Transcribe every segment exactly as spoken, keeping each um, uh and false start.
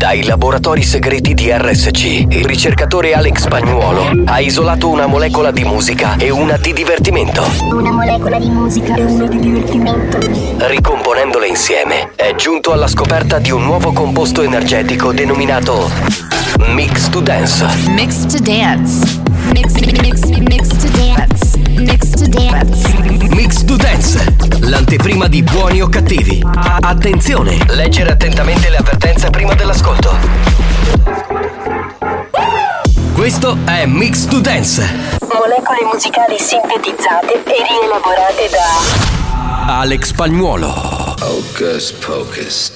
Dai laboratori segreti di R S C, il ricercatore Alex Spagnuolo ha isolato una molecola di musica e una di divertimento. Una molecola di musica e una di divertimento. Ricomponendole insieme, è giunto alla scoperta di un nuovo composto energetico denominato Mix to Dance. Mix to Dance. Mix, mix, mix to Dance. Mix to Dance. Mix to Dance, l'anteprima di Buoni o Cattivi. Attenzione, leggere attentamente le avvertenze prima dell'ascolto. Questo è Mix to Dance. Molecole musicali sintetizzate e rielaborate da Alex Spagnuolo. Hocus Pocus.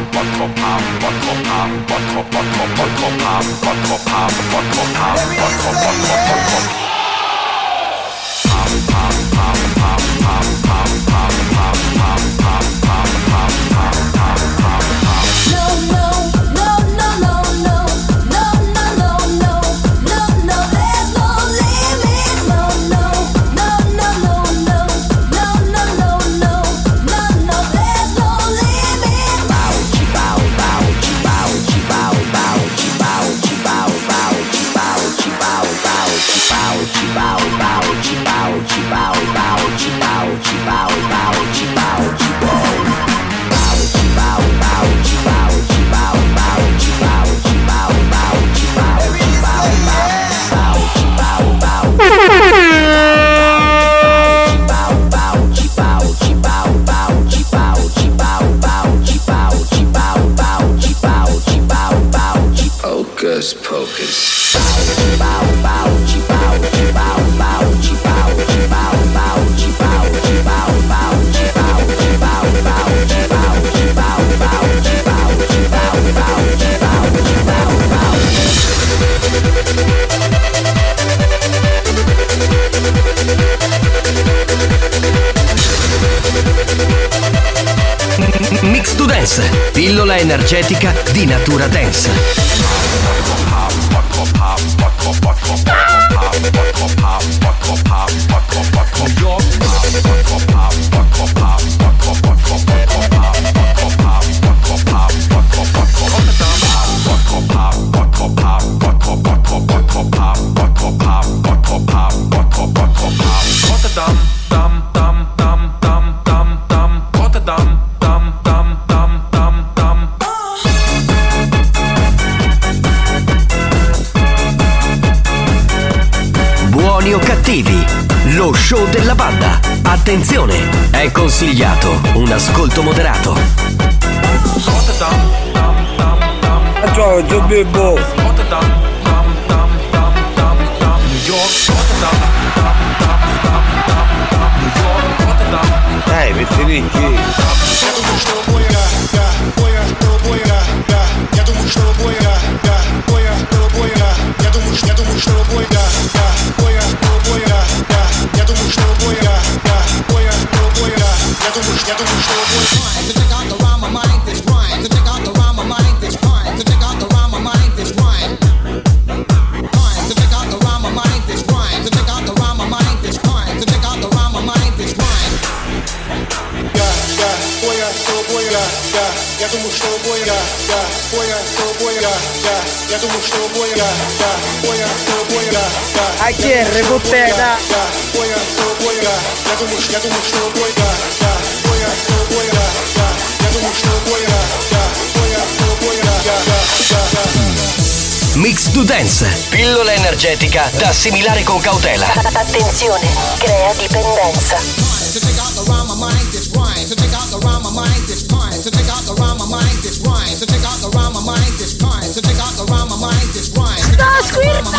Hocus Pocus. Mix to Dance, pillola energetica di natura dance. Buoni o Cattivi, lo show della banda. Attenzione, è consigliato un ascolto moderato. Ciao, Gio Bibbo. Dai, mi finisci. A chi è reputata? Mix to Dance, pillola energetica da assimilare con cautela. Attenzione, crea dipendenza. Sto squirtando!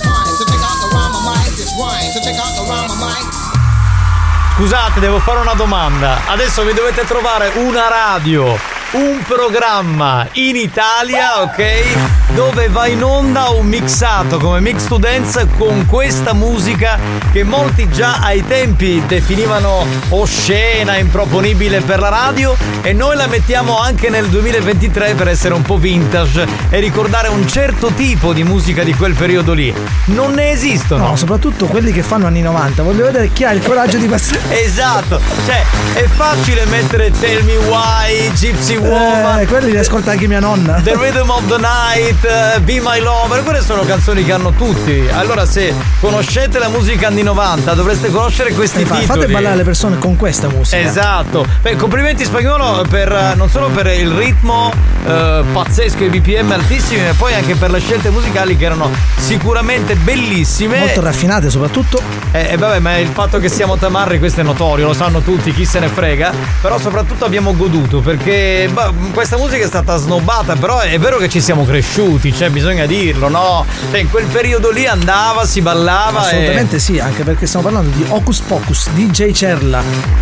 Scusate, devo fare una domanda. Adesso vi dovete trovare una radio, un programma in Italia, ok? dove va in onda un mixato come Mix to Dance con questa musica che molti già ai tempi definivano oscena, improponibile per la radio, e noi la mettiamo anche nel duemilaventitré per essere un po' vintage e ricordare un certo tipo di musica di quel periodo lì. Non ne esistono. No, soprattutto quelli che fanno anni novanta. Voglio vedere chi ha il coraggio di passare. Esatto, cioè è facile mettere Tell Me Why, Gypsy Woman, eh, quelli li ascolta anche mia nonna. The Rhythm of the Night, uh, Be My Lover. Quelle sono canzoni che hanno tutti. Allora, se conoscete la musica anni novanta, dovreste conoscere questi eh, titoli. Fate ballare le persone con questa musica. Esatto. Beh, complimenti Spagnolo per non solo per il ritmo uh, pazzesco, i B P M altissimi, ma poi anche per le scelte musicali che erano sicuramente bellissime, molto raffinate soprattutto. E eh, eh, vabbè, ma il fatto che siamo tamarri, questo è notorio, lo sanno tutti, chi se ne frega. Però soprattutto abbiamo goduto, perché bah, questa musica è stata snobbata, però è vero che ci siamo cresciuti, cioè bisogna dirlo, no? Cioè, in quel periodo lì andava, si ballava. Assolutamente e... sì, anche perché stiamo parlando di Hocus Pocus, D J Cerla,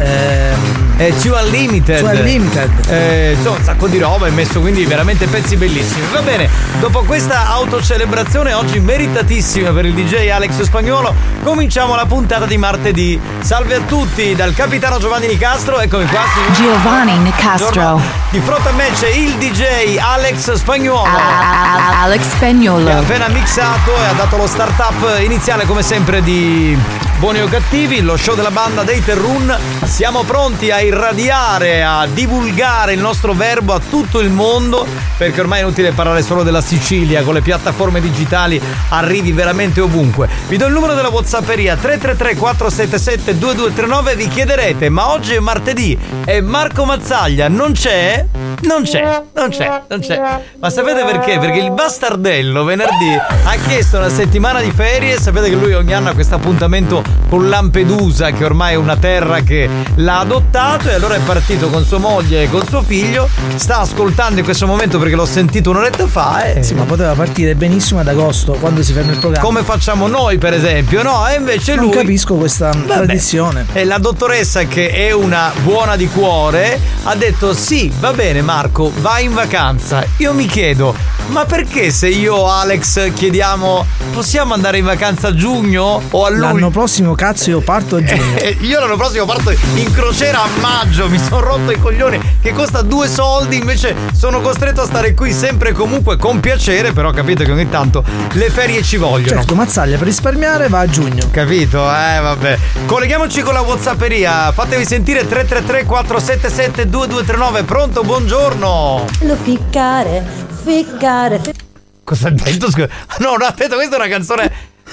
ehm... eh, Two Unlimited, Two Unlimited. Eh, insomma, un sacco di roba, hai messo quindi veramente pezzi bellissimi. Va bene, dopo questa autocelebrazione oggi meritatissima per il D J Alex Spagnuolo, cominciamo la puntata di martedì. Salve a tutti dal capitano Giovanni Nicastro, eccomi qua. Giovanni Nicastro. Di fronte a me c'è il D J Alex Spagnuolo. Ah, Alex Spagnuolo. Che ha appena mixato e ha dato lo start-up iniziale come sempre di Buoni o Cattivi, lo show della banda dei Terrun. Siamo pronti a irradiare, a divulgare il nostro verbo a tutto il mondo, perché ormai è inutile parlare solo della Sicilia, con le piattaforme digitali arrivi veramente ovunque. Vi do il numero della WhatsApperia tre tre tre quattro sette sette due due tre nove. Vi chiederete: ma oggi è martedì e Marco Mazzaglia non c'è? Non c'è, non c'è, non c'è. Ma sapete perché? Perché il bastardello venerdì ha chiesto una settimana di ferie. Sapete che lui ogni anno ha questo appuntamento con Lampedusa, che ormai è una terra che l'ha adottato, e allora è partito con sua moglie e con suo figlio. Sta ascoltando in questo momento perché l'ho sentito un'oretta fa. E... sì, ma poteva partire benissimo ad agosto, quando si ferma il programma. Come facciamo noi, per esempio, no? E invece lui... non capisco questa Vabbè. tradizione. E la dottoressa, che è una buona di cuore, ha detto: sì, va bene Marco, vai in vacanza. Io mi chiedo: ma perché se io o Alex chiediamo possiamo andare in vacanza a giugno o a luglio? L'anno prossimo cazzo io parto a giugno. Eh, io l'anno prossimo parto in crociera a maggio. Mi sono rotto i coglioni, che costa due soldi, invece sono costretto a stare qui sempre e comunque con piacere. Però capite che ogni tanto le ferie ci vogliono. Certo, Mazzaglia per risparmiare va a giugno. Capito? Eh vabbè. Colleghiamoci con la WhatsApperia. Fatevi sentire tre tre tre quattro sette sette due due tre nove. Pronto? Buongiorno. Lo ficcare, ficcare. Cosa ha detto? No, no, aspetta, questa è una canzone.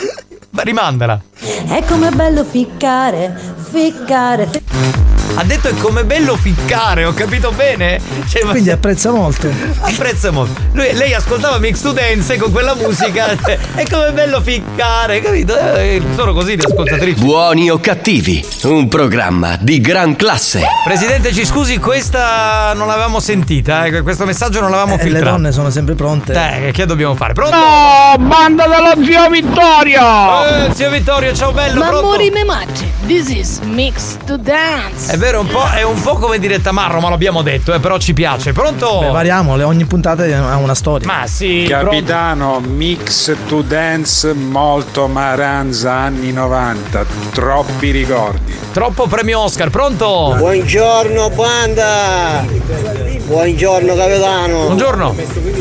Ma rimandala. È come bello ficcare, ficcare. Ha detto è come bello ficcare, ho capito bene? Cioè, quindi ma... apprezza molto. Apprezza molto. Lui, lei ascoltava Mix to Dance con quella musica. È come bello ficcare, capito? Sono così le ascoltatrici. Buoni o Cattivi, un programma di gran classe. Presidente, ci scusi, questa non l'avevamo sentita, eh? Questo messaggio non l'avevamo eh, filtrato. Le donne sono sempre pronte. Eh, che dobbiamo fare? Pronto? No, banda dello zio Vittorio! Eh, zio Vittorio, ciao bello, pronto? Mamori me maggi, this is Mix to Dance. È vero, un po', è un po' come dire tamarro, ma l'abbiamo detto, eh, però ci piace. Pronto? Beh, variamo, ogni puntata ha una storia. Ma sì. Capitano, pronto? Mix to Dance, molto Maranza anni novanta, troppi ricordi. Troppo premio Oscar, pronto? Buongiorno banda. Buongiorno capitano. Buongiorno.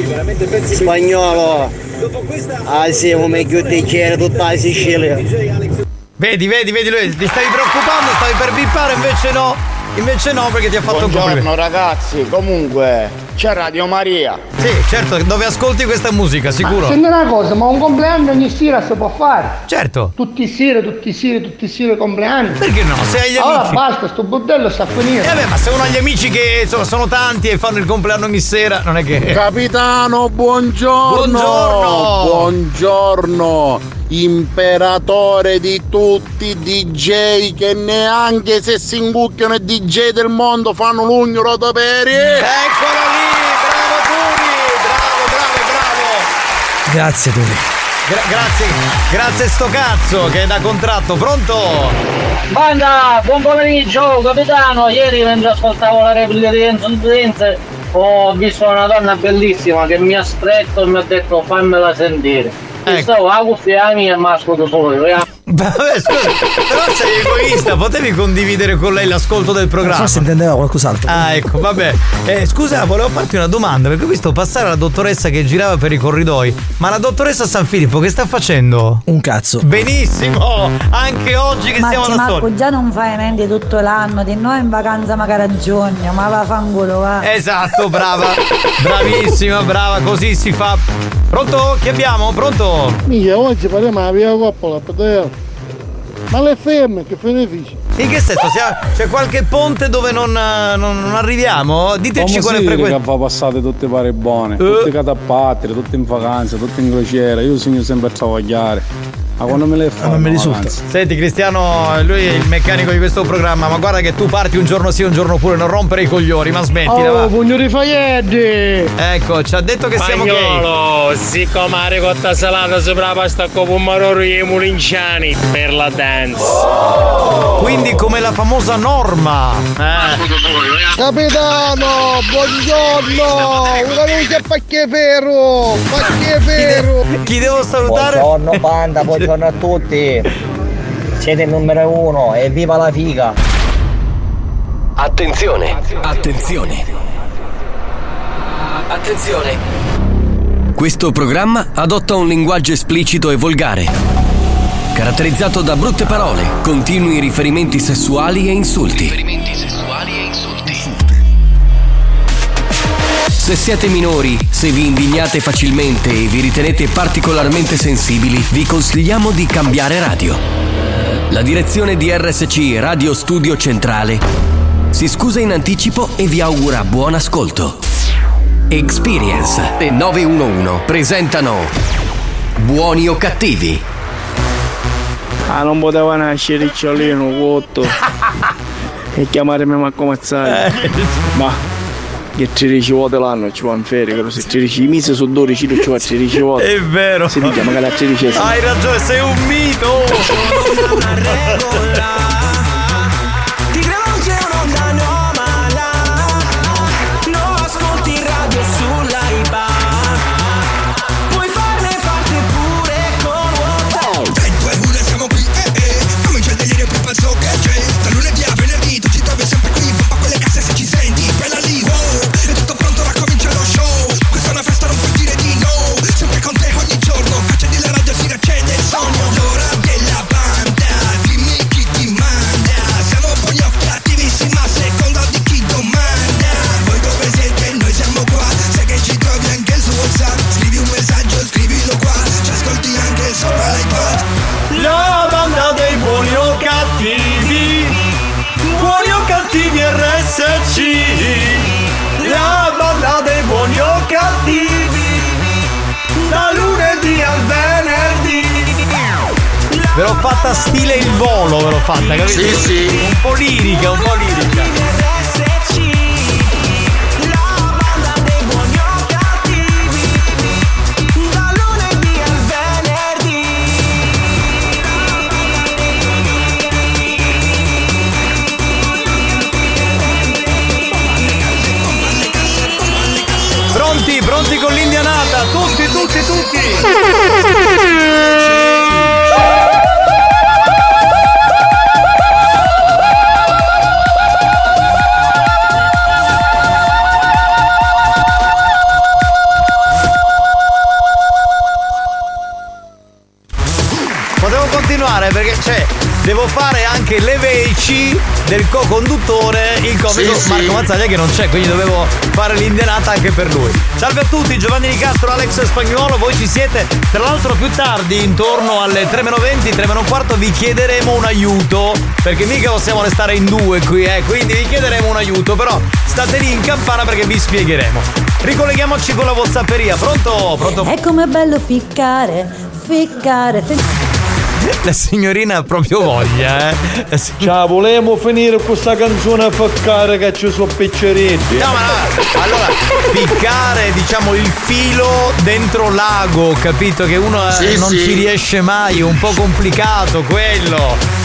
Spagnolo. Ah sì, come più di c'era tutta la Sicilia. Vedi, vedi, vedi, lui ti stavi preoccupando, stavi per bippare, invece no, invece no, perché ti ha fatto un complimento. Buongiorno ragazzi, comunque c'è Radio Maria. Sì, certo, dove ascolti questa musica, sicuro. Ma senti una cosa, ma un compleanno ogni sera si può fare? Certo. Tutti i sere, tutti i sere, tutti i sere compleanni. Perché no? Se hai gli allora amici. Allora basta, sto bordello sta a finire. Eh beh, ma se uno ha gli amici che insomma, sono tanti e fanno il compleanno ogni sera, non è che. Capitano, buongiorno. Buongiorno. Buongiorno. Imperatore di tutti i D J che neanche se si ingucchiano i D J del mondo fanno l'ugno rotoperi. Eccolo lì, bravo Turi, bravo, bravo, bravo. Grazie Turi. Gra- grazie, grazie sto cazzo che è da contratto, pronto? Banda, buon pomeriggio capitano, ieri mentre ascoltavo la replica di Enzo Dente ho visto una donna bellissima che mi ha stretto e mi ha detto fammela sentire. Ecco. Stavo a cuffia mia e mi ascolto solo io. Eh. Vabbè, scusa, però sei egoista, potevi condividere con lei l'ascolto del programma. Forse intendeva qualcos'altro. Ah, ecco, vabbè. Eh, scusa, volevo farti una domanda, perché ho visto passare la dottoressa che girava per i corridoi. Ma la dottoressa San Filippo che sta facendo? Un cazzo. Benissimo, anche oggi che ma siamo da Marco, soli. già non fai niente tutto l'anno, di noi in vacanza magari a giugno, ma va fangolo va. Esatto, brava, bravissima, brava, così si fa. Pronto? Chi abbiamo? Pronto? Mica, oggi parliamo della via coppola, per ma le femmine che benefici? In che senso? C'è qualche ponte dove non, non, non arriviamo? Diteci Come quale si frequenza. che fa passate tutte pare buone, uh. tutte catapattri, tutte in vacanza, tutte in crociera, io sogno sempre a travagliare. Ma quando me le fa? Non mi risulta. Senti Cristiano, lui è il meccanico di questo programma, ma guarda che tu parti un giorno sì un giorno pure, non rompere i coglioni, ma smettila. Oh, pugno di faietti! Ecco, ci ha detto che siamo gay. Siccome la ricotta salata sopra la pasta con pomodoro e mulinciani per la dance. Oh. Quindi come la famosa Norma. Eh. Capitano, buongiorno! Una luce a pacchievero! Pacchievero! Chi devo salutare? Buongiorno banda, buongiorno a tutti. Siete il numero uno e viva la figa. Attenzione, attenzione. Attenzione. Questo programma adotta un linguaggio esplicito e volgare, caratterizzato da brutte parole, continui riferimenti sessuali e insulti. Riferimenti sessuali e insulti. Se siete minori, se vi indignate facilmente e vi ritenete particolarmente sensibili, vi consigliamo di cambiare radio. La direzione di R S C Radio Studio Centrale si scusa in anticipo e vi augura buon ascolto. Experience e nove uno uno presentano Buoni o Cattivi. Ah, non poteva nascere Ricciolino, cotto. E chiamarmi Marco Mazzari. Ma che tredici volte l'anno ci va in ferie, che se tredici mesi su dodici non ci va tredici volte. È vero. Si dice magari a tredici. Hai ragione, sei un mito. Ti credo non c'è un'onda anomala. Non ascolti radio sull'Aiba. Puoi farne parte pure con WhatsApp. tre, due, uno siamo qui, eh eh. Comincia il delirio più pazzo che c'è. Da lunedì a venerdì tu ci trovi sempre qui. Bomba quelle casse se ci senti. Bella lì, wow. È tutto pronto, ora comincia lo show. Questa è una festa, non puoi dire di no. Sempre con te ogni giorno. Accendi la radio, si riaccende il sogno. L'ora della banda, dimmi chi ti manda. Siamo buoni o cattivissimi a seconda di chi domanda. Voi dove siete? Noi siamo qua. Sai che ci trovi anche su WhatsApp. Scrivi un messaggio, scrivilo qua. Ci ascolti anche sopra l'iPad. La banda dei buoni o cattivi. Buoni o cattivi R S C. La banda dei buoni o cattivi. Da lunedì al venerdì. Ve l'ho fatta stile il volo, ve l'ho fatta, capito? Sì, sì. Un po' lirica, un po' lirica. Pronti, pronti con l'indianata, tutti, tutti, tutti! Potevo continuare perché c'è, devo fare anche le veci del co-conduttore, il comico sì, Marco sì. Mazzaglia che non c'è, quindi dovevo fare l'indianata anche per lui. Salve a tutti, Giovanni Di Castro, Alex Spagnuolo, voi ci siete. Tra l'altro più tardi, intorno alle tre meno venti, tre meno un quarto, vi chiederemo un aiuto, perché mica possiamo restare in due qui, eh, quindi vi chiederemo un aiuto, però state lì in campana perché vi spiegheremo. Ricolleghiamoci con la WhatsApperia, pronto? Pronto? E com'è bello ficcare, ficcare, ficcare. La signorina ha proprio voglia, eh. Sign- Ciao, volevamo finire questa canzone a faccare che ci sono picceretti. No, ma no. Allora, piccare, diciamo, il filo dentro l'ago, capito? Che uno Sì, non sì. ci riesce mai, è un po' complicato quello.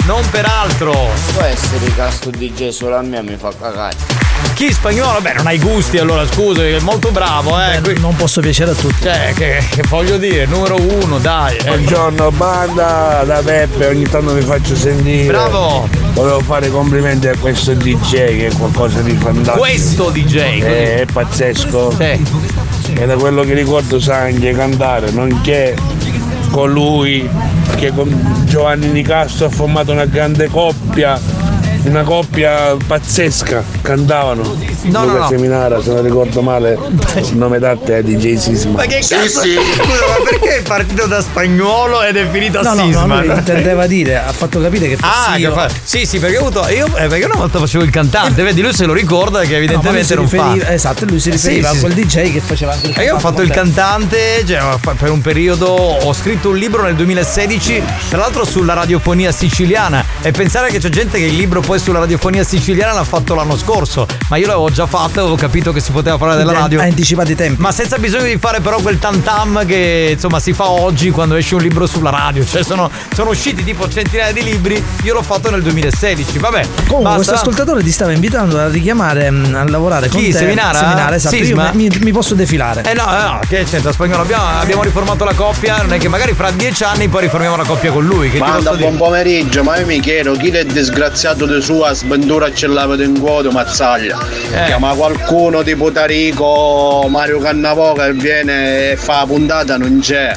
non per altro. Può essere che sto D J solo a me mi fa cagare. Chi Spagnolo? Beh, non hai gusti allora, scusa, è molto bravo, eh. Beh, non posso piacere a tutti. Cioè, che, che voglio dire, numero uno, dai. Eh. Buongiorno banda da Peppe, ogni tanto mi faccio sentire. Bravo! Volevo fare complimenti a questo D J che è qualcosa di fantastico. Questo D J? È, è pazzesco. Sì. E da quello che ricordo sa anche cantare, nonché colui che con Giovanni Nicastro ha formato una grande coppia, una coppia pazzesca, cantavano. No, Luca no, no. Seminara, se non ricordo male, il nome d'arte è D J Sisma. Ma che cazzo? Sì, sì. Scusa, ma perché è partito da Spagnolo ed è finito a No, no, Sisma? no, lui intendeva dire, ha fatto capire che Ah, fossi che io. fa... sì, sì, perché ho avuto. Io eh, perché una volta facevo il cantante, vedi, lui se lo ricorda che evidentemente No, non ma lui si riferiva- fa. Esatto, lui si Eh, sì, riferiva sì, a quel sì. D J che faceva anche il E io ho fatto il con te. cantante, cioè, per un periodo ho scritto un libro nel duemilasedici, tra l'altro sulla radiofonia siciliana, e pensare che c'è gente che il libro poi sulla radiofonia siciliana l'ha fatto l'anno scorso, ma io l'avevo già fatto e avevo capito che si poteva parlare della radio. Ha anticipato i tempi. Ma senza bisogno di fare però quel tantam che insomma si fa oggi quando esce un libro sulla radio. Cioè sono, sono usciti tipo centinaia di libri, io l'ho fatto nel duemilasedici, vabbè. Comunque basta. questo ascoltatore ti stava invitando a richiamare mh, a lavorare con Chi, te. Seminara? Seminara, esatto. Sisma? Io mi, mi posso defilare. Eh no, eh no, che c'entra Spagnolo? Abbiamo, abbiamo riformato la coppia, non è che magari fra dieci anni poi riformiamo la coppia con lui. Che ti Manda posso buon dire? pomeriggio, ma io mi chiedo chi è disgraziato di sua sventura ce l'avete in cuoio mazzaglia. Eh. Chiama qualcuno tipo Tarico, Mario Cannavò che viene e fa la puntata, non c'è.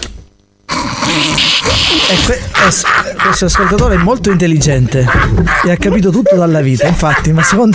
E que- es- questo ascoltatore è molto intelligente e ha capito tutto dalla vita, infatti, ma secondo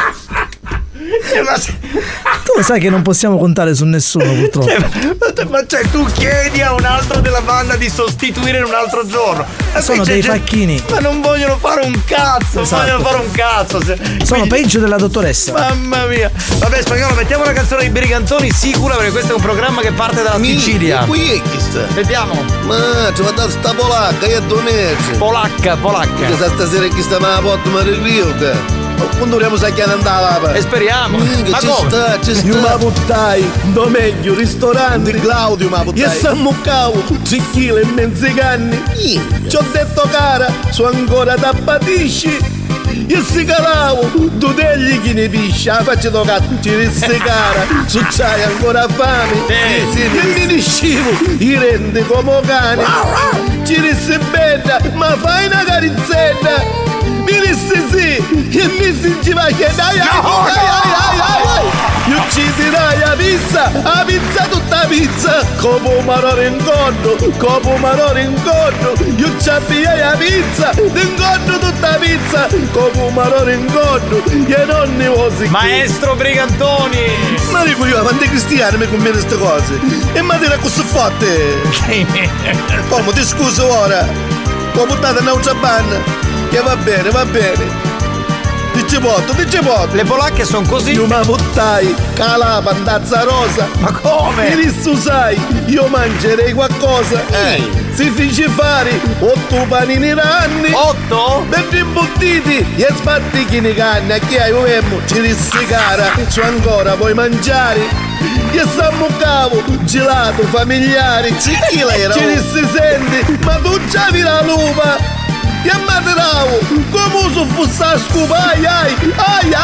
tu sai che non possiamo contare su nessuno purtroppo. Cioè, ma cioè tu chiedi a un altro della banda di sostituire in un altro giorno. E Sono poi c'è dei gente- facchini. Ma non vogliono fare un cazzo, Esatto. vogliono fare un cazzo. Se- Sono quindi- peggio della dottoressa. Mamma mia. Vabbè Spagnolo, mettiamo una canzone dei Brigantoni sicura, perché questo è un programma che parte dalla Sicilia. Qui è chi sta? Sentiamo. Ma ci va da sta polacca, io due mesi. Polacca, polacca. Che sa stasera chi sta ma porta ma rivilta. Quando dovremo sacchiare andare? E speriamo. Ma ci come? sta, ci sta. Io ma buttai, do meglio, ristorante. Di Claudio ma buttai. Io sammuccavo, tre chili e mezzi canni. Ci ho detto cara, su ancora t'abbatisci. Io si calavo, tu tegli chi ne piscia, faccio toccare, ci resti cara, su c'hai ancora fame, Sì, sì, e mi discivo, i rende come cane, ci resti bella, ma fai una carizzetta, mi disse sì, e mi si va che dai, ai, ai, ai, ai, ai, io ci tirai la pizza, la pizza tutta pizza, come marore in conto, come marore in conto, io ci avviai la pizza, in conto tutta pizza, come marore in conto, e non ne vosi. Maestro Brigantoni! Ma dico io, quante cristiane mi conviene queste cose? E ma dire così fatte? Come ti scuso ora? Ho buttato in un'altra banna, che va bene, va bene. Dice potto, dice potto. Le polacche sono così. Io ma buttai, cala pandazza rosa. Ma come? Mi disse sai, io mangerei qualcosa. Eh. Si fece fare otto panini ranni. Otto? Per imbottiti e sbattichi nei canni. A chi hai uomo ci disse cara, su ancora puoi mangiare. Io sammuccavo, gelato, familiari. Chi era? Ci disse senti, ma tu già vi la lupa. E ammateravo, come uso fosse a scupa, ai ai, ai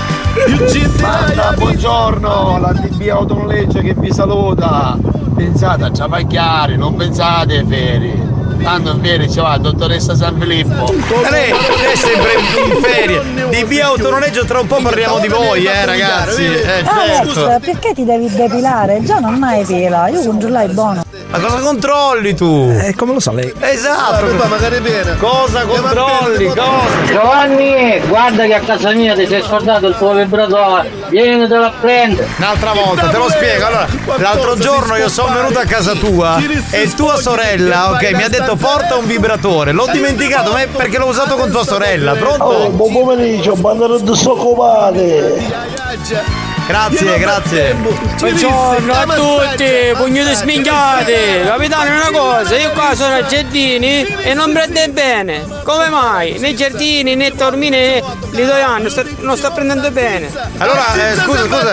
ai. Banda, buongiorno, la T B Autonoleggio che vi saluta. Pensate a ciavacchiare, non pensate ai ferie. Tanto in ferie ci va la dottoressa San Filippo. Lei è sempre in ferie. Di via autonoleggio tra un po' parliamo di voi, eh ragazzi. Eh, Alex, certo. perché ti devi depilare? Già non hai pila, io controllai buono. Ma cosa controlli tu? Eh, come lo sa lei? Esatto. Ma magari bene. Cosa controlli? Cosa? Giovanni, guarda che a casa mia ti sei scordato il tuo vibratore. Vienitelo a prendere. Un'altra volta, te lo spiego. Allora, l'altro giorno io sono venuto a casa tua e tua sorella, ok, mi ha detto porta un vibratore. L'ho dimenticato, ma è perché l'ho usato con tua sorella. Pronto? Oh, buon pomeriggio, banda di soccopate. Grazie, grazie. Buongiorno a tutti, pugni di sminchiati. Capitano, una cosa, io qua sono a giardini e non prende bene. Come mai? Nei giardini, nei tormini, li due anni, non sta prendendo bene. Allora, eh, scusa, scusa.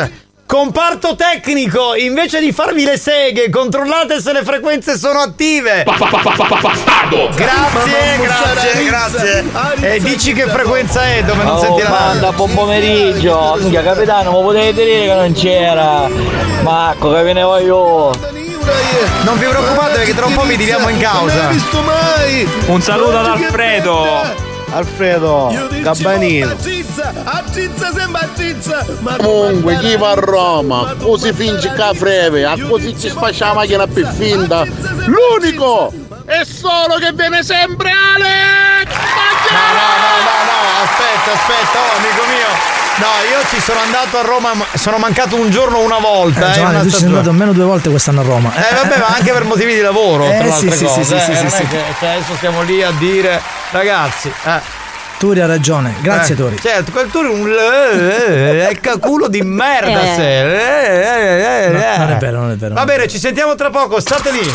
Comparto tecnico, invece di farvi le seghe, controllate se le frequenze sono attive. Bastardo! Grazie, grazie, grazie. E dici che frequenza è dove non oh, senti la radio? Manda, buon pomeriggio. Minchia, capitano, ma potete dire che non c'era? Marco, che ve ne voglio. Non vi preoccupate perché tra un po' vi tiriamo in causa. Non l'ho visto mai. Un saluto ad Alfredo. Alfredo, Gabbanino. Accizza sembra accizza. Comunque chi va a Roma, così finge che freve, a così ci spaccia la macchina più finta. L'unico è solo che viene sempre Alex! No, no, no, no, no, aspetta, aspetta, oh amico mio. No, io ci sono andato a Roma, sono mancato un giorno una volta. Eh, eh, Giovanni, una tu ci sei andato almeno due volte quest'anno a Roma. Eh vabbè, ma anche per motivi di lavoro, Eh, tra sì, l'altre sì, cose. sì, eh, sì, non sì, è sì. che cioè, adesso stiamo lì a dire, ragazzi, eh. Turi ha ragione, grazie eh, Turi. Certo, quel Turi è un eh, è caculo di merda Eh. se. Eh, eh, eh, No, eh. non è vero, non è vero. Va bene, ci sentiamo tra poco, state lì.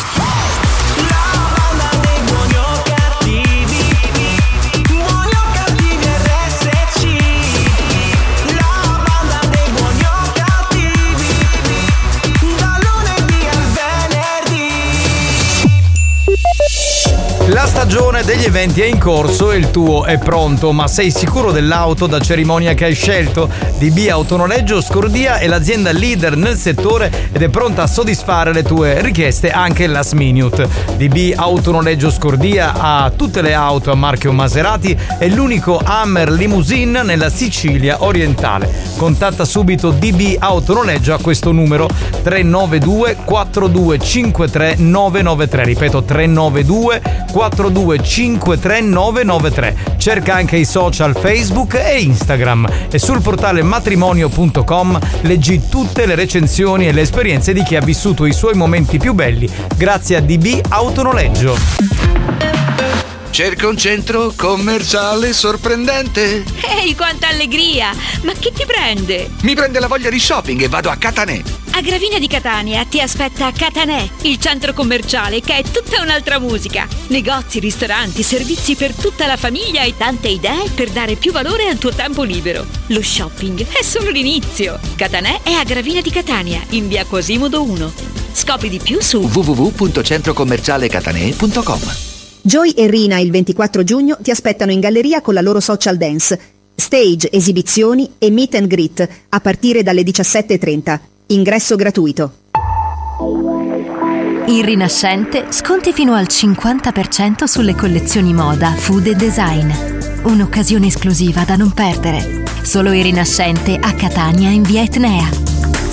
La stagione degli eventi è in corso e il tuo è pronto, ma sei sicuro dell'auto da cerimonia che hai scelto? D B Autonoleggio Scordia è l'azienda leader nel settore ed è pronta a soddisfare le tue richieste anche last minute. D B Autonoleggio Scordia ha tutte le auto a marchio Maserati e l'unico Hammer Limousine nella Sicilia orientale. Contatta subito D B Autonoleggio a questo numero tre nove due quattro due cinque tre nove nove tre, ripeto tre nove due quattro due cinque tre nove nove tre. Cerca anche i social Facebook e Instagram e sul portale matrimonio punto com leggi tutte le recensioni e le esperienze di chi ha vissuto i suoi momenti più belli grazie a D B Autonoleggio. Cerca un centro commerciale sorprendente. Ehi, quanta allegria! Ma che ti prende? Mi prende la voglia di shopping e vado a Catanè. A Gravina di Catania ti aspetta Catanè, il centro commerciale che è tutta un'altra musica. Negozi, ristoranti, servizi per tutta la famiglia e tante idee per dare più valore al tuo tempo libero. Lo shopping è solo l'inizio. Catanè è a Gravina di Catania, in via Quasimodo uno. Scopri di più su w w w punto centro commerciale catanè punto com. Joy e Rina il ventiquattro giugno ti aspettano in galleria con la loro social dance, stage, esibizioni e meet and greet a partire dalle diciassette e trenta. Ingresso gratuito. In Rinascente sconti fino al cinquanta per cento sulle collezioni moda, food e design. Un'occasione esclusiva da non perdere. Solo in Rinascente a Catania in via Etnea.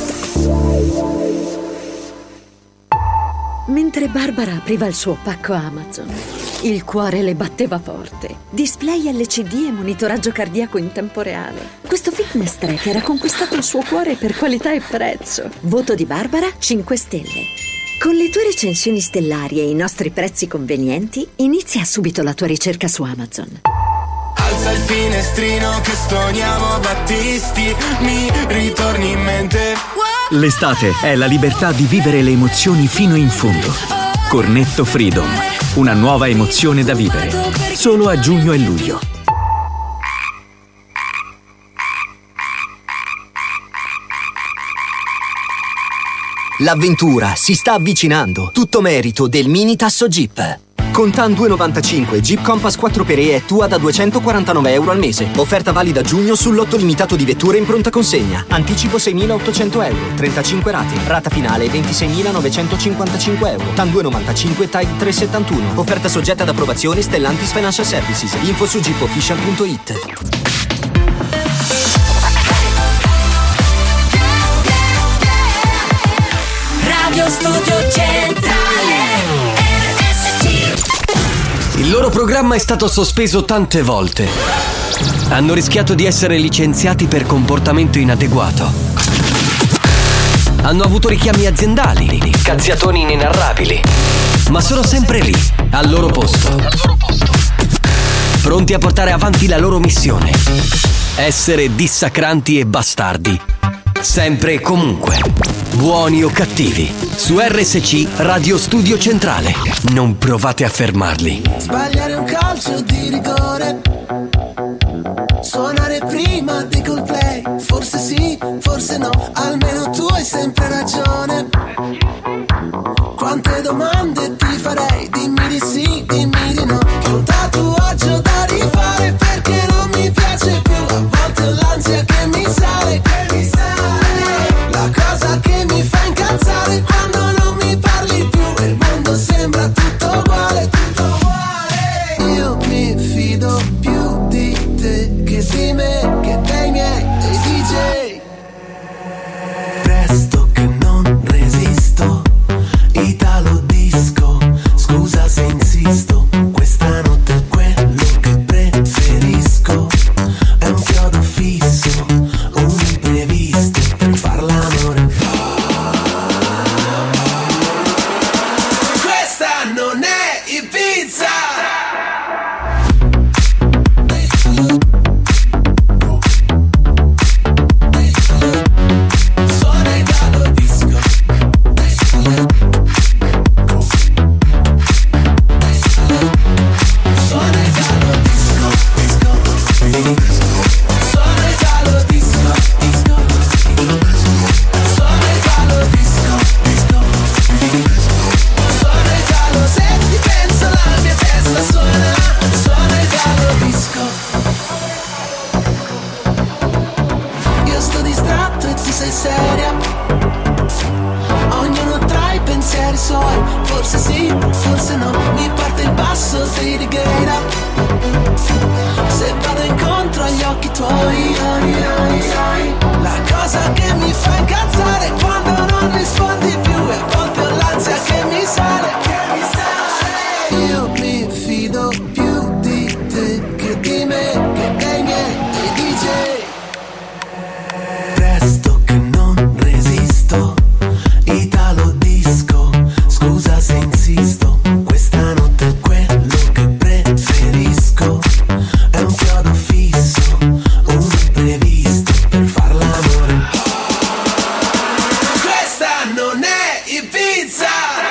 Mentre Barbara apriva il suo pacco Amazon, il cuore le batteva forte. Display L C D e monitoraggio cardiaco in tempo reale. Questo fitness tracker ha conquistato il suo cuore per qualità e prezzo. Voto di Barbara cinque stelle. Con le tue recensioni stellari e i nostri prezzi convenienti, inizia subito la tua ricerca su Amazon. Alza il finestrino che stoniamo Battisti, mi ritorni in mente. L'estate è la libertà di vivere le emozioni fino in fondo. Cornetto Freedom, una nuova emozione da vivere. Solo a giugno e luglio. L'avventura si sta avvicinando. Tutto merito del mini tasso Jeep. Con TAN due virgola novantacinque, Jeep Compass quattro per E è tua da duecentoquarantanove euro al mese. Offerta valida a giugno sul lotto limitato di vetture in pronta consegna. Anticipo seimilaottocento euro, trentacinque rate. Rata finale ventiseimilanovecentocinquantacinque euro. TAN due virgola novantacinque Type trecentosettantuno. Offerta soggetta ad approvazione Stellantis Financial Services. Info su jeep official punto it. Radio Studio Centrale. Il loro programma è stato sospeso tante volte. Hanno rischiato di essere licenziati per comportamento inadeguato. Hanno avuto richiami aziendali, cazziatoni inenarrabili. Ma sono sempre lì, al loro posto. Pronti a portare avanti la loro missione. Essere dissacranti e bastardi. Sempre e comunque. Buoni o cattivi. Su R S C Radio Studio Centrale. Non provate a fermarli. Sbagliare un calcio di rigore, suonare prima di Coldplay, forse forse sì, forse no, almeno tu hai sempre ragione. Quante domande ti farei, dimmi di sì, dimmi di no. Che un tatuaggio da rifare perché non mi piace più. A volte ho l'ansia che mi sale, che mi sale. La cosa che mi fa incazzare quando non mi parli più e il mondo sembra tutto uguale, tutto uguale. Io mi fido più di te che di me, che dei miei, dei D J. Presto che non resisto, Italo disco, scusa se insisto, questa notte è quello che preferisco, è un chiodo fisso, un imprevisto per far l'amore. Questa non è Ibiza. Forse sì, forse no, mi parte il basso dei Righeira. Se vado incontro agli occhi tuoi, la cosa che mi fa incazzare è quando non rispondi più e a volte ho l'ansia che mi sale, che mi sale. Io mi fido più di te che di me, che dei miei, dei D J. Presto che non resisto, Italo disco, scusa se insisto, questa notte è quello che preferisco, è un chiodo fisso, un imprevisto per far l'amore. Questa non è Ibiza.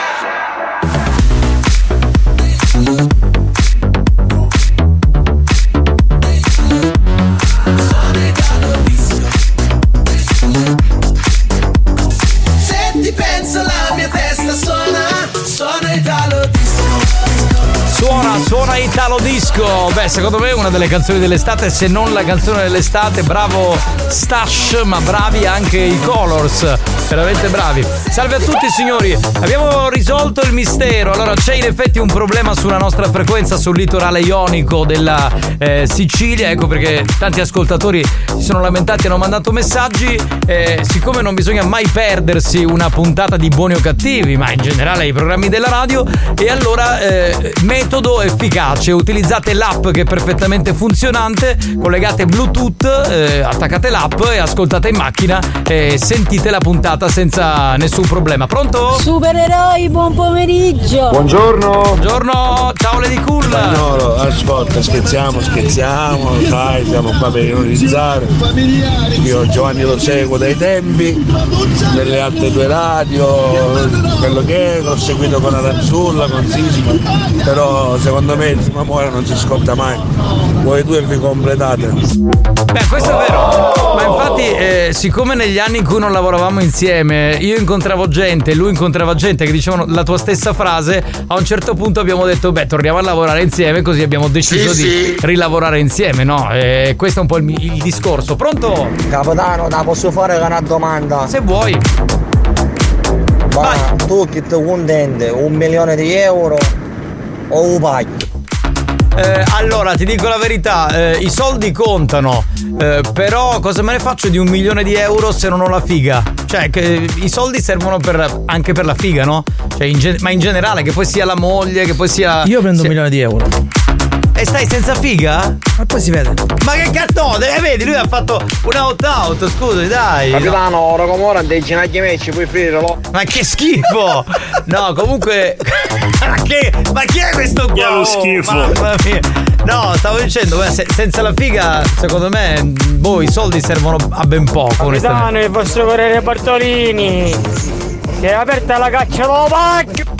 Se ti penso la mia testa suona, suona Italo disco. Suona, suona Italo disco. Beh, secondo me è una delle canzoni dell'estate, se non la canzone dell'estate. Bravo Stash, ma bravi anche i Colors, veramente bravi. Salve a tutti signori, abbiamo risolto il mistero. Allora c'è in effetti un problema sulla nostra frequenza sul litorale ionico della eh, Sicilia, ecco perché tanti ascoltatori si sono lamentati e hanno mandato messaggi. Eh, siccome non bisogna mai perdersi una puntata di Buoni o Cattivi, ma in generale i programmi della radio, e allora eh, metodo efficace: utilizzate l'app che è perfettamente funzionante, collegate Bluetooth, eh, attaccate l'app e ascoltate in macchina e sentite la puntata senza nessun problema. Pronto? Supereroi, buon pomeriggio. Buongiorno. Buongiorno, ciao Lady Cool. Spagnolo, ascolta, scherziamo, scherziamo, dai, siamo qua per ironizzare. Io Giovanni lo seguo dai tempi, nelle altre due radio, quello che è, l'ho seguito con Aranzulla, con Sisma, però secondo me il primo amore non si ascolta mai. Voi due vi completate. Beh, questo è vero, ma infatti eh, siccome negli anni in cui non lavoravamo insieme io incontravo gente e lui incontrava gente che dicevano la tua stessa frase, a un certo punto abbiamo detto beh, torniamo a lavorare insieme, così abbiamo deciso sì, di sì. rilavorare insieme, no? E questo è un po' il, il discorso. Pronto? Capitano, te posso fare una domanda? Se vuoi. Ma vai. Tu che ti contenti un milione di euro o un pacchio? Eh, allora ti dico la verità, eh, i soldi contano, eh, però cosa me ne faccio di un milione di euro se non ho la figa? Cioè che i soldi servono per, anche per la figa, no? Cioè in gen- ma in generale, che poi sia la moglie, che poi sia... Io prendo sia... un milione di euro. E stai senza figa? Ma poi si vede. Ma che cazzo? Eh, vedi, lui ha fatto un out out, scusi, dai. Capitano, ora come ora dei ginocchi messi, puoi finirlo? Ma che schifo! No, comunque. Ma che. Ma chi è questo qua? Che è lo schifo. Mamma mia. No, stavo dicendo, beh, se, senza la figa, secondo me, boh, i soldi servono a ben poco. Capitano, il vostro Corriere Bartolini, che è aperta la caccia allo pacchio.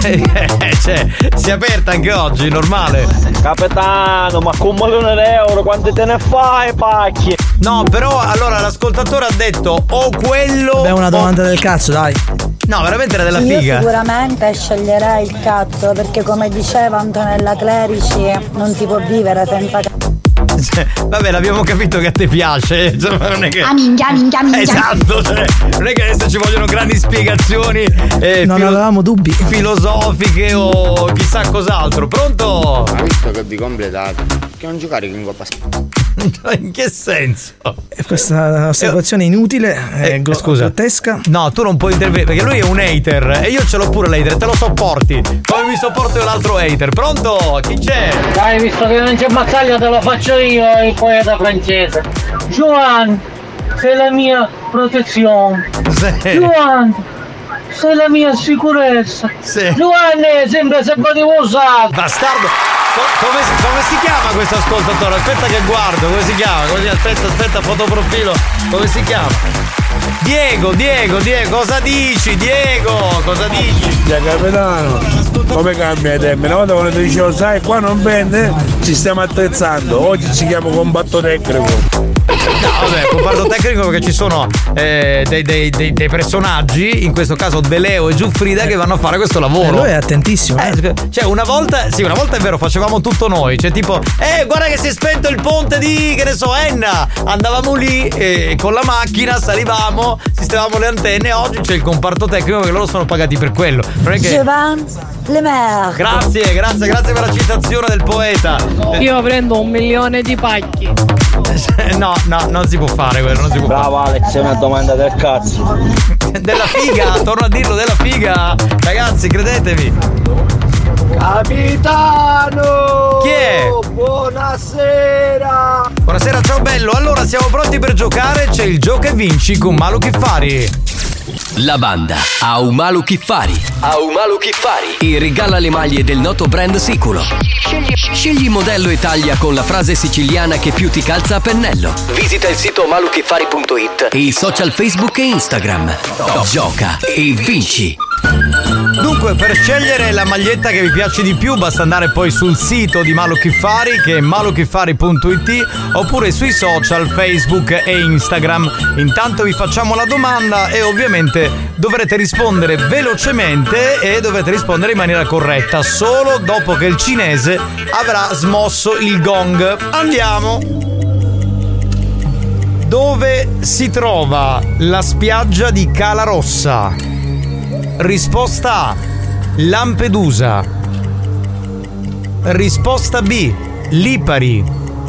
cioè, si è aperta anche oggi, normale. Capitano, ma con un milione di euro quanti te ne fai, pacchi? No, però allora l'ascoltatore ha detto o quello. È una domanda o... del cazzo, dai. No, veramente era della Io figa. Io sicuramente sceglierei il cazzo, perché come diceva Antonella Clerici, non si può vivere senza cazzo. Cioè, vabbè, l'abbiamo capito che a te piace, insomma, non è che. Ah, minchia, minchia, minchia. Esatto, cioè, non è che adesso ci vogliono grandi spiegazioni. Eh, non filo- avevamo dubbi. Filosofiche o chissà cos'altro. Pronto? Ha visto che vi completato? Che non giocare in Coppa Spagna. In che senso? Questa osservazione inutile, eh, gro- scusa. grottesca. No, tu non puoi intervenire perché lui è un hater e io ce l'ho pure l'hater, te lo sopporti. Come mi sopporto io l'altro hater. Pronto? Chi c'è? Dai, visto che non c'è battaglia te lo faccio io, il poeta francese. Joan, sei la mia protezione. Sì. Joan, sei la mia sicurezza. Sì. Giovanni, sempre sempre di usato. Bastardo. Come, come si chiama questo ascoltatore? Aspetta che guardo, come si chiama? Come si, aspetta, aspetta, fotoprofilo. Come si chiama? Diego, Diego, Diego, cosa dici? Diego, cosa dici? Già capitano, come cambia i tempi? Una volta quando ti dicevo, sai, qua non vende, ci stiamo attrezzando. Oggi ci chiamo combatto tecnico. No, vabbè, comparto tecnico perché ci sono eh, dei, dei, dei, dei personaggi, in questo caso De Leo e Giuffrida, che vanno a fare questo lavoro. E lui è attentissimo. Eh, cioè, una volta, sì, una volta è vero, facevamo tutto noi. Cioè, tipo, eh, guarda che si è spento il ponte di, che ne so, Enna. Andavamo lì e con la macchina salivamo, sistemavamo le antenne. Oggi c'è il comparto tecnico perché loro sono pagati per quello. Non è che. Jovan Le Mer. Grazie, grazie, grazie per la citazione del poeta. Io prendo un milione di pacchi. No, no, non si può fare quello, non si può Bravo fare. Alex, è una domanda del cazzo. Della figa, torno a dirlo, della figa. Ragazzi, credetemi. Capitano! Chi è? Buonasera! Buonasera, ciao bello. Allora siamo pronti per giocare. C'è il gioca e vinci con Malu Kiffari. La banda Aumalu Kiffari Aumalu Kiffari e regala le maglie del noto brand Siculo. Scegli, scegli modello e taglia con la frase siciliana che più ti calza a pennello. Visita il sito malu kiffari punto it e i social Facebook e Instagram. Gioca e vinci. Dunque, per scegliere la maglietta che vi piace di più basta andare poi sul sito di Malu Kiffari, che è malu kiffari punto it, oppure sui social Facebook e Instagram. Intanto vi facciamo la domanda e ovviamente dovrete rispondere velocemente e dovrete rispondere in maniera corretta, solo dopo che il cinese avrà smosso il gong. Andiamo! Dove si trova la spiaggia di Cala Rossa? Risposta A, Lampedusa. Risposta B, Lipari.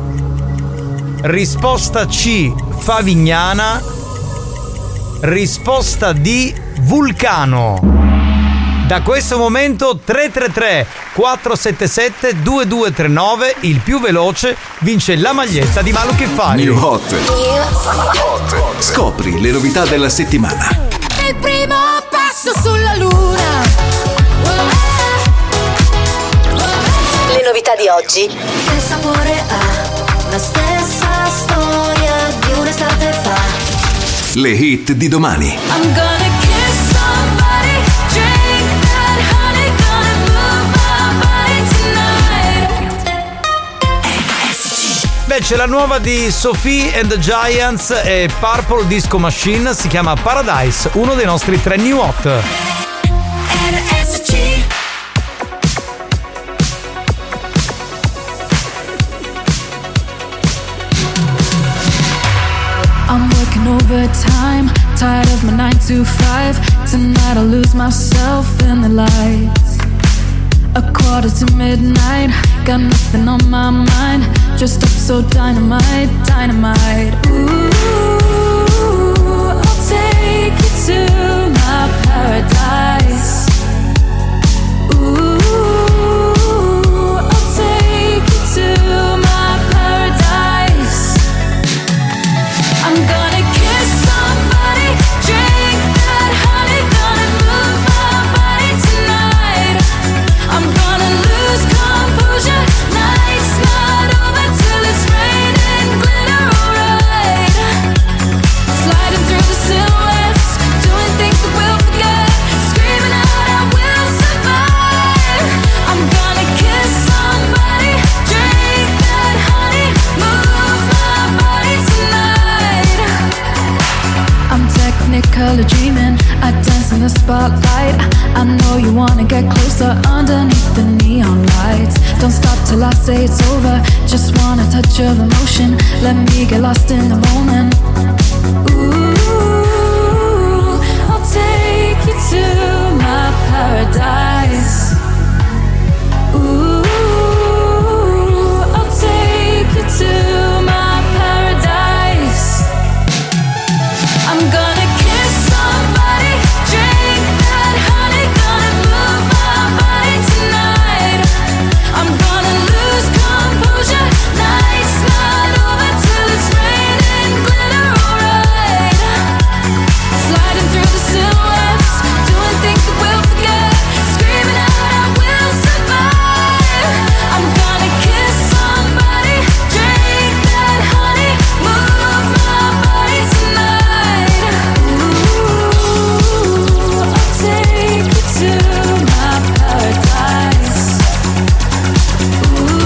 Risposta C, Favignana. Risposta D, Vulcano. Da questo momento tre tre tre quattro sette sette due due tre nove, il più veloce vince la maglietta di Malu Kiffari. New Hot. Scopri le novità della settimana. Il primo passo sulla luna. Le novità di oggi. Che sapore ha la stessa storia di un'estate fa. Le hit di domani. I'm gonna kiss somebody, drink that honey, gonna move my body tonight. Beh, c'è la nuova di Sophie and the Giants e Purple Disco Machine, si chiama Paradise, uno dei nostri tre new hot. I'm working overtime, tired of my nine to five. Tonight I'll lose myself in the lights. A quarter to midnight, got nothing on my mind. Just up so dynamite, dynamite. Ooh, I'll take you to my paradise. Ooh, I'll take you to my paradise. I'm gonna kiss somebody, drink that honey, gonna move my body tonight. I'm gonna lose composure, night's not over till it's raining glitter, alright. Sliding through the silhouettes, doing spotlight. I know you wanna get closer underneath the neon lights. Don't stop till I say it's over. Just want a touch of emotion. Let me get lost in the moment. Ooh, I'll take you to my paradise. Ooh, I'll take you to my paradise. I'm gonna kiss somebody, drink that honey, gonna move my body tonight. I'm gonna lose composure, night's not over till it's raining glitter, alright. Sliding through the silhouettes, doing things that we'll forget, screaming out I will survive. I'm gonna kiss somebody, drink that honey, move my body tonight. Ooh, I'll take you to my paradise. Ooh,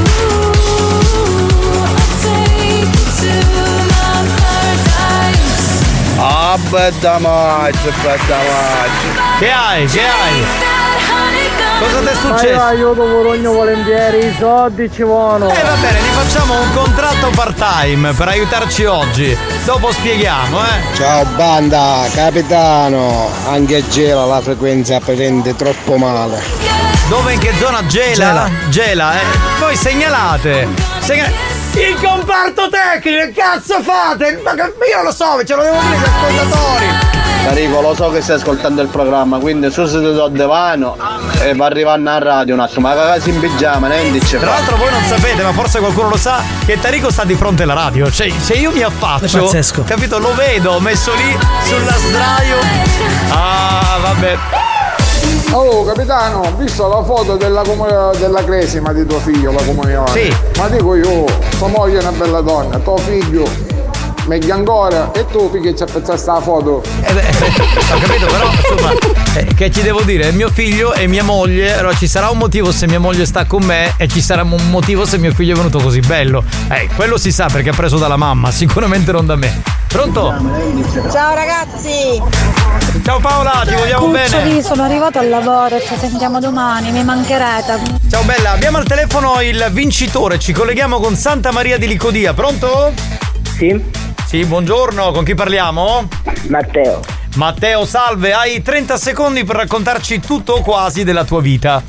I'll take you to my paradise. Ah, bella maggio, bella maggio. Che hai? Che hai? Cosa ti è successo? Ma io dopo rogno volentieri, i soldi ci vogliono. Eh va bene, ti facciamo un contratto part time per aiutarci oggi. Dopo spieghiamo, eh. Ciao banda, capitano. Anche a Gela la frequenza prende troppo male. Dove, in che zona? Gela? Gela. Gela, eh. Poi segnalate. Segna- Il comparto tecnico, che cazzo fate? Ma che- io lo so, ce lo devo dire agli ascoltatori. Enrico, lo so che stai ascoltando il programma, quindi su se ti do divano e va arrivando a radio un attimo, ma cagasi in pigiama, ne dice. Tra l'altro voi non sapete, ma forse qualcuno lo sa, che Tarico sta di fronte alla radio. Cioè, se io mi affaccio, È pazzesco. capito? Lo vedo messo lì sulla sdraio. Ah, vabbè. Oh capitano, ho visto la foto della, comu- della cresima di tuo figlio, la comunione. Sì. Ma dico io, tua moglie è una bella donna, tuo figlio meglio ancora, e tu perché ci apprezzasti la foto? Eh beh, ho capito, però insomma, eh, che ci devo dire? È mio figlio e mia moglie, allora ci sarà un motivo se mia moglie sta con me e ci sarà un motivo se mio figlio è venuto così bello. Eh, quello si sa perché ha preso dalla mamma, sicuramente non da me. Pronto? Ciao ragazzi! Ciao Paola, ti vogliamo Cuccioli, bene. sono arrivato al lavoro, ci sentiamo domani, mi mancherete. Ciao bella, abbiamo al telefono il vincitore, ci colleghiamo con Santa Maria di Licodia, pronto? Sì. Sì, buongiorno, con chi parliamo? Matteo. Matteo, salve, hai trenta secondi per raccontarci tutto o quasi della tua vita.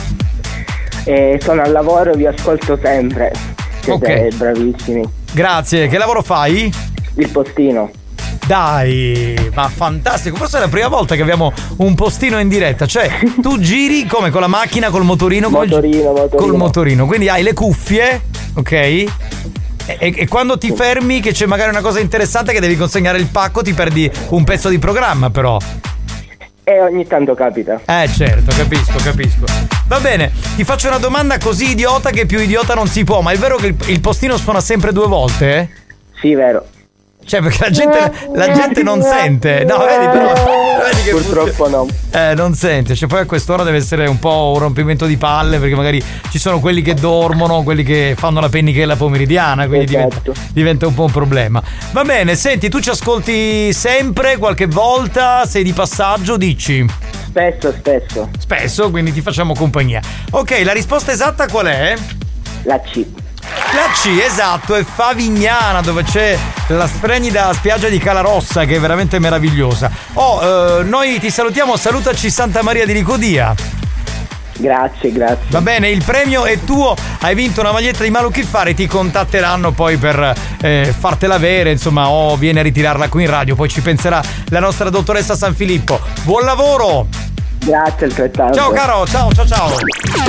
Eh, sono al lavoro, vi ascolto sempre. Siete Ok. bravissimi. Grazie, che lavoro fai? Il postino. Dai, ma fantastico, forse è la prima volta che abbiamo un postino in diretta, cioè tu giri come con la macchina, col motorino, come Motorino, motorino. col motorino, quindi hai le cuffie, ok? E, e- e quando ti fermi che c'è magari una cosa interessante che devi consegnare il pacco ti perdi un pezzo di programma però. E ogni tanto capita. Eh certo, capisco, capisco. Va bene, ti faccio una domanda così idiota che più idiota non si può, ma è vero che il, il postino suona sempre due volte? Eh? Sì, vero. Cioè perché la gente, la gente non sente. No, vedi però vedi che Purtroppo no. Eh, non sente. Cioè poi a quest'ora deve essere un po' un rompimento di palle, perché magari ci sono quelli che dormono, quelli che fanno la pennichella pomeridiana, quindi diventa, diventa un po' un problema. Va bene, senti, tu ci ascolti sempre, qualche volta, sei di passaggio, dici? Spesso, spesso. Spesso, quindi ti facciamo compagnia. Ok, la risposta esatta qual è? La C. La C, esatto, è Favignana, dove c'è la splendida spiaggia di Calarossa, che è veramente meravigliosa. Oh, eh, noi ti salutiamo, salutaci Santa Maria di Licodia. Grazie, grazie. Va bene, il premio è tuo, hai vinto una maglietta di Malu Kiffare, ti contatteranno poi per eh, fartela avere, insomma, o vieni a ritirarla qui in radio, poi ci penserà la nostra dottoressa San Filippo. Buon lavoro! Grazie altrettanto. Ciao caro, ciao ciao ciao!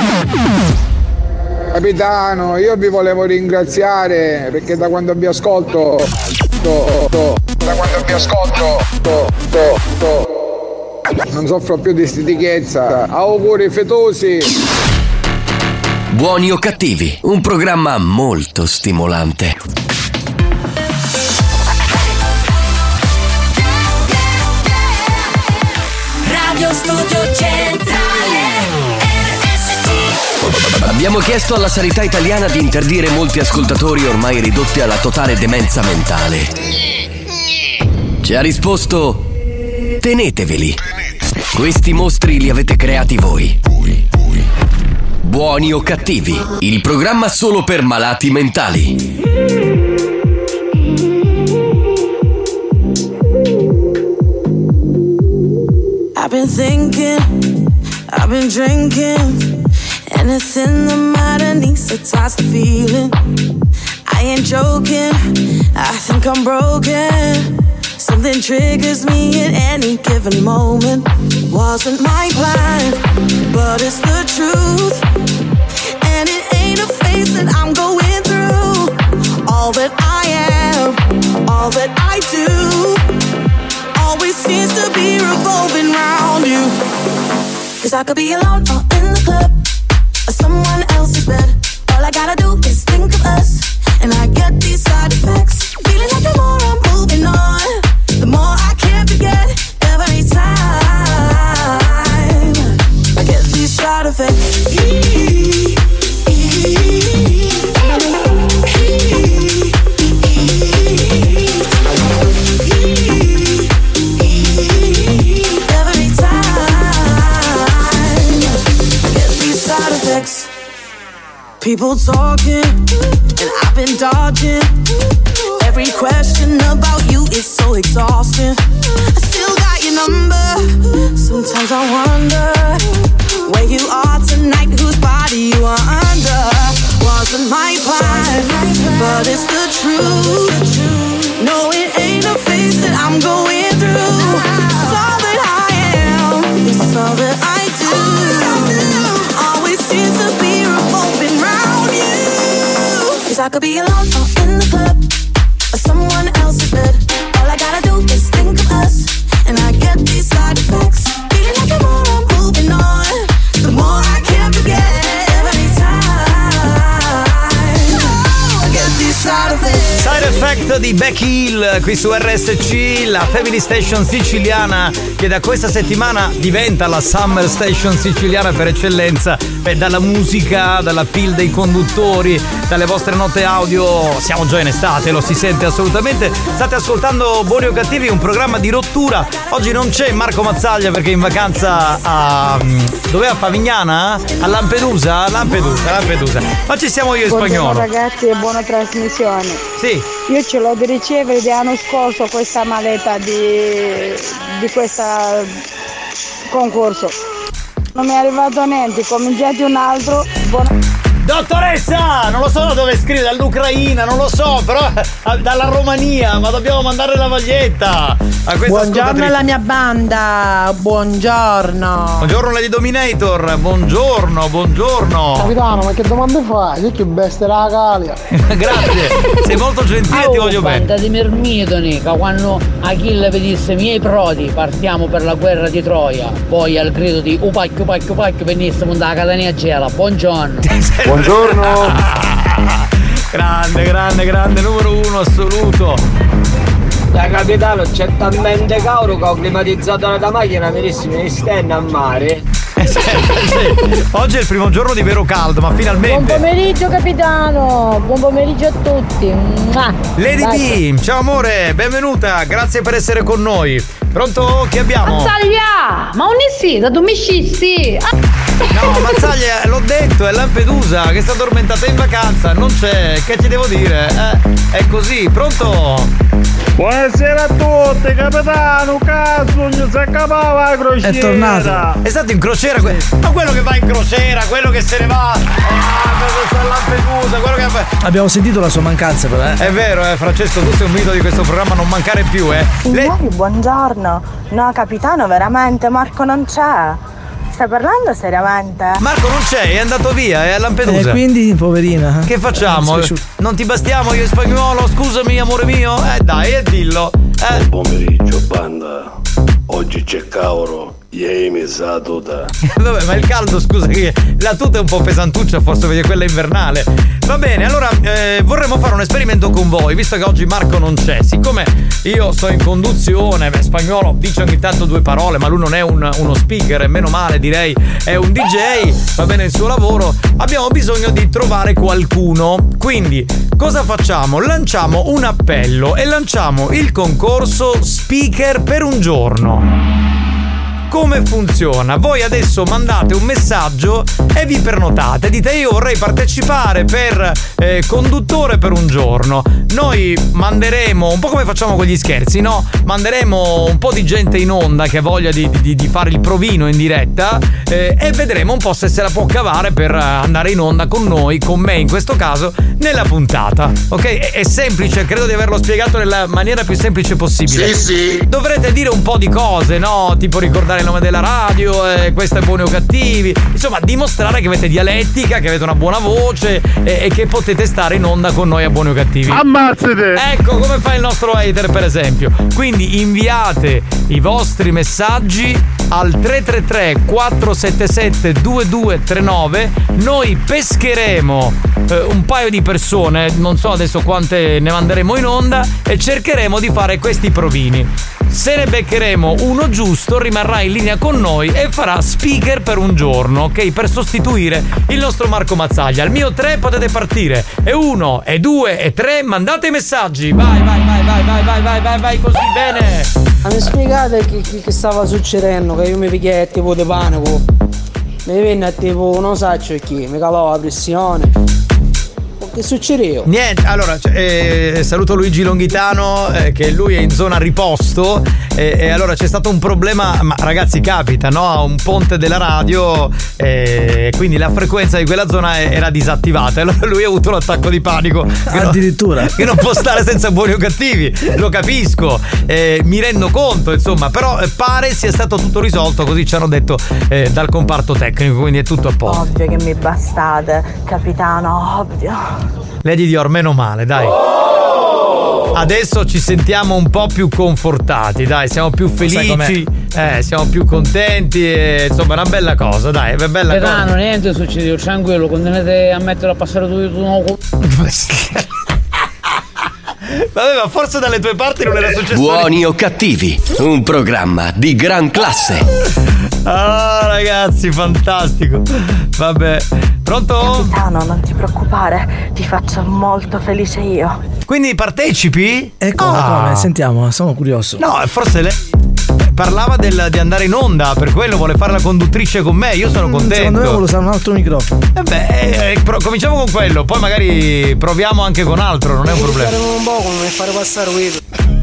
Capitano, io vi volevo ringraziare perché da quando vi ascolto to, to, da quando vi ascolto to, to, to, non soffro più di stitichezza. Auguri fetosi. Buoni o cattivi, un programma molto stimolante. Radio Studio Centrale R S C. Abbiamo chiesto alla sanità italiana di interdire molti ascoltatori ormai ridotti alla totale demenza mentale. Ci ha risposto: teneteveli. Questi mostri li avete creati voi. Buoni o cattivi, il programma solo per malati mentali. I've been thinking, I've been drinking. Anything that matter needs to touch the feeling. I ain't joking, I think I'm broken. Something triggers me at any given moment. Wasn't my plan, but it's the truth. And it ain't a phase that I'm going through. All that I am, all that I do, always seems to be revolving around you. Cause I could be alone or in the club, or someone else's bed. All I gotta do is think of us, and I get these side effects. Feeling like the more I'm moving on, the more I can't forget. Every time I get these side effects. Every time I get these side effects. People talking, and I've been dodging. Every question about you is so exhausting. I still got your number. Sometimes I wonder where you are tonight, whose body you are under. Wasn't my plan, but it's the truth. No, it ain't a phase that I'm going through. It's all that I am, it's all that I do. Always seems to be revolving around you. Cause I could be alone or in the club, or someone else's bed. All I gotta do is think of us, and I get these side effects. Feeling like the more I'm moving on, the more I can't forget. Every time I get these side effects. Side Effect di Becky Hill qui su R S C, la Family Station siciliana che da questa settimana diventa la Summer Station siciliana per eccellenza. Beh, dalla musica, dalla pill dei conduttori, dalle vostre note audio, siamo già in estate, lo si sente assolutamente. State ascoltando Buoni o Cattivi, un programma di rottura. Oggi non c'è Marco Mazzaglia perché è in vacanza a... dov'è? A Favignana? A Lampedusa? Lampedusa, Lampedusa. Ma ci siamo io e Spagnolo. Buongiorno ragazzi e buona trasmissione. Sì. Io ce l'ho di ricevere l'anno scorso questa maletta di, di questo concorso. Non mi è arrivato niente, cominciate un altro. Buona... Dottoressa, non lo so dove scrive, dall'Ucraina, non lo so, però dalla Romania, ma dobbiamo mandare la maglietta a questa buongiorno alla mia banda, buongiorno. Buongiorno Lady Dominator, buongiorno, buongiorno. Capitano, ma che domande fai? Io che bestia la Calia. Grazie, sei molto gentile e ti voglio bene. Banda di Mermitoni, che quando Achille vi disse miei prodi, partiamo per la guerra di Troia, poi al grido di upacchio, upacchio, upacchio, venissimo da Catania Gela, buongiorno. Buongiorno. Grande, grande, grande, numero uno assoluto. Da capitano c'è talmente caldo che ho climatizzato la macchina, verissimo, mi stenno a mare. Eh, sì, sì. Oggi è il primo giorno di vero caldo, ma finalmente. Buon pomeriggio capitano, buon pomeriggio a tutti. Lady B, ciao amore, benvenuta, grazie per essere con noi. Pronto? Chi abbiamo? Mazzaglia, ma un sì, da tu mi scissi. No, Mazzaglia, l'ho detto, è Lampedusa che sta addormentata in vacanza, non c'è, che ti devo dire? Eh, è così, pronto? Buonasera a tutti, capitano, caso, si accapava la crociera. È tornato. È stato in crociera, que- ma quello che va in crociera, quello che se ne va a Lampedusa, quello che fa... Abbiamo sentito la sua mancanza però, eh. È vero, eh, Francesco, tu sei un mito di questo programma, non mancare più, eh. Signori, Le... buongiorno. No, capitano, veramente, Marco non c'è. Stai parlando seriamente? Marco non c'è, è andato via, è a Lampedusa. E quindi, poverina. Che facciamo? Non ti bastiamo io e Spagnolo? Scusami, amore mio? Eh dai, e dillo. Eh. Buon pomeriggio, banda. Oggi c'è cavolo. Ieri sa tuta. Vabbè, ma il caldo, scusa, che la tuta è un po' pesantuccia, forse perché quella è invernale. Va bene, allora eh, vorremmo fare un esperimento con voi, visto che oggi Marco non c'è. Siccome io sto in conduzione, beh, Spagnolo dice ogni tanto due parole, ma lui non è un, uno speaker, e meno male direi, è un D J, va bene il suo lavoro. Abbiamo bisogno di trovare qualcuno. Quindi, cosa facciamo? Lanciamo un appello e lanciamo il concorso Speaker per un giorno. come funziona? Voi adesso mandate un messaggio e vi prenotate, dite io vorrei partecipare per eh, conduttore per un giorno. Noi manderemo, un po' come facciamo con gli scherzi, no? Manderemo un po' di gente in onda che ha voglia di, di, di fare il provino in diretta eh, e vedremo un po' se se la può cavare per andare in onda con noi, con me in questo caso, nella puntata. Ok? È, è semplice, credo di averlo spiegato nella maniera più semplice possibile. Sì, sì. Dovrete dire un po' di cose, no? Tipo ricordare il nome della radio, eh, questo è Buoni o Cattivi. Insomma, dimostrare che avete dialettica, che avete una buona voce e, e che potete stare in onda con noi a Buoni o Cattivi. Ammazzate! Ecco come fa il nostro hater, per esempio. Quindi inviate i vostri messaggi al tre tre tre quattro sette sette due due tre nove. Noi pescheremo eh, un paio di persone, non so adesso quante ne manderemo in onda, e cercheremo di fare questi provini. Se ne beccheremo uno giusto, rimarrà in linea con noi e farà speaker per un giorno, ok? Per sostituire il nostro Marco Mazzaglia. Al mio tre potete partire. E uno, e due, e tre, mandate i messaggi. Vai, vai, vai, vai, vai, vai, vai, vai, vai, così bene. Ma mi spiegate che, che, che stava succedendo? Che io mi pigliai tipo di panico. Mi venne tipo, non so chi, mi calò la pressione. Che succedeva? Niente, allora eh, saluto Luigi Longhitano eh, che lui è in zona riposto e, e allora c'è stato un problema, ma ragazzi capita, no? A un ponte della radio e eh, quindi la frequenza di quella zona era disattivata e allora lui ha avuto un attacco di panico. Che addirittura non, che non può stare senza Buoni o Cattivi, lo capisco, eh, mi rendo conto insomma, però eh, pare sia stato tutto risolto, così ci hanno detto eh, dal comparto tecnico, quindi è tutto a posto. Ovvio che mi bastate, capitano, ovvio. Lady Dior, meno male, dai. Adesso ci sentiamo un po' più confortati, dai, siamo più felici, eh, siamo più contenti, e, insomma, è una bella cosa, dai, è bella Pedano, cosa. niente succede, tranquillo, continuate a mettere a passare tutto nuovo. Vabbè, ma forse dalle tue parti non era successo. Buoni o Cattivi, un programma di gran classe. Ah, ragazzi, fantastico. Vabbè, pronto? Capitano, non ti preoccupare, ti faccio molto felice io. Quindi partecipi? Ecco, Ah. come? Sentiamo, sono curioso. No, forse lei parlava del, di andare in onda, per quello vuole fare la conduttrice con me, io sono contento. Secondo me vuole usare un altro microfono. Eh beh, eh, pro- cominciamo con quello, poi magari proviamo anche con altro, non è un problema. Faremo un po' come fare passare Guido.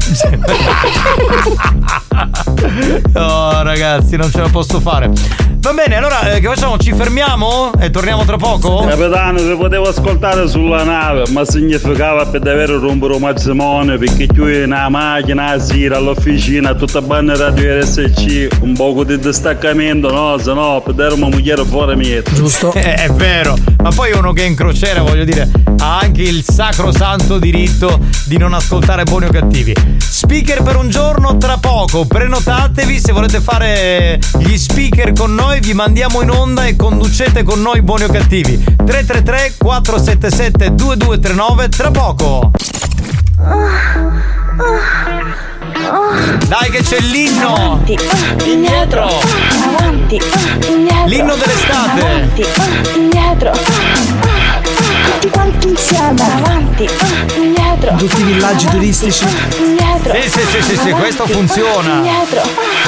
Oh ragazzi, non ce la posso fare. Va bene, allora eh, che facciamo? Ci fermiamo e torniamo tra poco? Capitano, se potevo ascoltare sulla nave, ma significava per davvero rompere un matrimonio, perché qui nella macchina, a sera, all'officina, tutta banda radio R S C, un poco di distaccamento, no? Se no, per dare una moglie fuori mietto. Giusto? Eh, è vero, ma poi uno che è in crociera, voglio dire, ha anche il sacrosanto diritto di non ascoltare Buoni o Cattivi. Speaker per un giorno tra poco, prenotatevi se volete fare gli speaker con noi, vi mandiamo in onda e conducete con noi Buoni o Cattivi. Tre tre tre quattro sette sette due due tre nove, tra poco. Dai che c'è l'inno. Indietro. Avanti. Indietro. L'inno dell'estate. Avanti. Indietro. Tutti quanti insieme. Avanti. Indietro. Tutti i villaggi turistici. Indietro. Sì, sì, sì, sì, sì, questo funziona. Indietro.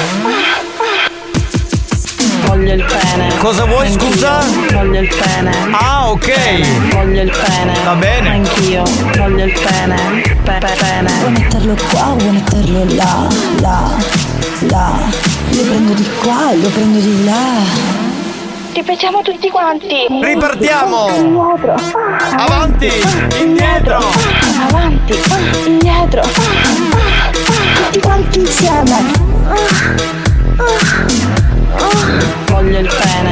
Voglio il pene. Cosa vuoi, scusa? Voglio il pene. Ah, ok. Voglio il pene. Va bene. Anch'io voglio il pene. Pe- pe- pene. Vuoi metterlo qua, vuoi metterlo là, là, là. Lo prendo di qua e lo prendo di là. Ripetiamo tutti quanti. Ripartiamo. Indietro. Avanti. Indietro. Avanti. Indietro. Tutti quanti insieme. Voglio il pene.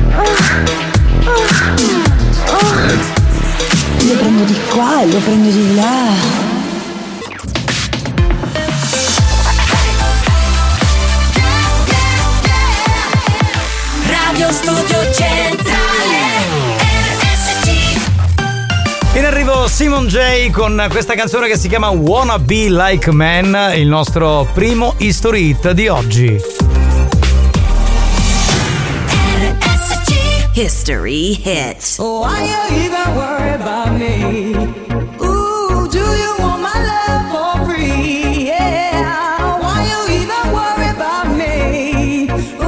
Lo prendo di qua e lo prendo di là. Radio Studio Centrale R S C. In arrivo Simon J con questa canzone che si chiama Wanna Be Like Man, il nostro primo history hit di oggi. History hit. Why you even worry about me? Ooh, do you want my love for free? Yeah. Why you even worry about me?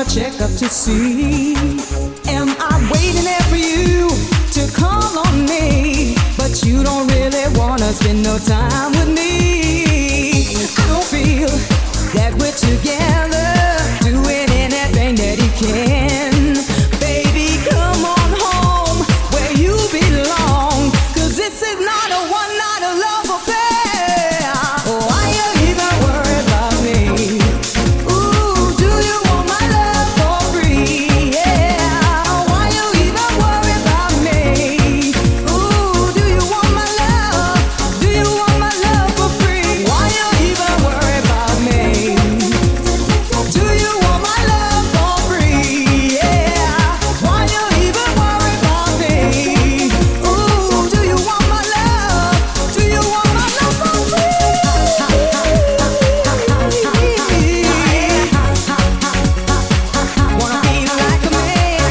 check up to see, am I waiting there for you to call on me? But you don't really wanna spend no time with me. I don't feel that we're together, doing anything that you can. Baby, come on home where you belong, 'cause this is not a one night of love affair. Why you even worry about me? Ooh, do you want my love for free? Yeah. Why you even worry about me? Ooh, do you want my love? Do you want my love for free? Why you even worry about me? Do you want my love for free? Yeah. Why you even worry about me? Ooh, do you want my love? Do you want my love for free? Wanna be like a man.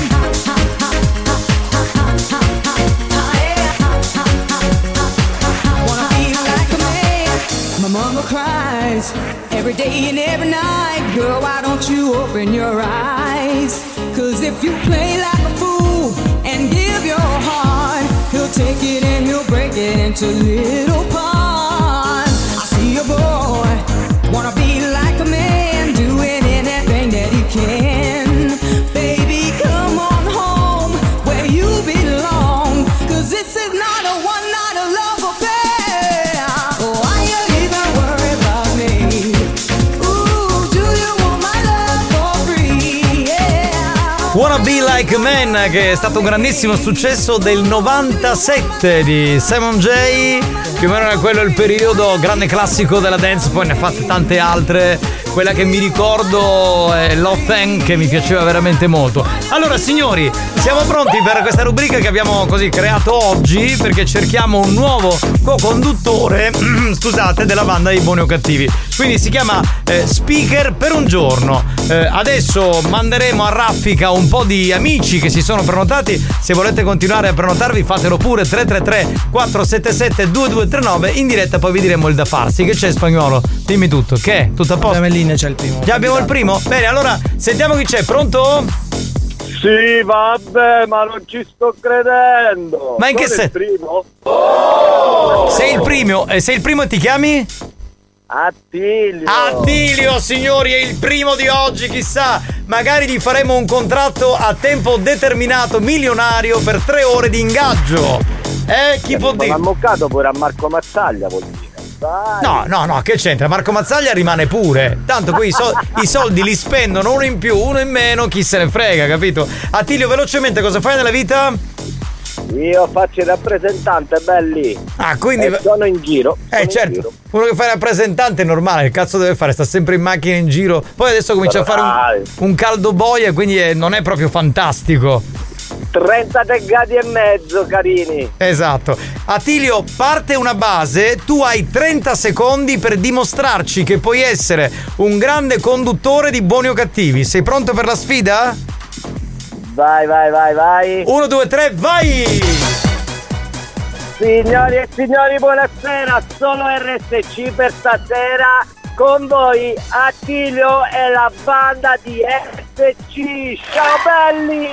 Wanna be like a man. My mama cries every day and every night. Girl, why don't you open your eyes? 'Cause if you play like a fool and give your heart, he'll take it and he'll break it into little parts. I see a boy, wanna be like a man, doing anything that he can. Baby, come on home where you belong, 'cause this is not a one night of love affair. Why you even worry about me? Ooh, do you want my love for free? Yeah. Wanna Be Like a Man, che è stato un grandissimo successo del novantasette di Simon J. Più o meno era quello il periodo, grande classico della dance, poi ne ha fatte tante altre. Quella che mi ricordo è Love Thang, che mi piaceva veramente molto. Allora signori, siamo pronti per questa rubrica che abbiamo così creato oggi, perché cerchiamo un nuovo co-conduttore scusate, della banda dei Buoni o Cattivi. Quindi si chiama eh, Speaker per un giorno. eh, Adesso manderemo a raffica un po' di amici che si sono prenotati. Se volete continuare a prenotarvi, fatelo pure. Tre tre tre quattro sette sette due due tre nove in diretta, poi vi diremo il da farsi. Che c'è, Spagnolo? Dimmi tutto. Che? Tutto a posto? Abbiamo in linea, c'è il primo. Già abbiamo il primo? Bene, allora sentiamo chi c'è. Pronto? Sì, vabbè, ma non ci sto credendo. Ma in che Sono senso? il primo? Sei il primo? E sei il primo e ti chiami? Attilio. Attilio, signori, è il primo di oggi, chissà, magari gli faremo un contratto a tempo determinato milionario per tre ore di ingaggio. Eh, chi può dire? Ma ammoccato pure a Marco Mazzaglia, vuol dire. Dai. No, no, no, che c'entra? Marco Mazzaglia rimane pure. Tanto qui i, sol- i soldi li spendono, uno in più, uno in meno, chi se ne frega, capito? Attilio, velocemente, cosa fai nella vita? Io faccio il rappresentante, belli. Ah, quindi e sono in giro. Eh, sono certo. in giro. Uno che fa il rappresentante è normale, che cazzo deve fare? Sta sempre in macchina in giro. Poi adesso comincia a fare un, un caldo boia, quindi è, non è proprio fantastico. trenta gradi e mezzo, carini. Esatto. Attilio, parte una base, tu hai trenta secondi per dimostrarci che puoi essere un grande conduttore di Buoni o Cattivi. Sei pronto per la sfida? Vai, vai, vai, vai. Uno, due, tre, vai! Signori e signori, buonasera. Solo R S C per stasera. Con voi Attilio e la banda di R S C. Ciao belli!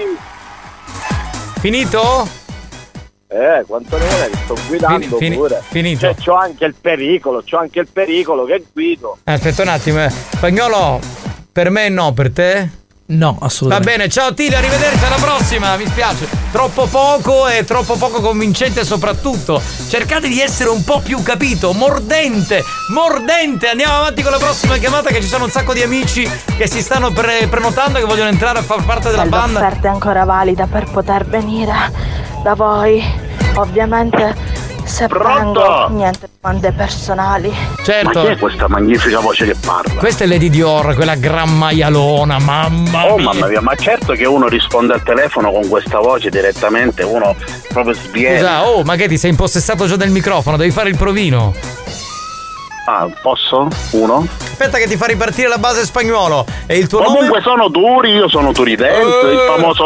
Finito? Eh, quanto ne vuole che sto guidando Fini- pure. finito. Cioè, c'ho anche il pericolo, c'ho anche il pericolo che guido. Aspetta un attimo, eh. Spagnolo, per me no, per te? No, Va assolutamente. bene, ciao Attilio, arrivederci, alla prossima, mi spiace. Troppo poco e troppo poco convincente soprattutto. Cercate di essere un po' più, capito, mordente, mordente. Andiamo avanti con la prossima chiamata, che ci sono un sacco di amici che si stanno pre- prenotando, che vogliono entrare a far parte della banda. L'offerta è ancora valida per poter venire da voi. Ovviamente se vengo niente domande personali. Certo. Ma chi è questa magnifica voce che parla? Questa è Lady Dior, quella gran maialona, mamma Oh mia. mamma mia, ma certo che uno risponde al telefono con questa voce direttamente, uno proprio sviene. Scusa, oh, ma che ti sei impossessato già del microfono? Devi fare il provino. Ah, posso? Uno? Aspetta che ti fa ripartire la base Spagnuolo. E il tuo Comunque nome? sono Turi, io sono Turidense, Eh. il famoso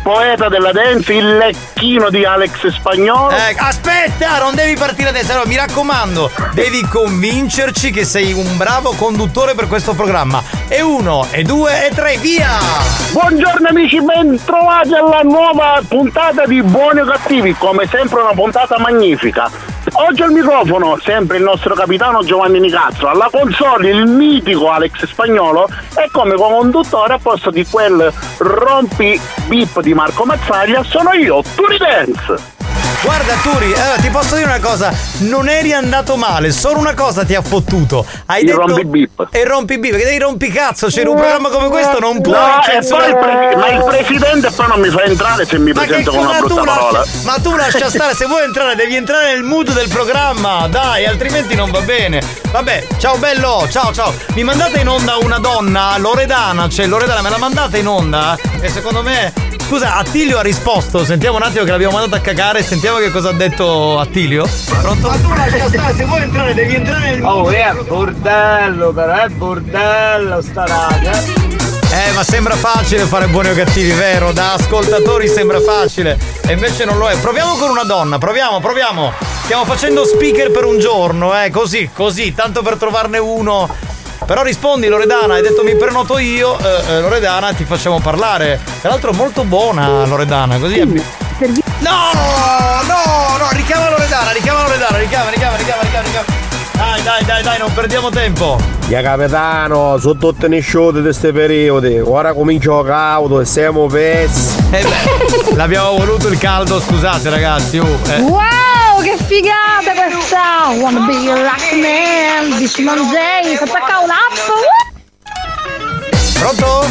poeta della dance, il lecchino di Alex Spagnolo. Eh, aspetta, non devi partire adesso, allora, mi raccomando, devi convincerci che sei un bravo conduttore per questo programma. E uno, e due, e tre, via! Buongiorno amici, ben trovati alla nuova puntata di Buoni o Cattivi, come sempre una puntata magnifica. Oggi al microfono sempre il nostro capitano Giovanni Nicastro, alla console il mitico Alex Spagnolo e come conduttore a posto di quel rompi bip di Marco Mazzaglia sono io, Turi Dance. Guarda Turi, allora, ti posso dire una cosa, non eri andato male, solo una cosa ti ha fottuto. Hai il detto rompi bip. E rompi bip, che dei rompicazzo, c'è in un programma come questo non puoi no, censurare. E poi il pre- ma il presidente poi non mi fa entrare se mi ma presento che con una tu brutta lascia, parola. Ma tu lascia stare, se vuoi entrare devi entrare nel mood del programma, dai, altrimenti non va bene. Vabbè, ciao bello, ciao ciao. Mi mandate in onda una donna, Loredana, cioè Loredana me la mandate in onda? E secondo me... Scusa, Attilio ha risposto, sentiamo un attimo che l'abbiamo mandato a cagare, sentiamo che cosa ha detto Attilio. Pronto? Ma tu lascia stare, se vuoi entrare devi entrare nel... Oh, è bordello però, è bordello sta radio. Eh, ma sembra facile fare buoni o cattivi, vero? Da ascoltatori sembra facile, e invece non lo è. Proviamo con una donna, proviamo, proviamo. Stiamo facendo speaker per un giorno, eh, così, così, tanto per trovarne uno. Però rispondi Loredana, hai detto mi prenoto io, eh, eh, Loredana ti facciamo parlare. Tra l'altro molto buona Loredana, così abbi- No, no, no, richiama Loredana, richiama Loredana, richiama, richiama, richiama, richiama, richiama. Dai, dai, dai, dai, non perdiamo tempo. Ya capitano, sono tutte nesciute di questi periodi. Ora comincio caudo e siamo pezzi. Eh beh, l'abbiamo voluto il caldo, scusate ragazzi. Uh, eh. Wow, che figata questa! Wanna be your rock man, dici Manzei, fa attaccare un app! Pronto?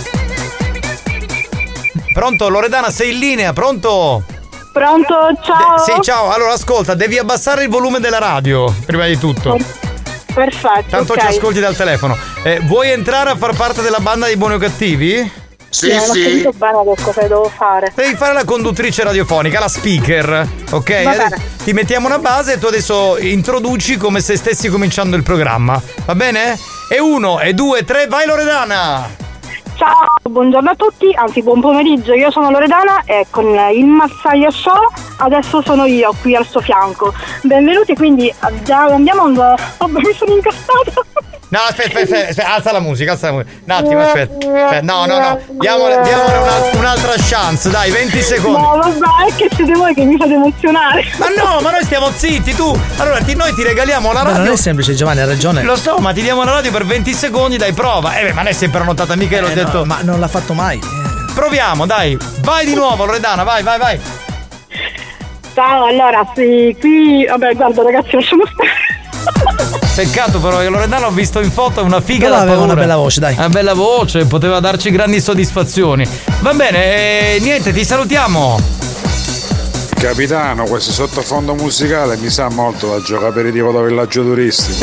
Pronto, Loredana, sei in linea, pronto? Pronto, ciao! De- sì, ciao, allora ascolta, devi abbassare il volume della radio, prima di tutto. Perfetto. Tanto okay. ci ascolti dal telefono. Eh, vuoi entrare a far parte della banda dei Buoni o Cattivi? Sì, sì. Non ho capito bene che cosa devo fare. Devi fare la conduttrice radiofonica, la speaker, ok? Va bene. Ti mettiamo una base e tu adesso introduci come se stessi cominciando il programma, va bene? E uno, e due, tre, vai Loredana! Ciao, buongiorno a tutti, anzi buon pomeriggio, io sono Loredana e con il Massaia Show adesso sono io qui al suo fianco. Benvenuti, quindi già andiamo a... Oh, mi sono incastrata. No, aspetta, aspetta, aspetta, alza la musica, alza la musica. Un attimo, aspetta. aspetta. No, no, no, diamole, diamole una, un'altra chance, dai, venti secondi. No, vabbè, è che siete voi che mi fate emozionare. Ma no, ma noi stiamo zitti, tu. Allora, ti, noi ti regaliamo la radio. Ma non è semplice, Giovanni, ha ragione. Lo so, ma ti diamo la radio per venti secondi, dai, prova. Eh, beh, ma lei è sempre annotata, mica eh, l'ho no, detto. Ma non l'ha fatto mai. Proviamo, dai. Vai di nuovo, Loredana, vai, vai, vai. Ciao, allora, sì, qui... Vabbè, guarda ragazzi, lasciamo stare. Peccato però che Loredana ho visto in foto, è una figa da aveva paura. una bella voce, dai. Una bella voce, poteva darci grandi soddisfazioni. Va bene, eh, niente, ti salutiamo. Capitano, questo sottofondo musicale mi sa molto da gioco aperitivo da villaggio turistico.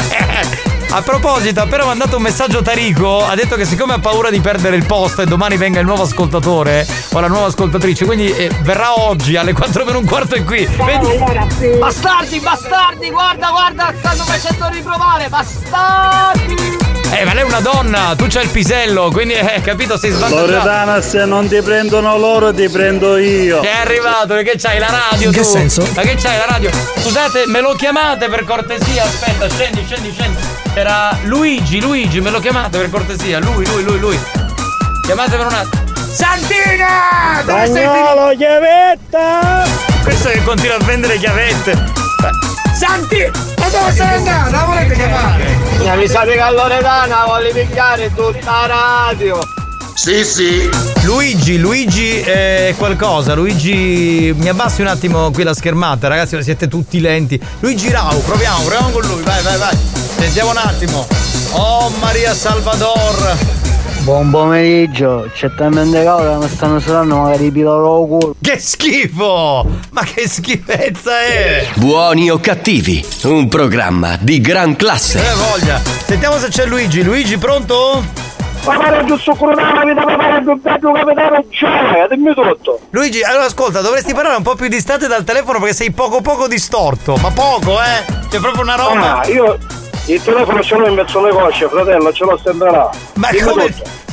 A proposito, ha appena mandato un messaggio Tarico, ha detto che siccome ha paura di perdere il posto e domani venga il nuovo ascoltatore o la nuova ascoltatrice, quindi eh, verrà oggi alle quattro meno un quarto e qui. Vedi? Bastardi, bastardi, guarda, guarda, stanno facendo riprovare, bastardi! Eh, ma lei è una donna, tu c'hai il pisello, quindi eh, capito, sei svantaggiato. Loredana, se non ti prendono loro, ti prendo io. Che è arrivato, che c'hai la radio? In che tu? senso? Ma che c'hai la radio? Scusate, me lo chiamate per cortesia? Aspetta, scendi, scendi, scendi. Era Luigi, Luigi, me lo chiamate per cortesia? Lui, lui, lui, lui. Chiamatemi un attimo. Santina! Dove Spagnolo, sei? chiavetta! Questo che continua a vendere chiavette. Santi! Ma dove sei andato? La volete chiamare? Mi avisate che a Loredana voglio pigliare tutta la radio. Sì, sì. Luigi, Luigi è qualcosa. Luigi, mi abbassi un attimo qui la schermata, ragazzi, siete tutti lenti. Luigi Rau, proviamo, proviamo con lui, vai, vai, vai. Sentiamo un attimo. Oh Maria Salvador. Buon pomeriggio, c'è talmente caldo che mi stanno suonando magari piloro culo. Che schifo! Ma che schifezza è! Buoni o cattivi, un programma di gran classe. Eh voglia. Sentiamo se c'è Luigi. Luigi, pronto? Guarda giusto coronare, mi dava fare più bello capitano, cioè, dimmi tutto. Luigi, allora ascolta, dovresti parlare un po' più distante dal telefono perché sei poco poco distorto. Ma poco, eh? C'è proprio una roba. Ah, io il telefono ce l'ho in mezzo alle cosce, fratello, ce l'ho sempre là. Ma dimmi come? tutto.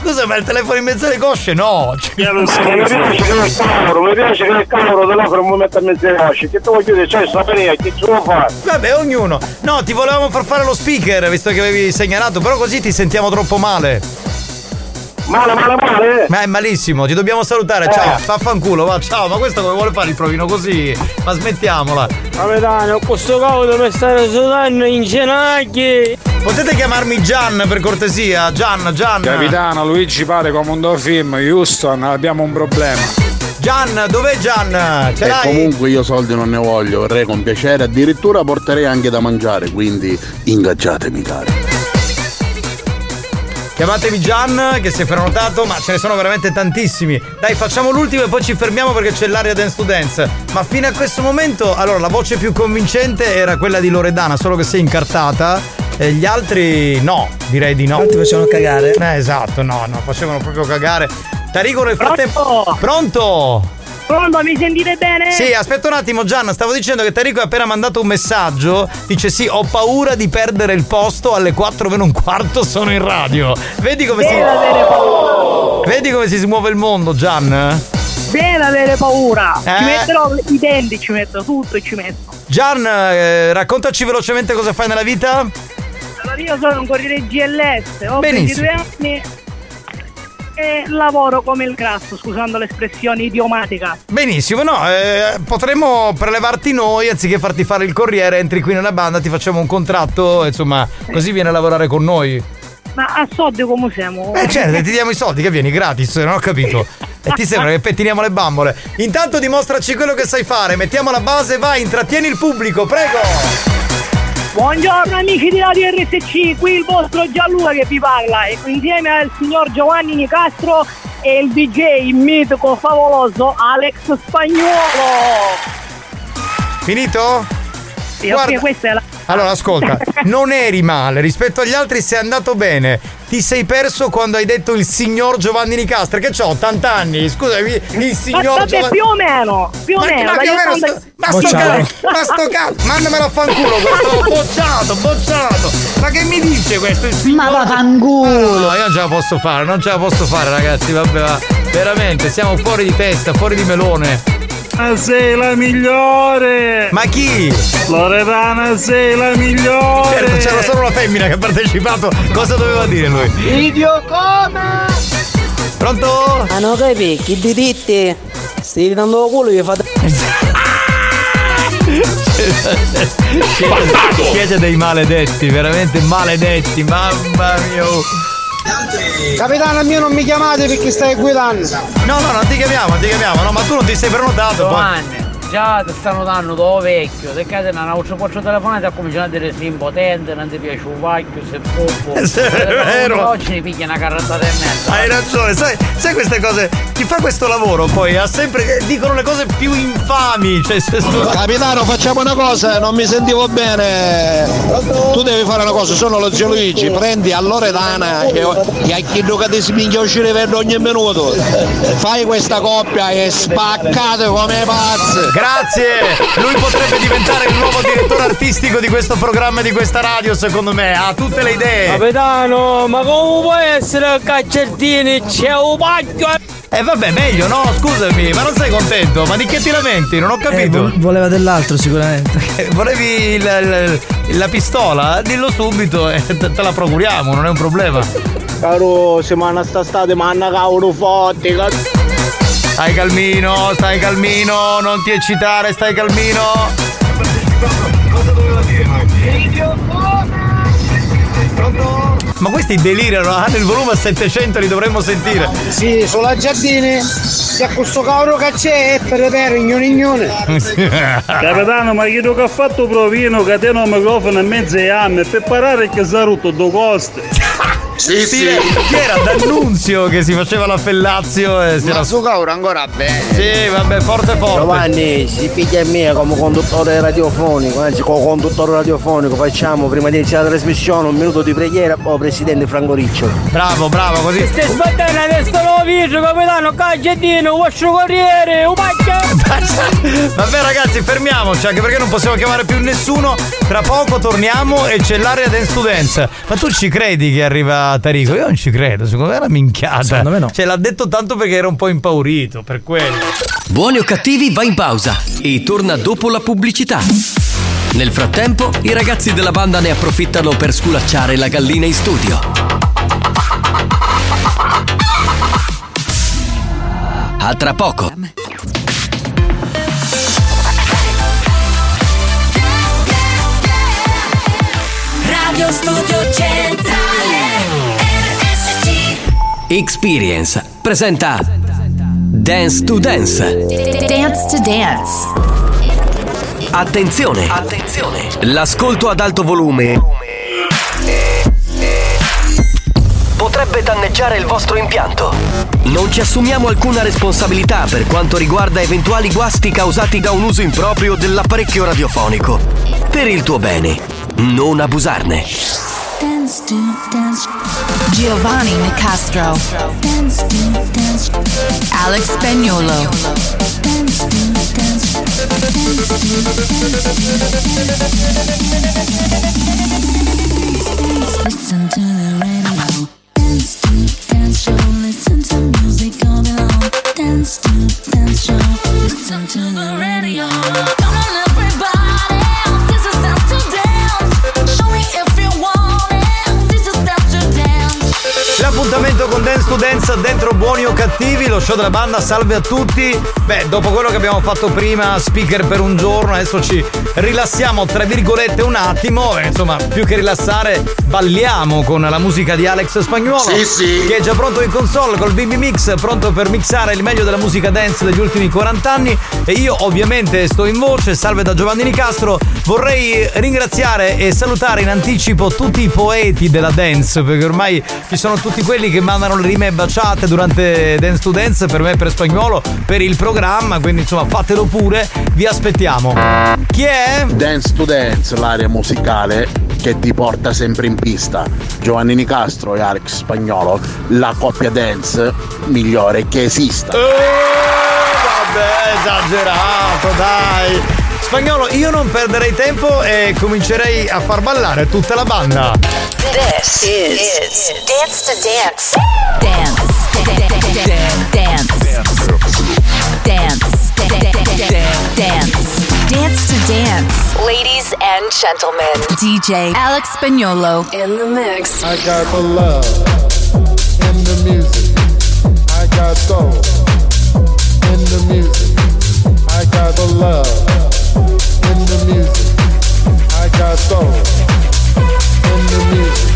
scusa, ma il telefono in mezzo alle cosce? No! Cioè, mi piace che il cavolo, mi piace che il cavolo telefono mi mette in mezzo alle cosce. Che tu vuoi dire, c'è sapere che ci vuoi fare? Vabbè, ognuno. No, ti volevamo far fare lo speaker, visto che avevi segnalato, però così ti sentiamo troppo male. Male, male, male? Ma è malissimo, ti dobbiamo salutare, Eh. ciao, vaffanculo, va, ciao, ma questo come vuole fare il provino così? Ma smettiamola. Capitano, questo cavolo mi stare sudando in ginocchi. Potete chiamarmi Gian per cortesia? Gian, Gian. Capitano, Luigi pare come un dolfilm. Houston, abbiamo un problema. Gian, dov'è Gian? Ce E l'hai? comunque io soldi non ne voglio, vorrei con piacere, addirittura porterei anche da mangiare, quindi ingaggiatemi cari. Chiamatemi Gian che si è prenotato, ma ce ne sono veramente tantissimi. Dai, facciamo l'ultimo e poi ci fermiamo perché c'è l'area Dance to Dance. Ma fino a questo momento, allora, la voce più convincente era quella di Loredana, solo che si è incartata. E gli altri no, direi di no. Gli altri facevano cagare? Eh, esatto, no, no, facevano proprio cagare. Tarico nel frattempo. Pronto? Pronto? Pronto, mi sentite bene? Sì, aspetta un attimo Gian, stavo dicendo che Tarico ha appena mandato un messaggio. Dice sì, ho paura di perdere il posto, alle quattro meno un quarto sono in radio. Vedi come Deve si avere paura. Vedi come si muove il mondo, Gian? Deve avere paura. Eh? Ci metterò i denti, ci metto tutto e ci metto. Gian, eh, raccontaci velocemente cosa fai nella vita. Allora, io sono un corriere G L S, ho Benissimo. ventidue anni e lavoro come il grasso, scusando l'espressione idiomatica. Benissimo, no, eh, potremmo prelevarti noi anziché farti fare il corriere, entri qui nella banda, ti facciamo un contratto, insomma, così vieni a lavorare con noi. Ma a soldi come siamo? Eh certo, ti diamo i soldi che vieni gratis, non ho capito. E ti sembra che pettiniamo le bambole? Intanto dimostraci quello che sai fare, mettiamo la base, vai, intrattieni il pubblico, prego! Buongiorno amici di Radio R S C, qui il vostro Gianluca che vi parla e insieme al signor Giovanni Nicastro e il D J mitico favoloso Alex Spagnuolo. Finito? Sì, Guarda- ok, questa è la... Allora ascolta, non eri male, rispetto agli altri sei andato bene. Ti sei perso quando hai detto il signor Giovanni Nicastro, che c'ho ottanta anni, scusami, il Ma signor vabbè, Giovanni. più o meno, più o Ma, meno. ma dagli più o meno ottanta- sto, ma sto cazzo, ma sto cazzo, mandamelo a fanculo questo, bocciato, bocciato. Ma che mi dice questo? Il signor... Ma vaffanculo. No, io non ce la posso fare, non ce la posso fare ragazzi, vabbè, va. Veramente, siamo fuori di testa, fuori di melone. Ma sei la migliore! Ma chi? Loredana, sei la migliore! Certo, c'era solo una femmina che ha partecipato, cosa doveva dire lui? Idio come? Pronto? Ah no capi, chi di ditti? Stai dando culo io fate. Siete, siete dei maledetti, veramente maledetti, mamma mia. Capitano, a mio non mi chiamate perché stai guidando. No, no, non ti chiamiamo, non ti chiamiamo, no, ma tu non ti sei prenotato. Poi... Giovanni, già ti stanno dando dopo vecchio, te cade una voce quattro telefonate a cominciare a dire sei impotente, non ti piace un vacchio, sei poco. È vero. Oggi ne piglia una carrettata e mezza. Hai ragione, sai, sai queste cose, chi fa questo lavoro poi ha sempre, dicono le cose più infami, cioè se Capitano, facciamo una cosa, non mi sentivo bene. Tu devi fare una cosa, sono lo zio Luigi, prendi a Loredana e, e a chi che ti si minchia uscire per ogni minuto. Fai questa coppia e spaccate come pazzi. Grazie! Lui potrebbe diventare il nuovo direttore artistico di questo programma e di questa radio, secondo me, ha tutte le idee. Capitano, ma come può essere Caccertini? C'è un pacchio! Eh vabbè, meglio, no? Scusami, ma non sei contento? Ma di che ti lamenti? Non ho capito. Eh, vo- voleva dell'altro sicuramente. Eh, Volevi il- il- la pistola? Dillo subito e te te la procuriamo, non è un problema. Caro, se manna sta state, manna cavolo forte, cazzo. Stai calmino, stai calmino, non ti eccitare, stai calmino. Ma questi delirano, hanno il volume a settecento, li dovremmo sentire. Sì, sulla giardini c'è questo cavolo che c'è per per ignone ignone. Capitano, ma chi che ha fatto provino che te un microfono in mezzo ai anni per parare che si è rotto due coste? Sì, sì. Chi era? D'Annunzio che si faceva la Fellazio e si Ma era... su cavolo ancora bene. Sì, vabbè, forte forte. Giovanni, si piglia in me come conduttore radiofonico, anzi come conduttore radiofonico facciamo prima di iniziare la trasmissione un minuto di preghiera, poi presidente Franco Riccio. Bravo, bravo, così. Stai sbattendo adesso lo viso, capitano, caggettino, vostro corriere, un pacchio! Vabbè ragazzi, fermiamoci, anche perché non possiamo chiamare più nessuno. Tra poco torniamo e c'è l'area Dance to Dance. Ma tu ci credi che arriva minchiata Tarico? Io non ci credo, secondo me è una minchiata. Secondo me no. Cioè l'ha detto tanto perché era un po' impaurito, per quello. Buoni o cattivi va in pausa e torna dopo la pubblicità. Nel frattempo, i ragazzi della banda ne approfittano per sculacciare la gallina in studio. A tra poco. Radio Studio Centrale R S C. Experience presenta Dance to Dance. Dance to Dance. Attenzione! Attenzione! L'ascolto ad alto volume potrebbe danneggiare il vostro impianto. Non ci assumiamo alcuna responsabilità per quanto riguarda eventuali guasti causati da un uso improprio dell'apparecchio radiofonico. Per il tuo bene, non abusarne. Dance to Dance. Giovanni Nicastro. Dance to Dance. Alex Spagnuolo. Dance to Dance. Listen to the radio. Dance to Dance show. Listen to music all day long. Dance to Dance show. Listen to the radio. Come on everybody, this is Dance to Dance. Show me if you want it. This is Dance to Dance. L'appuntamento con Dance to Dance dentro Buoni o Cattivi, lo show della banda. Salve a tutti. Beh, dopo quello che abbiamo fatto prima, speaker per un giorno, adesso ci rilassiamo tra virgolette un attimo. E insomma, più che rilassare, balliamo con la musica di Alex Spagnuolo, Sì, sì. che è già pronto in console col B B Mix, pronto per mixare il meglio della musica dance degli ultimi quaranta anni. E io ovviamente sto in voce. Salve da Giovanni Nicastro. Vorrei ringraziare e salutare in anticipo tutti i poeti della dance, perché ormai ci sono tutti quelli che mandano le rime baciate durante Dance to Dance, per me e per Spagnuolo, per il programma, quindi insomma fatelo pure, vi aspettiamo. Chi è? Dance to Dance, l'area musicale che ti porta sempre in pista. Giovanni Nicastro e Alex Spagnuolo, la coppia dance migliore che esista. Oh, vabbè, esagerato, dai. Spagnolo, io non perderei tempo e comincerei a far ballare tutta la banda. This is, is Dance to Dance. Dance. Dance. Dance. Dance. Dance to Dance. Ladies and gentlemen, D J Alex Spagnuolo in the mix. I got the love in the music. I got soul in the music. I got the love in the music. I got soul in the music.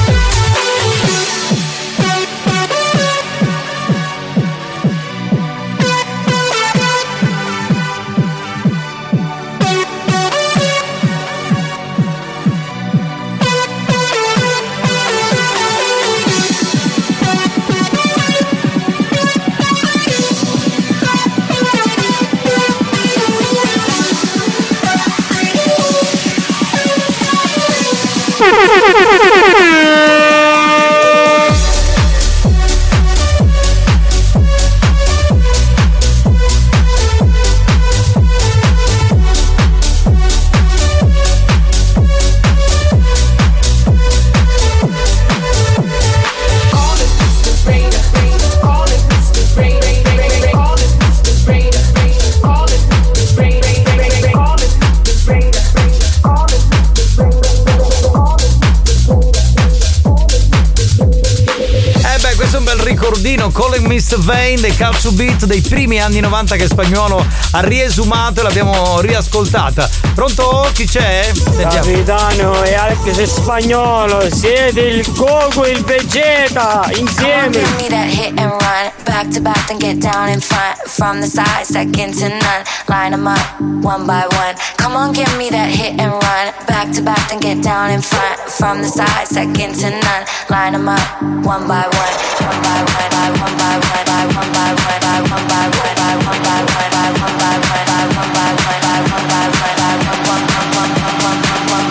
Calling mister Vane dei Calcio Beat dei primi anni novanta che Spagnuolo ha riesumato e l'abbiamo riascoltata. Pronto? Chi c'è? Sentiamo. Capitano e Alex Spagnuolo, siete il Goku e il Vegeta insieme. Give me that hit and run, back to back, then get down in front, from the side, second to none, line them up, one by one. Come on, give me that hit and run, back to back, then get down in front, from the side, second to none, line them up, one by one, one by one, by one by one, by one by one, by one by one, by one by one, by one by one, by one by one, by one by one, by one one one one one one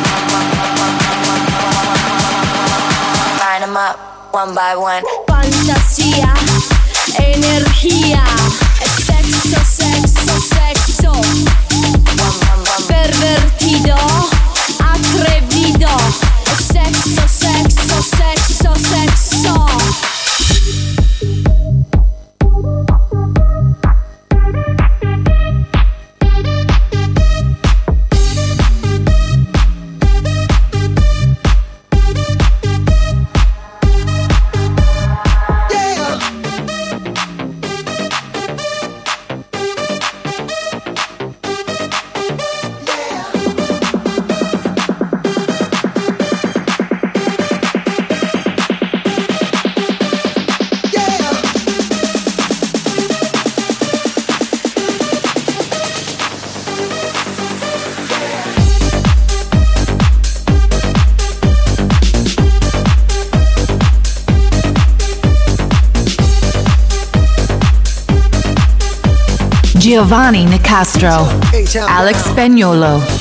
one. Line them up, one by one. Fantasia, energia, sexo, sexo, sexo. Pervertido, atrevido. Sexo, sexo, sexo. Giovanni Nicastro, Alex Spagnuolo.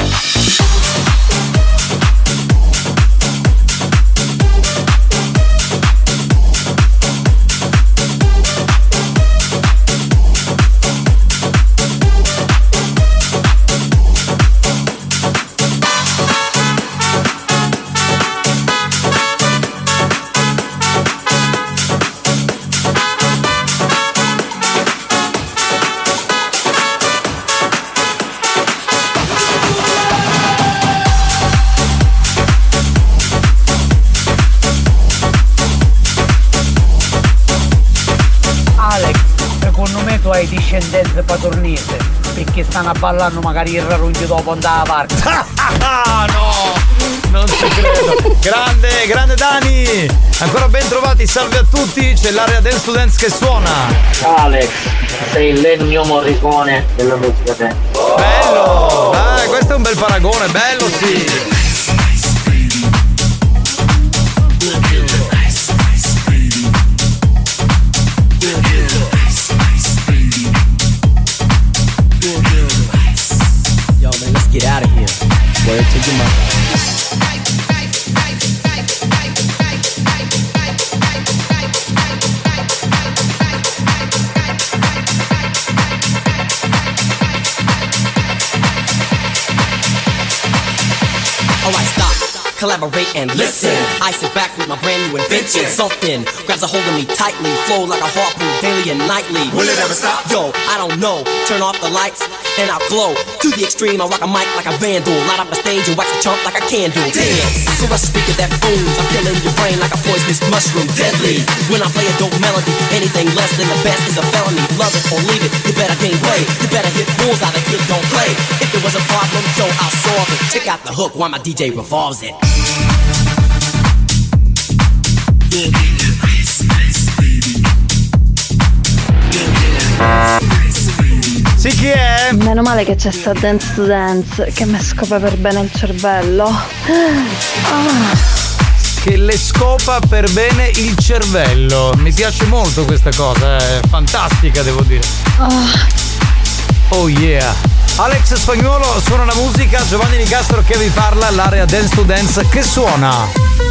Hai discendenze padronese perché stanno ballando magari il rarugno dopo andava parte. Ah no, non ci credo. Grande, grande Dani. Ancora ben trovati, salve a tutti. C'è l'area Dance to Dance che suona. Alex, sei l'Ennio Morricone della musica dance. Bello, dai, questo è un bel paragone, bello sì. Get out of here. Word to your mother. Alright, stop. Collaborate and listen. I sit back with my brand new invention. Something grabs a hold of me tightly, flow like a harpoon daily and nightly. Will it ever stop? Yo, I don't know. Turn off the lights and I'll glow. To the extreme, I rock a mic like a vandal. Light up a stage and wax a chump like a candle. Dance. So rush a speaker that booms. I'm killing your brain like a poisonous mushroom. Deadly. When I play a dope melody, anything less than the best is a felony. Love it or leave it. You better game play. You better hit bullseye. The kid don't play. If there was a problem, yo, I'll solve it. Check out the hook while my D J revolves it. Sì, chi è? Meno male che c'è sta Dance to Dance che mi scopa per bene il cervello. Ah. Che le scopa per bene il cervello. Mi piace molto questa cosa, è fantastica, devo dire. Oh, oh yeah. Alex Spagnuolo suona la musica, Giovanni Nicastro che vi parla, l'area Dance to Dance che suona.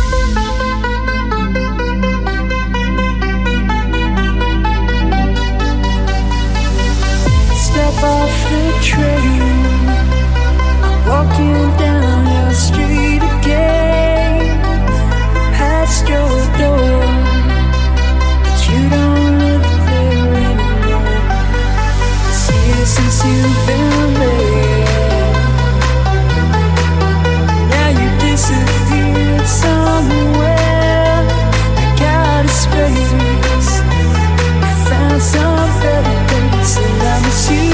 Step off the train, walking down your street again, past your door, but you don't live there anymore. It's years since you've been there. Now you disappeared somewhere. I got a space, I found some better days, and I miss you.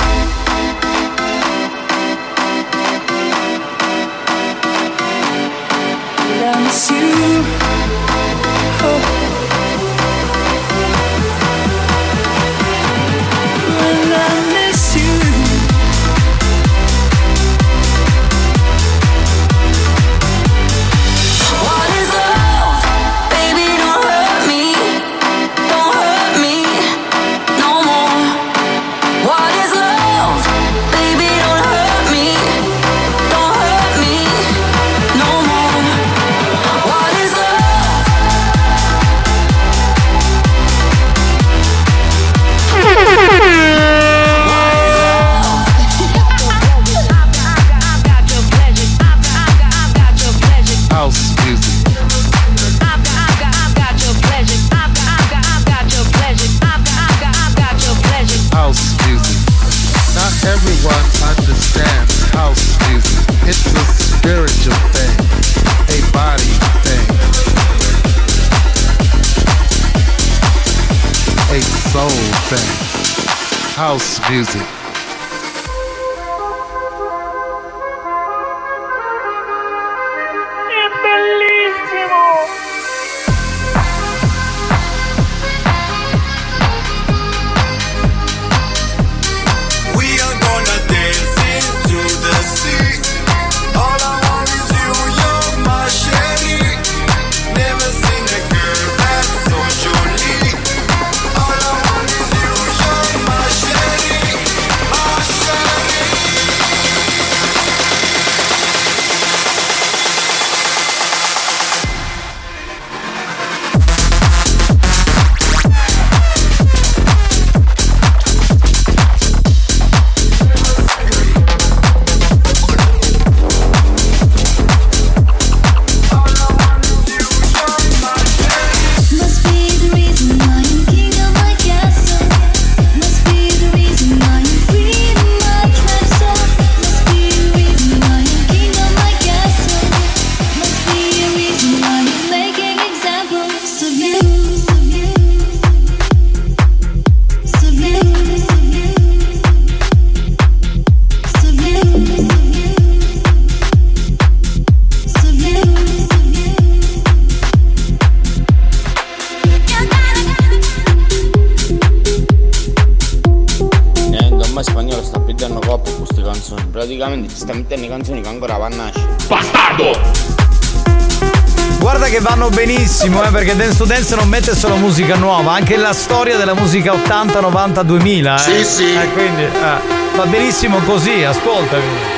And I miss you. Oh. And I miss you. What is love? Baby, don't hurt me. Don't hurt me no more. What is love? Baby, don't hurt me. Don't hurt me no more. What is love? House music. House music. Not everyone understands house music. It's a spiritual thing, a body thing, a soul thing. House music. È bellissimo! We are gonna dance into the sea. All I want is you, you're my sherry. Never seen a girl that's so jolly. All I want is you, you're my sherry. praticamente ci sta mettendo canzoni che ancora vanno a nascere. Bastardo! Guarda che vanno benissimo, eh, perché Dance to Dance non mette solo musica nuova, anche la storia della musica ottanta, novanta, duemila. Eh. Sì, sì. Eh, quindi eh, va benissimo così, ascoltami.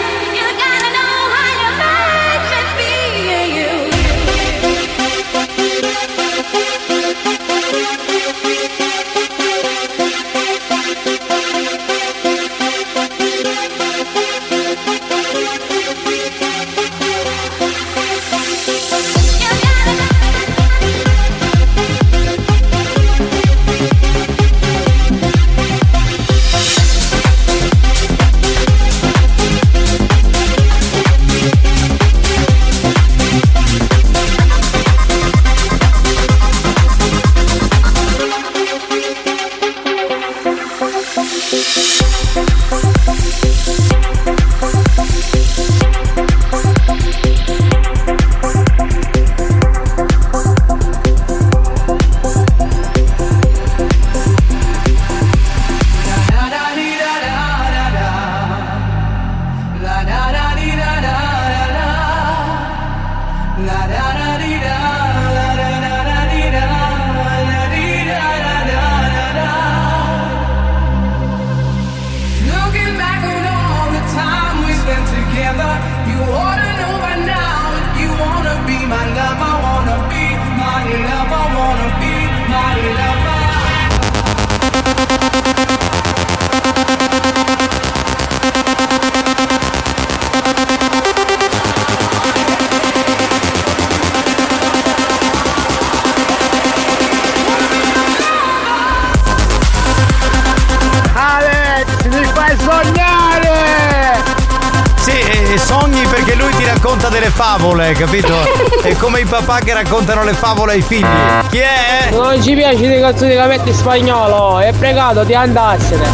Delle favole, capito? È come i papà che raccontano le favole ai figli. Chi è? Non ci piace di canzoni che metti spagnolo, è pregato di andarsene.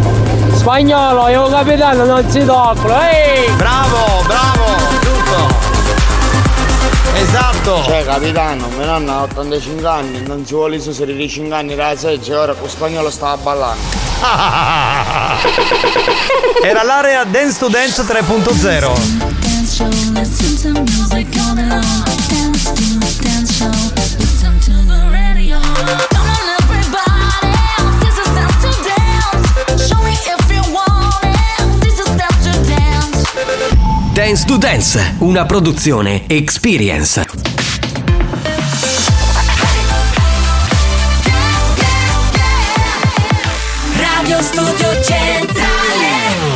Spagnolo, io capitano non si tocca. Ehi! Bravo, bravo, giusto. Esatto. Cioè capitano, mia nonna ha ottantacinque anni, non ci vuole su di cinque anni dalla seggia e ora con spagnolo stava ballando. Era l'area Dance to Dance tre punto zero. Show, listen to music all day long. Dance to dance show, listen to the radio. Come on everybody, this is dance to dance. Show me if you want it, this is dance to dance. Dance to Dance, una produzione Experience. Radio Studio Centrale.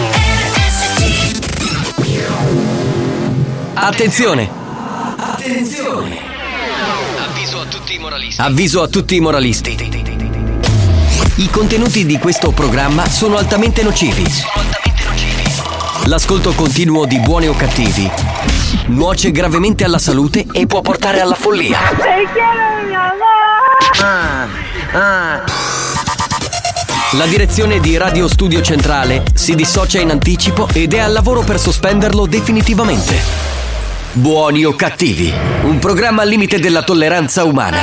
Attenzione! Attenzione! Avviso a tutti i moralisti. Avviso a tutti i moralisti. I contenuti di questo programma sono altamente nocivi. L'ascolto continuo di Buoni o Cattivi nuoce gravemente alla salute e può portare alla follia. Ah, ah. La direzione di Radio Studio Centrale si dissocia in anticipo ed è al lavoro per sospenderlo definitivamente. Buoni o Cattivi, un programma al limite della tolleranza umana.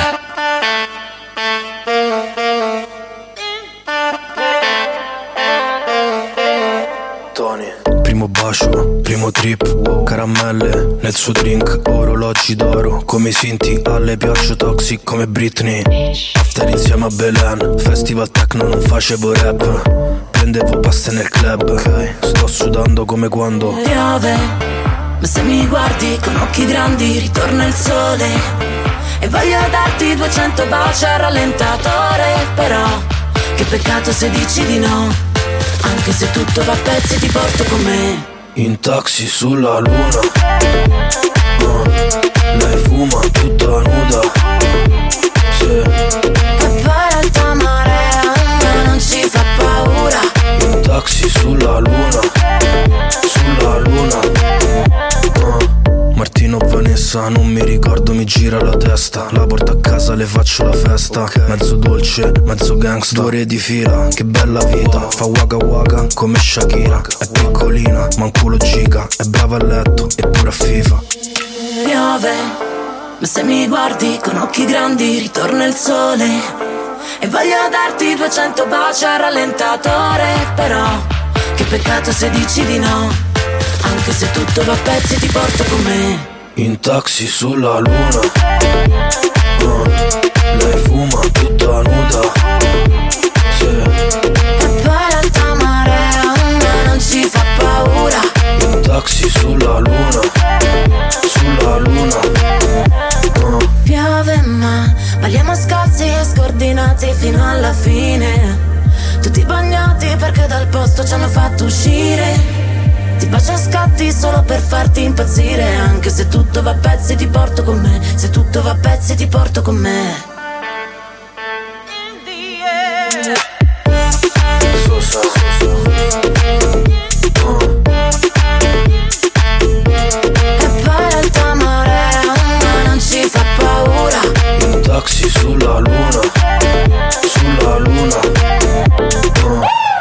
Tony, primo bacio, primo trip, caramelle nel suo drink, orologi d'oro, come Sinti, alle piaccio toxic come Britney. After insieme a Belen, festival techno non facevo rap, prendevo paste nel club, okay. Sto sudando come quando piove. Ma se mi guardi con occhi grandi ritorna il sole e voglio darti duecento baci al rallentatore. Però che peccato se dici di no, anche se tutto va a pezzi ti porto con me. in taxi sulla luna. uh, Lei fuma tutta nuda. Sì. E poi l'alta marea a me non ci fa paura. In taxi sulla luna. Sulla luna. uh. Martino Vanessa, non mi ricordo, mi gira la testa. La porto a casa, le faccio la festa, okay. Mezzo dolce, mezzo gangsta, due ore di fila, che bella vita. Fa waka waka come Shakira. È piccolina, ma un culo giga. È brava a letto, eppure a FIFA. Piove, ma se mi guardi con occhi grandi ritorna il sole. E voglio darti duecento baci al rallentatore. Però, che peccato se dici di no, Anche se tutto va a pezzi ti porto con me. In taxi sulla luna, uh, lei fuma tutta nuda, sì. E poi l'alta marea a me non ci fa paura. In taxi sulla luna, sulla luna, uh. Piove ma balliamo scalzi e scordinati fino alla fine. Tutti bagnati perché dal posto ci hanno fatto uscire. Ti bacio a scatti solo per farti impazzire. Anche se tutto va a pezzi ti porto con me. Se tutto va a pezzi ti porto con me. Sosa, sosa. Uh. E poi l'alta marea ma non ci fa paura. In taxi sulla luna, sulla luna, uh.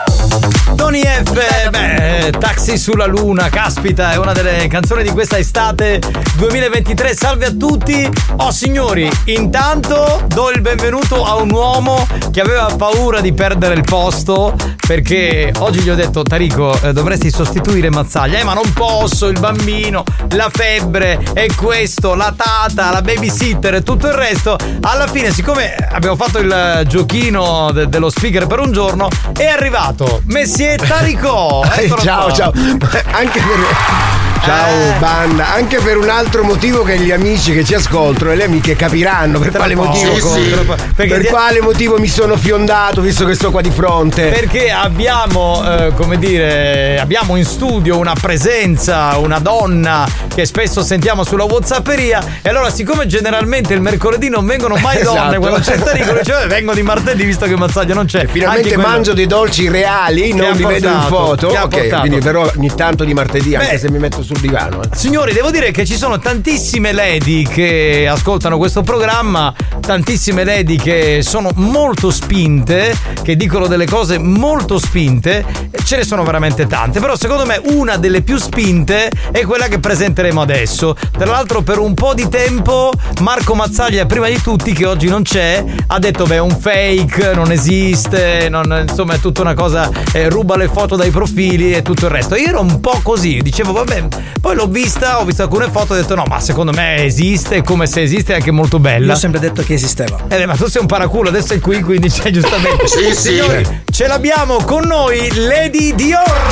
Tony F, beh, Taxi sulla luna, caspita, è una delle canzoni di questa estate duemilaventitré. Salve a tutti. Oh signori, intanto do il benvenuto a un uomo che aveva paura di perdere il posto, perché oggi gli ho detto: Tarico, eh, dovresti sostituire Mazzaglia. Eh ma non posso, il bambino, la febbre e questo, la tata, la babysitter e tutto il resto. Alla fine, siccome abbiamo fatto il giochino de- dello speaker per un giorno, è arrivato Messier Tarico. Eccolo Ciao, qua. ciao. Anche per Ciao Eh. banda, anche per un altro motivo che gli amici che ci ascoltano e le amiche capiranno per Tra quale poco, motivo sì, tra po- perché per di- quale motivo mi sono fiondato visto che sto qua di fronte. Perché abbiamo, eh, come dire, abbiamo in studio una presenza, una donna che spesso sentiamo sulla WhatsApperia. E allora, siccome generalmente il mercoledì non vengono mai donne, Esatto. quando c'è Tarico, cioè, vengo di martedì visto che Mazzaglia non c'è. Finalmente Anche quello- mangio dei dolci reali, Che non ha li vedo in portato, foto. che ha Ok, portato. quindi verrò ogni tanto di martedì, anche Beh. se mi metto sul divano. eh. Signori, devo dire che ci sono tantissime lady che ascoltano questo programma, tantissime lady che sono molto spinte, che dicono delle cose molto spinte. Ce ne sono veramente tante, però secondo me una delle più spinte è quella che presenteremo adesso. Tra l'altro, per un po' di tempo Marco Mazzaglia, prima di tutti, che oggi non c'è, ha detto: beh, è un fake, non esiste, non, insomma è tutta una cosa, eh, ruba le foto dai profili e tutto il resto. Io ero un po' così, dicevo vabbè, poi l'ho vista, ho visto alcune foto e ho detto no, ma secondo me esiste, come se esiste è anche molto bella. Io ho sempre detto che esisteva. Eh beh, ma tu sei un paraculo, adesso è qui, quindi c'è giustamente. Sì, sì. Signori, ce l'abbiamo con noi Lady Dior.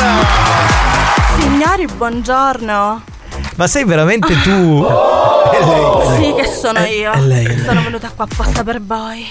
Signori, buongiorno. Ma sei veramente tu? È lei. Sì, che sono io. è lei, è lei. Sono venuta qua apposta per voi.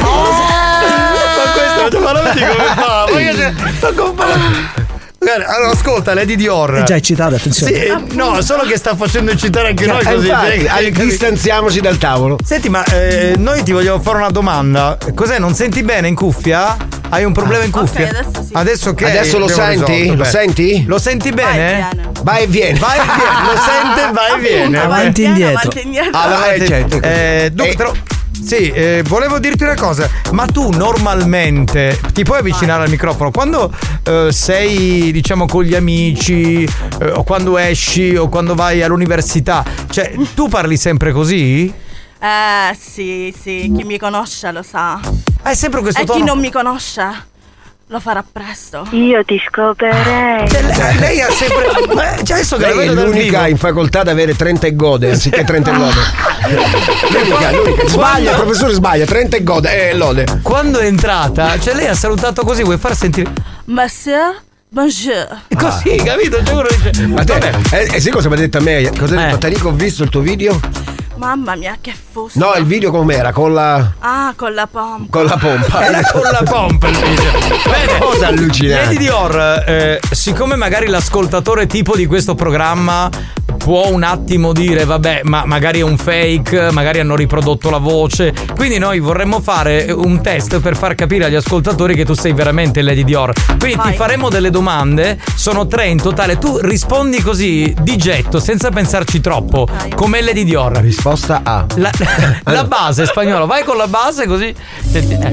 Ma questo, ma lo vedi come fa? Ma che c'è? Ma come- Guarda, allora ascolta, Lady Dior. È già eccitato, attenzione. Sì, no, solo che sta facendo eccitare anche noi Eh, così. infatti, cioè, eh, distanziamoci dal tavolo. Senti, ma eh, noi ti vogliamo fare una domanda. Cos'è? Non senti bene in cuffia? Hai un problema in cuffia? Ok, adesso sì. Adesso che Adesso lo abbiamo senti? risolto, Lo beh. senti? Lo senti bene? Vai e vieni. Vai e vieni, lo sente, vai e viene. Avanti e indietro. Ah, vai, certo. Eh, dunque, però- sì, eh, volevo dirti una cosa, ma tu normalmente ti puoi avvicinare al microfono quando eh, sei, diciamo, con gli amici, eh, o quando esci o quando vai all'università, cioè tu parli sempre così? Eh, sì, sì, chi mi conosce lo sa. È sempre questo E tono? chi non mi conosce lo farà presto. Io ti scoperei. Cioè, lei, lei ha sempre. Ma cioè, adesso che la Lei è vedo dal l'unica vivo. in facoltà ad avere trenta e gode anziché trenta e lode. L'unica, l'unica. Sbaglia, il professore sbaglia, trenta e gode e lode. Quando è entrata, cioè lei ha salutato così, vuoi far sentire? Monsieur, bonjour. Così, capito? Giuro, dice. Ma te, Vabbè. eh, eh, sì cosa mi ha detto a me? Cosa ha detto? Tarico, ho visto il tuo video? Mamma mia, che fusto. No, il video com'era? Con la. Ah, con la pompa. Con la pompa. Era con la pompa il video. Bene. Cosa allucinante. Lady Dior, eh, siccome magari l'ascoltatore tipo di questo programma può un attimo dire vabbè, ma magari è un fake, magari hanno riprodotto la voce, quindi noi vorremmo fare un test per far capire agli ascoltatori che tu sei veramente Lady Dior. Quindi Vai. ti faremo delle domande, sono tre in totale, tu rispondi così di getto senza pensarci troppo, come Lady Dior. Risposta A. La, la base spagnolo, vai con la base così. Senti, eh.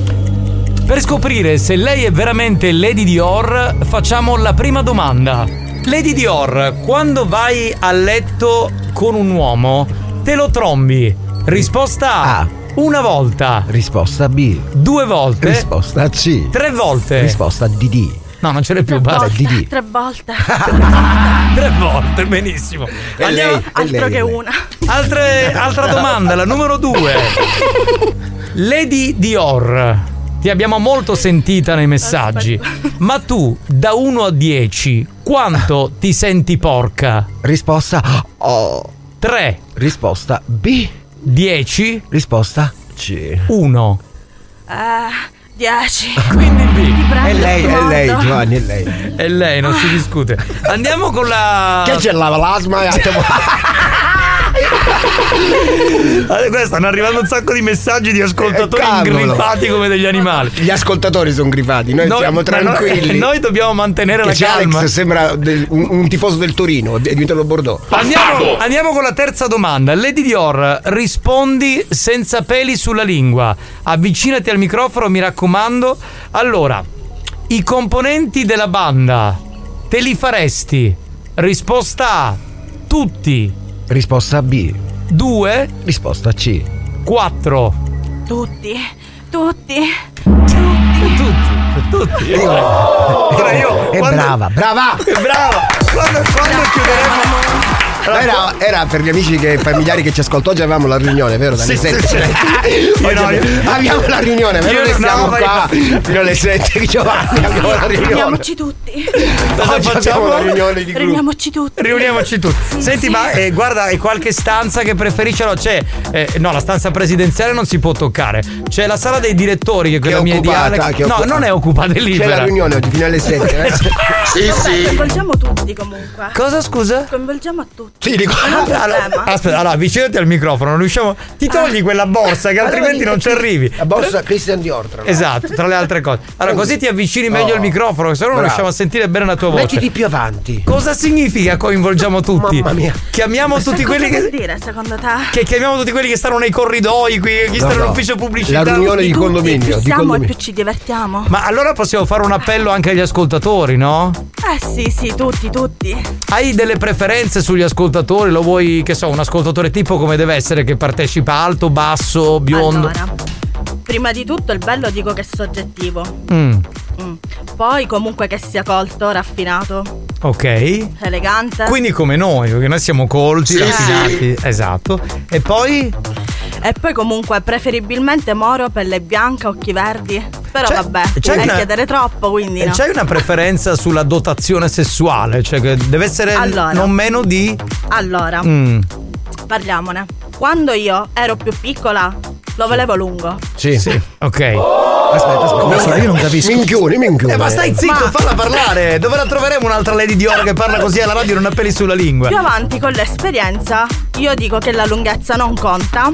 Per scoprire se lei è veramente Lady Dior, facciamo la prima domanda. Lady Dior, quando vai a letto con un uomo, te lo trombi? Risposta A. A. Una volta. Risposta B. Due volte. Risposta C. Tre volte. Risposta D D. No, non ce l'hai più, basta. Volte, tre volte. Tre volte, benissimo. E Andiamo. lei, altro lei, che lei. una. Altre, altra domanda, la numero due. Lady Dior, ti abbiamo molto sentita nei messaggi, ma tu da uno a dieci quanto ti senti porca? Risposta O. tre. Risposta B. dieci. Risposta C. uno. Eh, dieci. Quindi B. È lei, è lei, Giovanni, è lei. È lei, non si discute. Andiamo con la. Che c'è la l'asma? Allora, stanno arrivando un sacco di messaggi di ascoltatori Eh, cavolo. ingriffati come degli animali. Gli ascoltatori sono grifati, noi, Noi- siamo ma tranquilli. noi- noi dobbiamo mantenere Che la c'è calma. Alex sembra del- un, un tifoso del Torino, è diventato Bordeaux. Andiamo, andiamo con la terza domanda. Lady Dior, rispondi senza peli sulla lingua. Avvicinati al microfono, mi raccomando. Allora, i componenti della banda te li faresti? Risposta A, tutti. Risposta B. Due. Risposta C. Quattro. Tutti, tutti. Tutti, tutti. Ora io. È quando- brava, brava. È brava. Quando, quando chiuderemo. Era, era per gli amici che, familiari che ci ascoltò, oggi avevamo la riunione, vero? Dalle Sì, sette. sì, sì. Oggi Io no, io- abbiamo la riunione, vero? Io Noi no, stiamo ma qua io- fino alle sette, Giovanni, abbiamo la riunione. Riuniamoci tutti. Cosa Oggi facciamo? abbiamo la riunione di gruppo. Riuniamoci tutti. Riuniamoci tutti. Senti, sì. ma eh, guarda, hai qualche stanza che preferisci? No, c'è. eh, no, la stanza presidenziale non si può toccare. C'è la sala dei direttori, che è quella Che è mia occupata, ideale. che è no, occupata. non è occupata, è C'è libera. la riunione oggi fino alle sette. Eh? Sì, sì. Coinvolgiamo tutti comunque. Cosa, scusa? Coinvolgiamo a tutti. Sì, dico. Non è un Allora, problema. aspetta, allora avvicinati al microfono, non riusciamo. Ti togli quella borsa che altrimenti non ci arrivi. La borsa Christian Dior, tra l'altro. Esatto, tra le altre cose. Allora, così ti avvicini meglio Oh. al microfono, se no non Bravo. riusciamo a sentire bene la tua voce. Mettiti più avanti. Cosa significa coinvolgiamo tutti? Mamma mia. Chiamiamo tutti Cosa quelli vuol che. dire secondo te? Che chiamiamo tutti quelli che stanno nei corridoi, qui, chi sta No, no. nell'ufficio pubblicità. La riunione di Tutti, condominio. più Di siamo e condominio. più ci divertiamo. Ma allora possiamo fare un appello anche agli ascoltatori, no? Eh sì, sì, tutti, tutti. Hai delle preferenze sugli ascoltatori? Lo vuoi, che so, un ascoltatore tipo come deve essere, che partecipa alto, basso, biondo? Allora, prima di tutto il bello dico che è soggettivo. Mm, Mm. Poi comunque che sia colto, raffinato, ok. elegante. Quindi come noi, perché noi siamo colti, Sì, raffinati. Esatto. E poi? E poi comunque preferibilmente moro, pelle bianca, occhi verdi. Però C'è- vabbè, c'è è una- chiedere troppo, quindi E no. c'hai una preferenza sulla dotazione sessuale? Cioè che deve essere Allora. non meno di. Allora, Mm. parliamone. Quando io ero più piccola, lo volevo lungo. Sì. Sì. Ok. Aspetta, aspetta. Cosa? Io non capisco. Minchioni, minchioni. Eh, ma stai zitto, Ma- falla parlare. Dove la troveremo un'altra Lady Dior che parla così alla radio e non appelli sulla lingua? Più avanti con l'esperienza, io dico che la lunghezza non conta.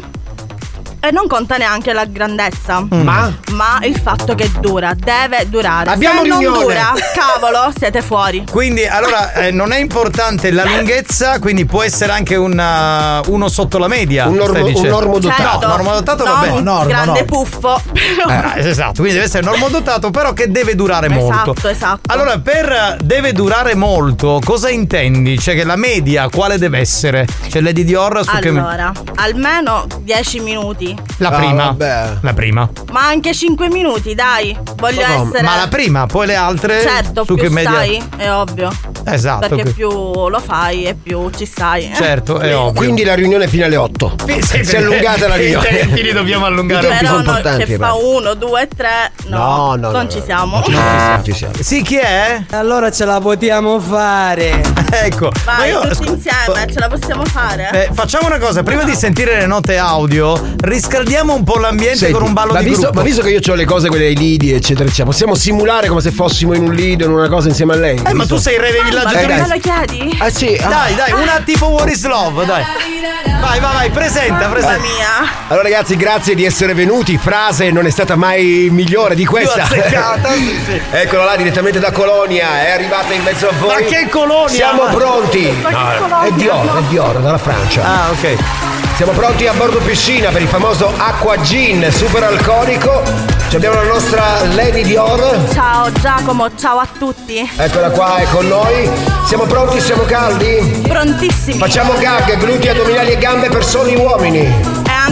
E non conta neanche la grandezza. Ma? Ma il fatto che dura, deve durare. Abbiamo Se non riunione. dura, cavolo, siete fuori. Quindi allora eh, non è importante la lunghezza, quindi può essere anche una, uno sotto la media. Un normo- stai un dicendo? normodotato. Certo, No, normodotato va non bene. un normo, grande normo. puffo. però- Eh, esatto, quindi deve essere normodotato, però che deve durare molto. Esatto, esatto. Allora, per deve durare molto, cosa intendi? Cioè che la media quale deve essere? Cioè Lady Dior su che me- Allora, almeno dieci minuti. La Ah, prima. vabbè. La prima. Ma anche cinque minuti, dai. Voglio Ma no, essere. Ma la prima, poi le altre Certo, su più che media. stai, è ovvio. Esatto. Perché che- più lo fai e più ci stai. Certo, è ovvio. Quindi la riunione fino alle otto. Sì, Si è perché allungata la i riunione. tempi li dobbiamo allungare. I tempi Però sono no, importanti, che fa però. uno, due, tre. No, No, no, non no, ci no. siamo. Ci siamo, ci siamo. Sì, chi è? Allora ce la potiamo fare. Ecco. Ma Vai, io- tutti scu- insieme, ce la possiamo fare? Eh, facciamo una cosa, prima di sentire le note audio, riscaldiamo un po' l'ambiente Senti, con un ballo ma di visto, gruppo. ma visto che io ho le cose quelle dei lidi eccetera eccetera, possiamo simulare come se fossimo in un lido, in una cosa insieme a lei? Eh, ma tu sei il re dei Ma villaggi perché turistici. me lo chiedi? Ah sì, ah. Dai, dai, una tipo What is Love, dai. Vai, vai, vai, presenta, Mamma presenta. mia. Allora ragazzi, grazie di essere venuti. Frase non è stata mai migliore di questa. Più azzeccata, sì, sì. Eccola là, direttamente da Colonia, è arrivata in mezzo a voi. Ma che Colonia? Siamo pronti. Ma che No, Colonia? è Dior, è Dior, dalla Francia. Ah, ok. Siamo pronti a bordo piscina per il famoso acqua gin super alcolico. Ci abbiamo la nostra Lady Dior. Ciao Giacomo, ciao a tutti. Eccola qua, è con noi. Siamo pronti, siamo caldi? Prontissimi. Facciamo gag, glutei, addominali e gambe per soli uomini. E anche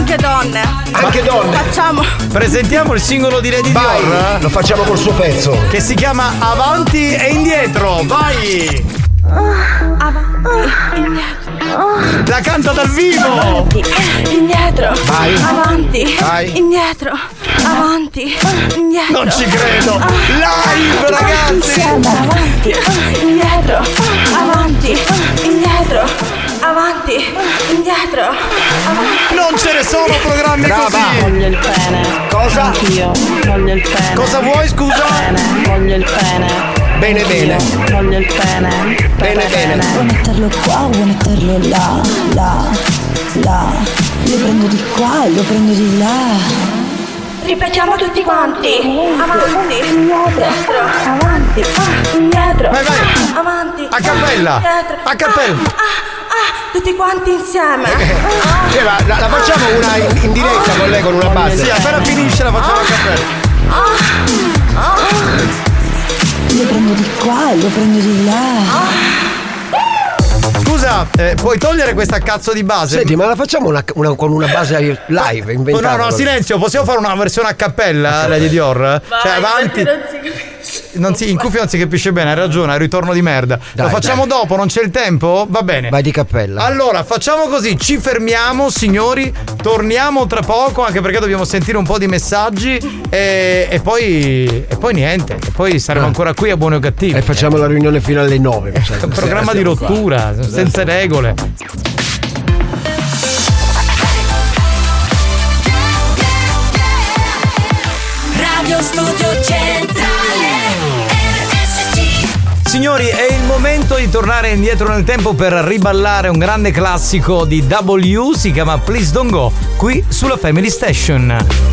anche donne. Anche donne. Facciamo. Presentiamo il singolo di Lady Vai, Dior. lo facciamo col suo pezzo. Che si chiama Avanti e Indietro. Vai! Avanti, indietro. La canta dal vivo! Avanti, indietro. Vai. Avanti, Vai. indietro. Avanti, indietro. Non ci credo! Live, ragazzi! Avanti, indietro. Avanti, indietro. Avanti, indietro. Avanti. Non ce ne sono programmi Brava. così! Voglio il pene. Cosa? Anch'io. Voglio il pene. Cosa vuoi, scusa? Pene. Voglio il pene. Bene, bene. Voglio il pene. Bene, bene. Vuoi metterlo qua o vuoi metterlo là, là, là? Lo prendo di qua e lo prendo di là. Ripetiamo tutti quanti. Avanti, indietro. Avanti, indietro. Vai, vai. Avanti. A cappella. Indietro. A cappella. Ah, ah, ah, tutti quanti insieme. Eh, ma la, la facciamo una in, in diretta con lei con una base. Sì, appena finisce la facciamo a cappella. Lo prendo di qua e lo prendo di là. Scusa, eh, puoi togliere questa cazzo di base? Senti, ma la facciamo una, una- con una base live Oh, inventata? no, no, silenzio, possiamo fare una versione a cappella, Lady Dior? Cioè, avanti. Non si, in cuffia non si capisce bene, hai ragione, hai ritorno di merda. Dai, Lo facciamo dai. dopo, non c'è il tempo? Va bene. Vai di cappella. Allora, facciamo così, ci fermiamo, signori, torniamo tra poco, anche perché dobbiamo sentire un po' di messaggi e, e poi e poi niente, e poi saremo Ah. ancora qui a Buoni o Cattivi. E facciamo la riunione fino alle nove. È un programma di rottura, senza regole. Radio Studio Centrale R S C. Signori, è il momento di tornare indietro nel tempo per riballare un grande classico di W, si chiama Please Don't Go, qui sulla Family Station.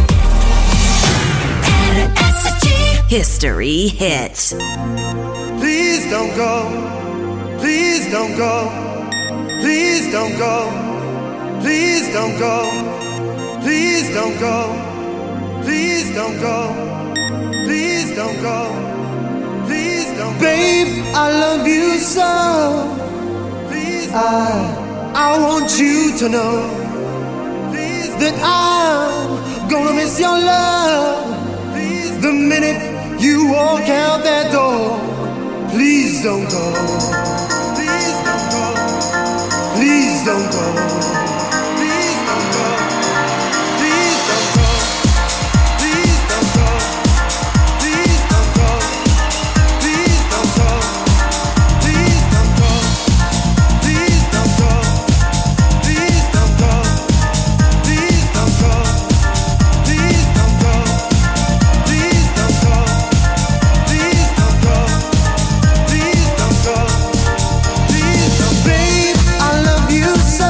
R S C. History hit. Please don't go. Please don't go. Please don't go. Please don't go. Please don't go. Please don't go. Please don't go. Please don't go. Babe, I love you so. Please. I, I want you to know. Please. That I'm gonna miss your love. Please. The minute you walk out that door. Please don't go. Please don't go. Please don't go. Please don't go. Please don't go. Please don't go. Please don't go. Please don't go. Please don't go. Please don't go. Please don't go. Please don't go. Please don't go. Please don't go. Please don't go. Please don't go. Please don't. Babe, I love you so.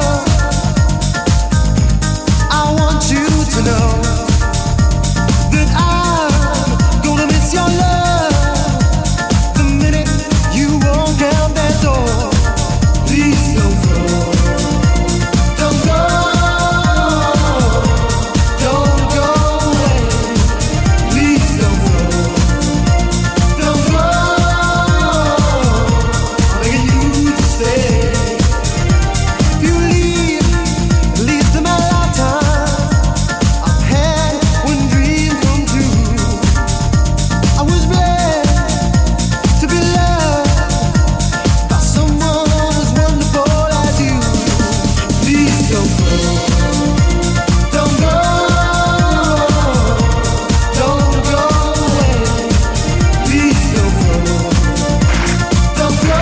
I want you to know that I'm gonna miss your love the minute you walk out that door. Please don't go. Don't go. Don't go away. Please don't go. Don't go. I'm begging you to stay. If you leave, at least in my lifetime, I've had one dream come true. I was blessed to be loved by someone as wonderful as you. Please don't go. Don't go. Don't go away. Please don't go. Don't go.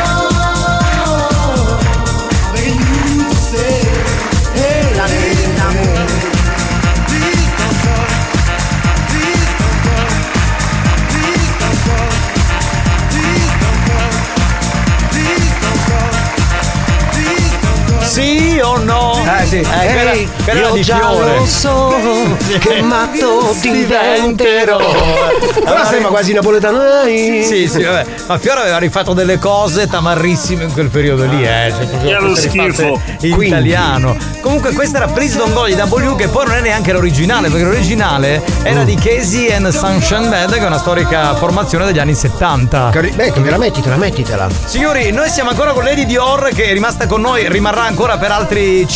I'm begging you to stay. Hey, hey, hey. Please don't go. Please don't go. Please don't go. Please don't go. Please don't go. Please don't go. Sì o no? Eh sì. Eh, quella, Ehi, quella io di già Fiore. lo so che matto diventerò. Però sembra quasi napoletano. Ehi. Sì, sì, vabbè. Ma Fiore aveva rifatto delle cose tamarrissime in quel periodo lì, eh. Cioè, proprio Che lo tutte rifatte schifo. in Quindi. italiano. Comunque questa era Please Don't Go di W, che poi non è neanche l'originale, perché l'originale era di Casey and Sunshine Band, che è una storica formazione degli anni settanta. Cari- Beh, te la mettitela, mettitela. Signori, noi siamo ancora con Lady Dior, che è rimasta con noi, rimarrà ancora per altri cinque dieci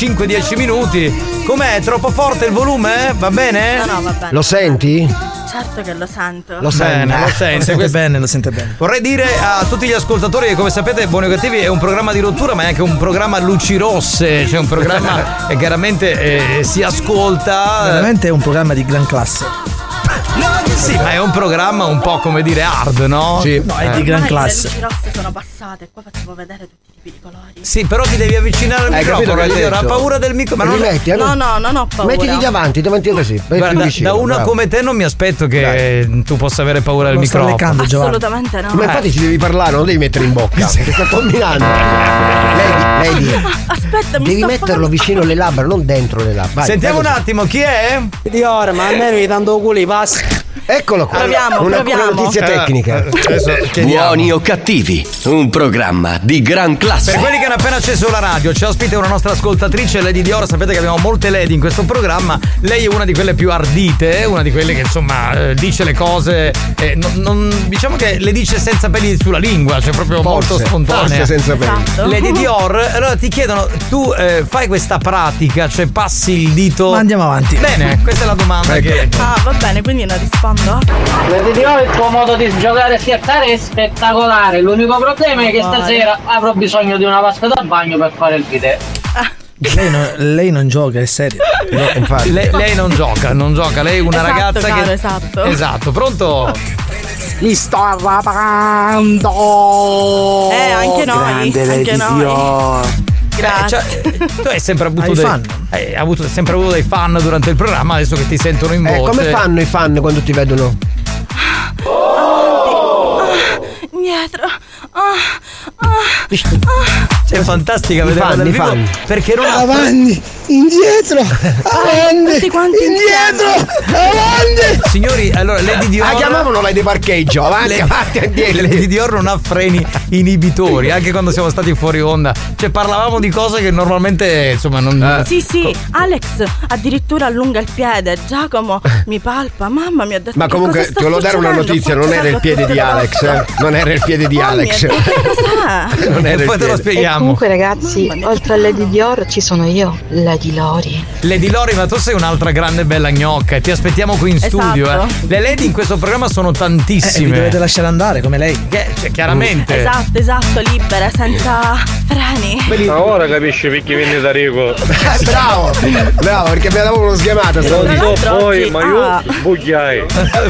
dieci minuti. Com'è? Troppo forte il volume? Va bene? No, no, va bene. Lo senti? Certo che lo sento. Lo sente, lo sente, lo sente bene, lo sente bene. Vorrei dire a tutti gli ascoltatori che, come sapete, Buoni o Cattivi è un programma di rottura, ma è anche un programma a luci rosse, cioè un programma che chiaramente eh, si ascolta. Veramente è un programma di gran classe. Sì, ma è un programma un po' come dire hard, no? Sì, no, è di gran classe. Le luci rosse sono passate, qua facevo vedere tutti i tipi di colori. Sì, però ti devi avvicinare al Hai capito microfono. che hai Ha detto? paura del microfono. Ma non metti, eh? No, no, non ho paura. Mettiti davanti, davanti così. vai Guarda, più da, vicino, da una bravo. come te non mi aspetto che Dai. tu possa avere paura del Lo sta microfono. leccando, Giovanni. Assolutamente no. Ma infatti ci devi parlare, non devi mettere in bocca. Che sta combinando. Lady, Lady, Aspetta, mi devi sto metterlo vicino alle labbra, non dentro le labbra. Vai, Sentiamo un fai così. attimo, chi è? Di ora, ma almeno mi tanto culi passi. Eccolo qua. Proviamo, una, proviamo. una notizia tecnica. Buoni o cattivi, un programma di gran classe. Per quelli che hanno appena acceso la radio, c'è ospite una nostra ascoltatrice, Lady Dior. Sapete che abbiamo molte lady in questo programma. Lei è una di quelle più ardite, una di quelle che insomma eh, dice le cose, eh, non, non- diciamo che le dice senza peli sulla lingua, cioè proprio Forse, molto spontanea. forse senza peli. Esatto. Lady Dior, allora ti chiedono, tu eh, fai questa pratica, cioè passi il dito. Ma andiamo avanti. Bene, questa è la domanda che. Ah, va bene, quindi non rispondo. Vedi, il tuo modo di giocare e schiattare è spettacolare. L'unico problema è che stasera avrò bisogno di una vasca da bagno per fare il bidet. Lei, no- lei non gioca, è serio. No, infatti. Lei, lei non gioca, non gioca, lei è una Esatto, ragazza caro, che. esatto. Esatto, pronto? Li sto arrabbiando. Eh, anche noi, Grande anche Lady noi. Dior. Grazie. Cioè, tu hai sempre avuto Hai dei fan? Hai avuto sempre avuto dei fan durante il programma, adesso che ti sentono in voce. Eh, come fanno i fan quando ti vedono? Indietro. Ah, ah, Cioè, è fantastica I vedere fan, dal i vivo fan. perché non ha Avanti, indietro, avanti, tutti quanti indietro, avanti. Signori, allora Lady Dior Ah, chiamavano lei di parcheggio, avanti, Le- avanti, indietro. Lady Dior non ha freni inibitori, anche quando siamo stati fuori onda. Cioè parlavamo di cose che normalmente insomma non. Sì, sì, Alex addirittura allunga il piede. Giacomo mi palpa. Mamma mi ha detto. Ma che comunque cosa sta ti volevo dare una succedendo? notizia, Qua non era il c'è piede di tutto Alex, rosso. eh? Non era il piede di Oh, Alex. mio Dio, che cos'è? Non era E il poi te lo piede. spieghiamo. Comunque ragazzi, oltre a Lady Dior ci sono io, Lady Lori. Lady Lori, ma tu sei un'altra grande bella gnocca e ti aspettiamo qui in Esatto. studio. Eh. Le lady in questo programma sono Eh, vi tantissime. dovete lasciare andare come lei. Che- cioè, chiaramente. Esatto, esatto, libere, senza freni. Ma ora capisci perché vieni da Rico. Eh, bravo, bravo, perché abbiamo uno schiamata. Non Tra so l'altro poi, oggi- ma io ah. bugliai.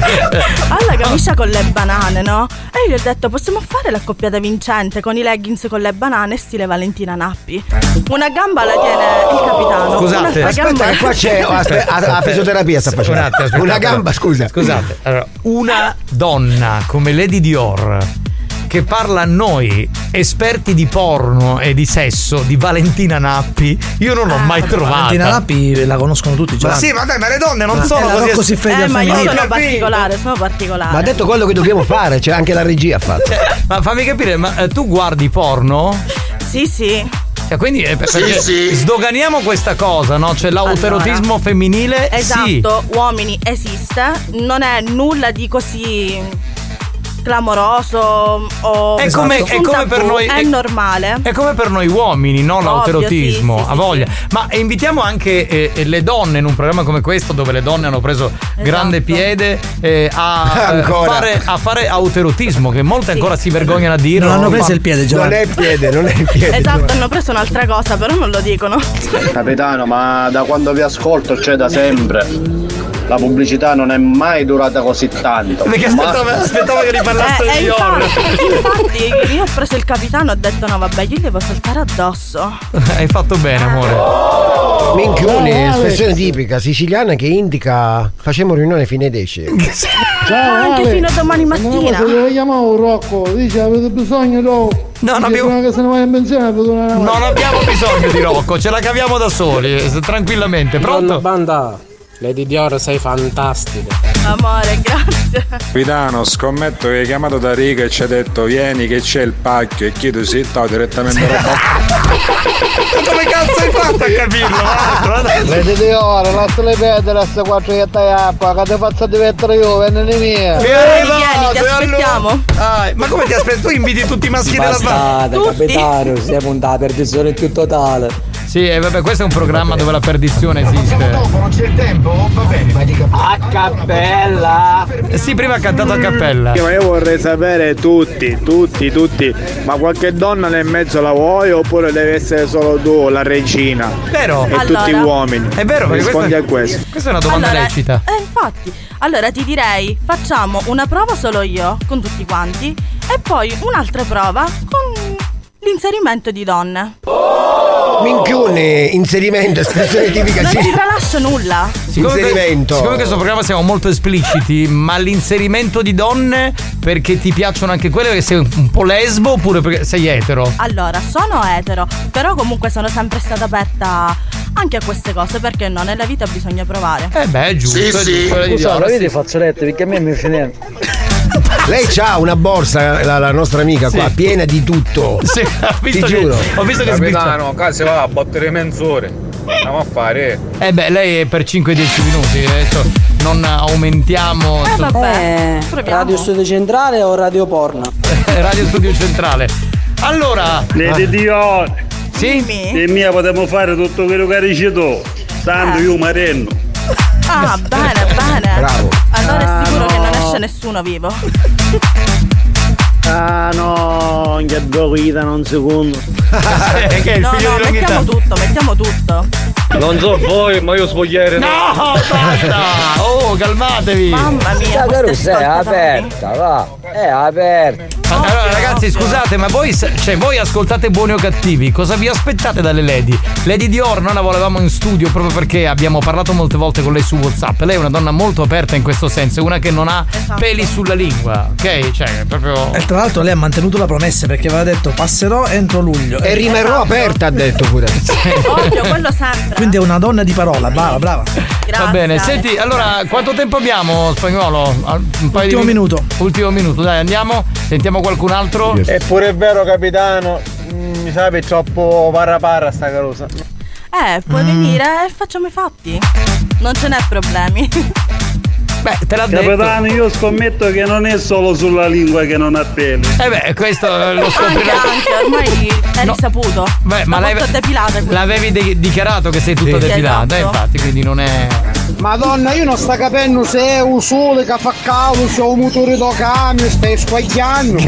Ha la camicia con le banane, no? E io gli ho detto possiamo fare l'accoppiata vincente con i leggings con le banane stile Valentina Nappi. Una gamba la tiene il capitano. Scusate. un'altra Aspetta gamba- che qua c'è oh, aspe- a, a fisioterapia sta facendo. Un attimo, aspetta. Una gamba, scusa. Scusate, allora, una donna come Lady Dior che parla a noi, esperti di porno e di sesso, di Valentina Nappi, io non l'ho mai trovata. Valentina Nappi la conoscono tutti già. Ma sì, ma dai, ma le donne non Ma sono è la così. Rocco Siffredi Eh, al ma io femminile. sono Capito? particolare, sono particolare. Ma ha detto quello che dobbiamo fare, cioè anche la regia ha fatto. Cioè, ma fammi capire, ma eh, tu guardi porno? Sì, sì. Cioè, quindi eh, Sì, perché sì. sdoganiamo questa cosa, no? Cioè l'autoerotismo Allora. femminile. Sì. Esatto, uomini esiste, non è nulla di così clamoroso o È come- un è come per tabù, noi- è è- normale. È come per noi uomini, no? Ovvio, L'autoerotismo, sì, sì, a sì, voglia. Ma invitiamo anche eh, le donne in un programma come questo, dove le donne hanno preso grande piede eh, a, eh, Ancora. fare, a fare autoerotismo, che molte ancora si vergognano a dirlo. Non hanno preso fa- il piede, Non Giovanni. è il piede, non è il piede. Esatto, hanno preso un'altra cosa, però non lo dicono. Capitano, ma da quando vi ascolto, cioè da sempre, la pubblicità non è mai durata così tanto. Perché Ma- aspettavo, aspettavo che riparlasse Eh, di eh, Dior. infatti, infatti, io ho preso il capitano e ho detto no vabbè, io gli devo saltare addosso. Hai fatto bene, amore. Minchioni, espressione tipica siciliana che indica facciamo riunione fine dieci. Ma anche fino a domani mattina. Lo chiamavo Rocco, dice avete bisogno no? Non abbiamo- che se ne va in pensione per una Non abbiamo bisogno di Rocco, ce la caviamo da soli, eh, tranquillamente. Pronto? Banda, Lady Dior sei fantastica. Amore, grazie. Capitano, scommetto che hai chiamato da Riga e ci ha detto vieni che c'è il pacchio e chiedo se sta direttamente alla Come cazzo hai fatto a capirlo? Lady Dior, lasciale perdere queste quattro chiette acqua, che ti faccio diventare io, vieni mia. Mi è Vieni, arrivato, ti è aspettiamo. allora. Ah, ma come ti aspetti? Tu inviti tutti i maschi della banda? Bastate, Tutti. capitano, sei puntato per perdizione più totale. Sì, e vabbè, questo è un programma dove la perdizione esiste. Non c'è il tempo? Va bene, vai di cappella. A cappella! Eh sì, prima ha cantato a cappella. Ma io vorrei sapere tutti, tutti, tutti, ma qualche donna nel mezzo la vuoi oppure deve essere solo tu, la regina? Vero? E Allora. tutti uomini. È vero, perché rispondi questo- a questo. Questa è una domanda Allora, lecita. Eh, infatti. Allora ti direi, facciamo una prova solo io, con tutti quanti, e poi un'altra prova con l'inserimento di donne. Minchione, inserimento, espressione tipica. Non sì. ci tralascio nulla. Siccome che- Inserimento. Siccome in questo programma siamo molto espliciti, ma l'inserimento di donne perché ti piacciono anche quelle perché sei un po' lesbo oppure perché sei etero? Allora, sono etero, però comunque sono sempre stata aperta anche a queste cose, perché no, nella vita bisogna provare. Eh beh, è giusto. Sì, è sì. giusto, è Scusa, giusto. vedi fazzolette, perché a me mi finendo. Lei c'ha una borsa, la, la nostra amica qua, Sì. piena di tutto. Sì, ho visto Ti che, giuro. ho visto che sbiccia. Capitano, cazzo va a battere mezz'ore. Andiamo a fare. Eh beh, lei è per cinque dieci minuti, adesso non aumentiamo. Eh insomma, vabbè, Eh, proviamo. radio studio centrale o radio porno? Radio Studio Centrale. Allora, Lady Dior, sì? Dimmi. e mia potremmo fare tutto quello che dici tu. Stando Eh. io marenno. Ah, bene, bene. Bravo. Allora Ah, è sicuro no. che non esce nessuno vivo. Ah no, che guida un secondo. Eh, che è il No, figlio no, di Longhità. mettiamo tutto, mettiamo tutto. Non so voi, ma io spogliere. No, basta! Oh, calmatevi! Mamma mia, La questi carusa è ascoltatori. aperta, va, è aperta. Allora ragazzi scusate ma voi cioè voi ascoltate Buoni o Cattivi, cosa vi aspettate dalle Lady? Lady Dior noi la volevamo in studio proprio perché abbiamo parlato molte volte con lei su WhatsApp. Lei è una donna molto aperta in questo senso, una che non ha Esatto. peli sulla lingua, ok? Cioè proprio. E tra l'altro lei ha mantenuto la promessa perché aveva detto passerò entro luglio. E rimarrò Esatto. aperta, ha detto pure. Ovvio, quello sempre. Quindi è una donna di parola, brava, brava. Grazie. Va bene, senti, allora quanto tempo abbiamo Spagnolo? Un paio Ultimo di minuto. Ultimo minuto, dai andiamo, sentiamo qualcun altro. Eppure è vero capitano, mm, mi sa che è troppo parra parra sta carusa. Eh, puoi venire e facciamo i fatti. Non ce n'è problemi. Beh, te l'ha detto. Capitano, io scommetto che non è solo sulla lingua che non ha peli. Eh beh, questo eh, lo Anche, scoprirà. anche, ormai è No. risaputo. Beh, ma La lei porto depilata, quindi. l'avevi de- dichiarato che sei tutta Sì. depilata, eh, Esatto. infatti, quindi non è. Madonna, io non sta capendo se è un sole che fa caldo, se è un motore da camion, stai squagliando.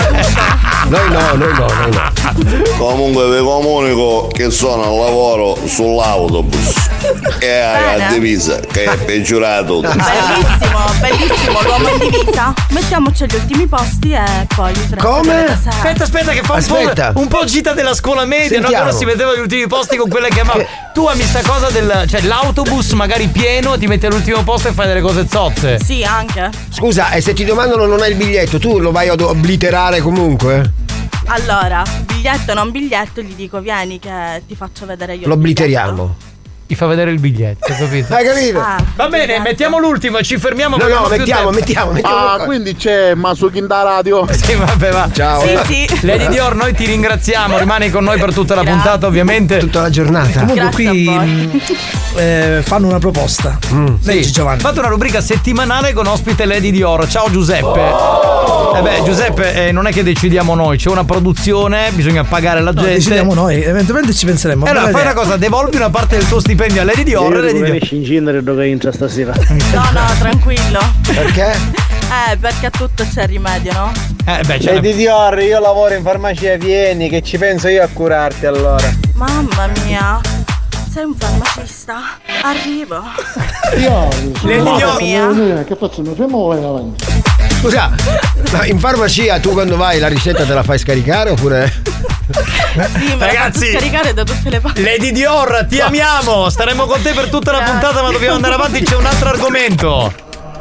Noi no, noi no, noi no. Comunque vi comunico che sono al lavoro sull'autobus e Bene. la divisa che è peggiorato. Bellissimo, bellissimo, l'uomo in divisa. Mettiamoci agli ultimi posti e poi il resto Come? deve essere. Aspetta, aspetta, che fa un Aspetta. po', un po' gita della scuola media, no? Sentiamo. Che si metteva agli ultimi posti con quelle che amava. Tu ami sta cosa del. Cioè, l'autobus magari pieno, ti metti all'ultimo posto e fai delle cose zozze. Sì, anche. Scusa, e se ti domandano non hai il biglietto, tu lo vai ad obliterare comunque? Allora, biglietto o non biglietto, gli dico vieni che ti faccio vedere io. Lo il biglietto. obliteriamo. Ti fa vedere il biglietto, capito? Hai capito? Ah, Va bene, biglietto. mettiamo l'ultimo e ci fermiamo. No, perché no, non ho più mettiamo, tempo. mettiamo, mettiamo. Ah, quindi c'è Masuki da radio. Sì, vabbè, va. Ciao. Sì, sì. Lady Dior, noi ti ringraziamo, rimani con noi per tutta la Grazie. puntata, ovviamente. Tutta la giornata. Comunque Grazie qui a voi. mh, eh, fanno una proposta. Leggi Sì. Giovanni. Fate una rubrica settimanale con ospite Lady Dior. Ciao Giuseppe. Eh beh, Giuseppe, eh, non è che decidiamo noi, c'è una produzione, bisogna pagare la No, gente. decidiamo noi, eventualmente ci penseremo. E allora Bella fai una idea. cosa, devolvi una parte del tuo stipendio a Lady Dior e Lady Dior. scindere dove entra stasera. No, no, tranquillo. Perché? Eh, perché a tutto c'è rimedio, no? Eh beh, c'è Lady Dior, io lavoro in farmacia, vieni che ci penso io a curarti allora. Mamma mia. Sei un farmacista? Arrivo. Lady Mamma Dior. mia. Che faccio? Mi fermo o vai avanti? Scusa, ma in farmacia tu quando vai la ricetta te la fai scaricare oppure? Sì, me Ragazzi. la faccio scaricare da tutte le parti. Lady Dior, ti amiamo! Staremo con te per tutta la Grazie. puntata, ma dobbiamo andare avanti, c'è un altro argomento.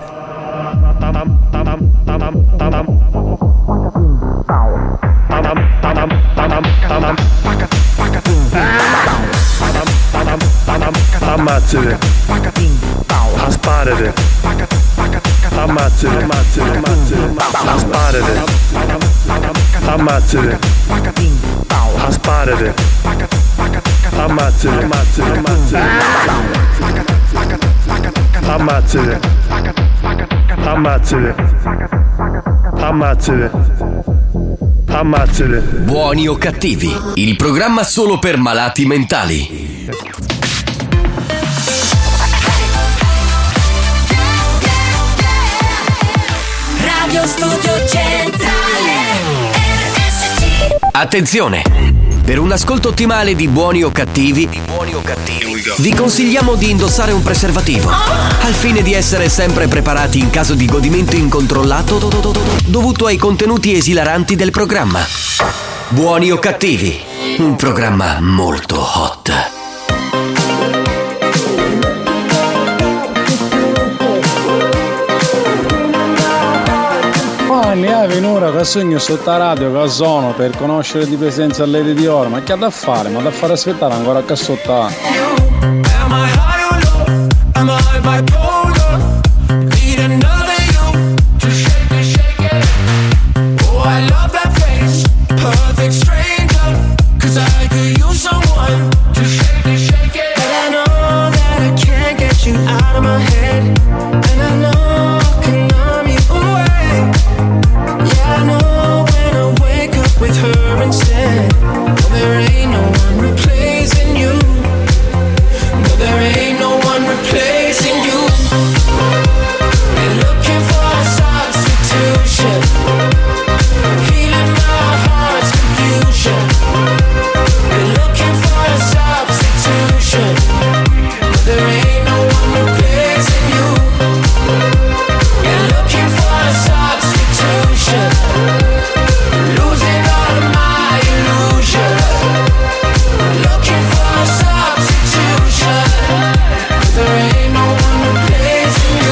Ammazzate. Asparate. Ammazzate. Ammazzate. Asparate. Ammazzate. Asparate. Ammazzate. Ammazzate. Ammazzate. Ammazzate. Ammazzate. Ammazzate. Buoni o cattivi, il programma solo per malati mentali. Radio Studio Centrale R S C. Attenzione! Per un ascolto ottimale di Buoni o cattivi, di buoni o cattivi, vi consigliamo di indossare un preservativo, al fine di essere sempre preparati in caso di godimento incontrollato dovuto ai contenuti esilaranti del programma. Buoni o cattivi, un programma molto hot. Ma ne hai un'ora che sogno sotto la radio che sono per conoscere di presenza a Lady Dior, ma che ha da fare? Ma da fare aspettare ancora che sotto. Am I high or low? Am I bipolar? Need another you to shake it, shake it. Oh, I love that face, perfect stranger. Cause I could use someone to shake it, shake it. But I know that I can't get you out of my head. And I know I can numb you away. Yeah, I know when I wake up with her instead. Well, there ain't no one replacing you. No, there ain't no one replacing you. Been looking for a substitution, healing my heart's confusion. Been looking for a substitution. No, there ain't no one replacing you. Been looking for a substitution, losing all of my illusion. Looking for a substitution. There ain't no one replacing you.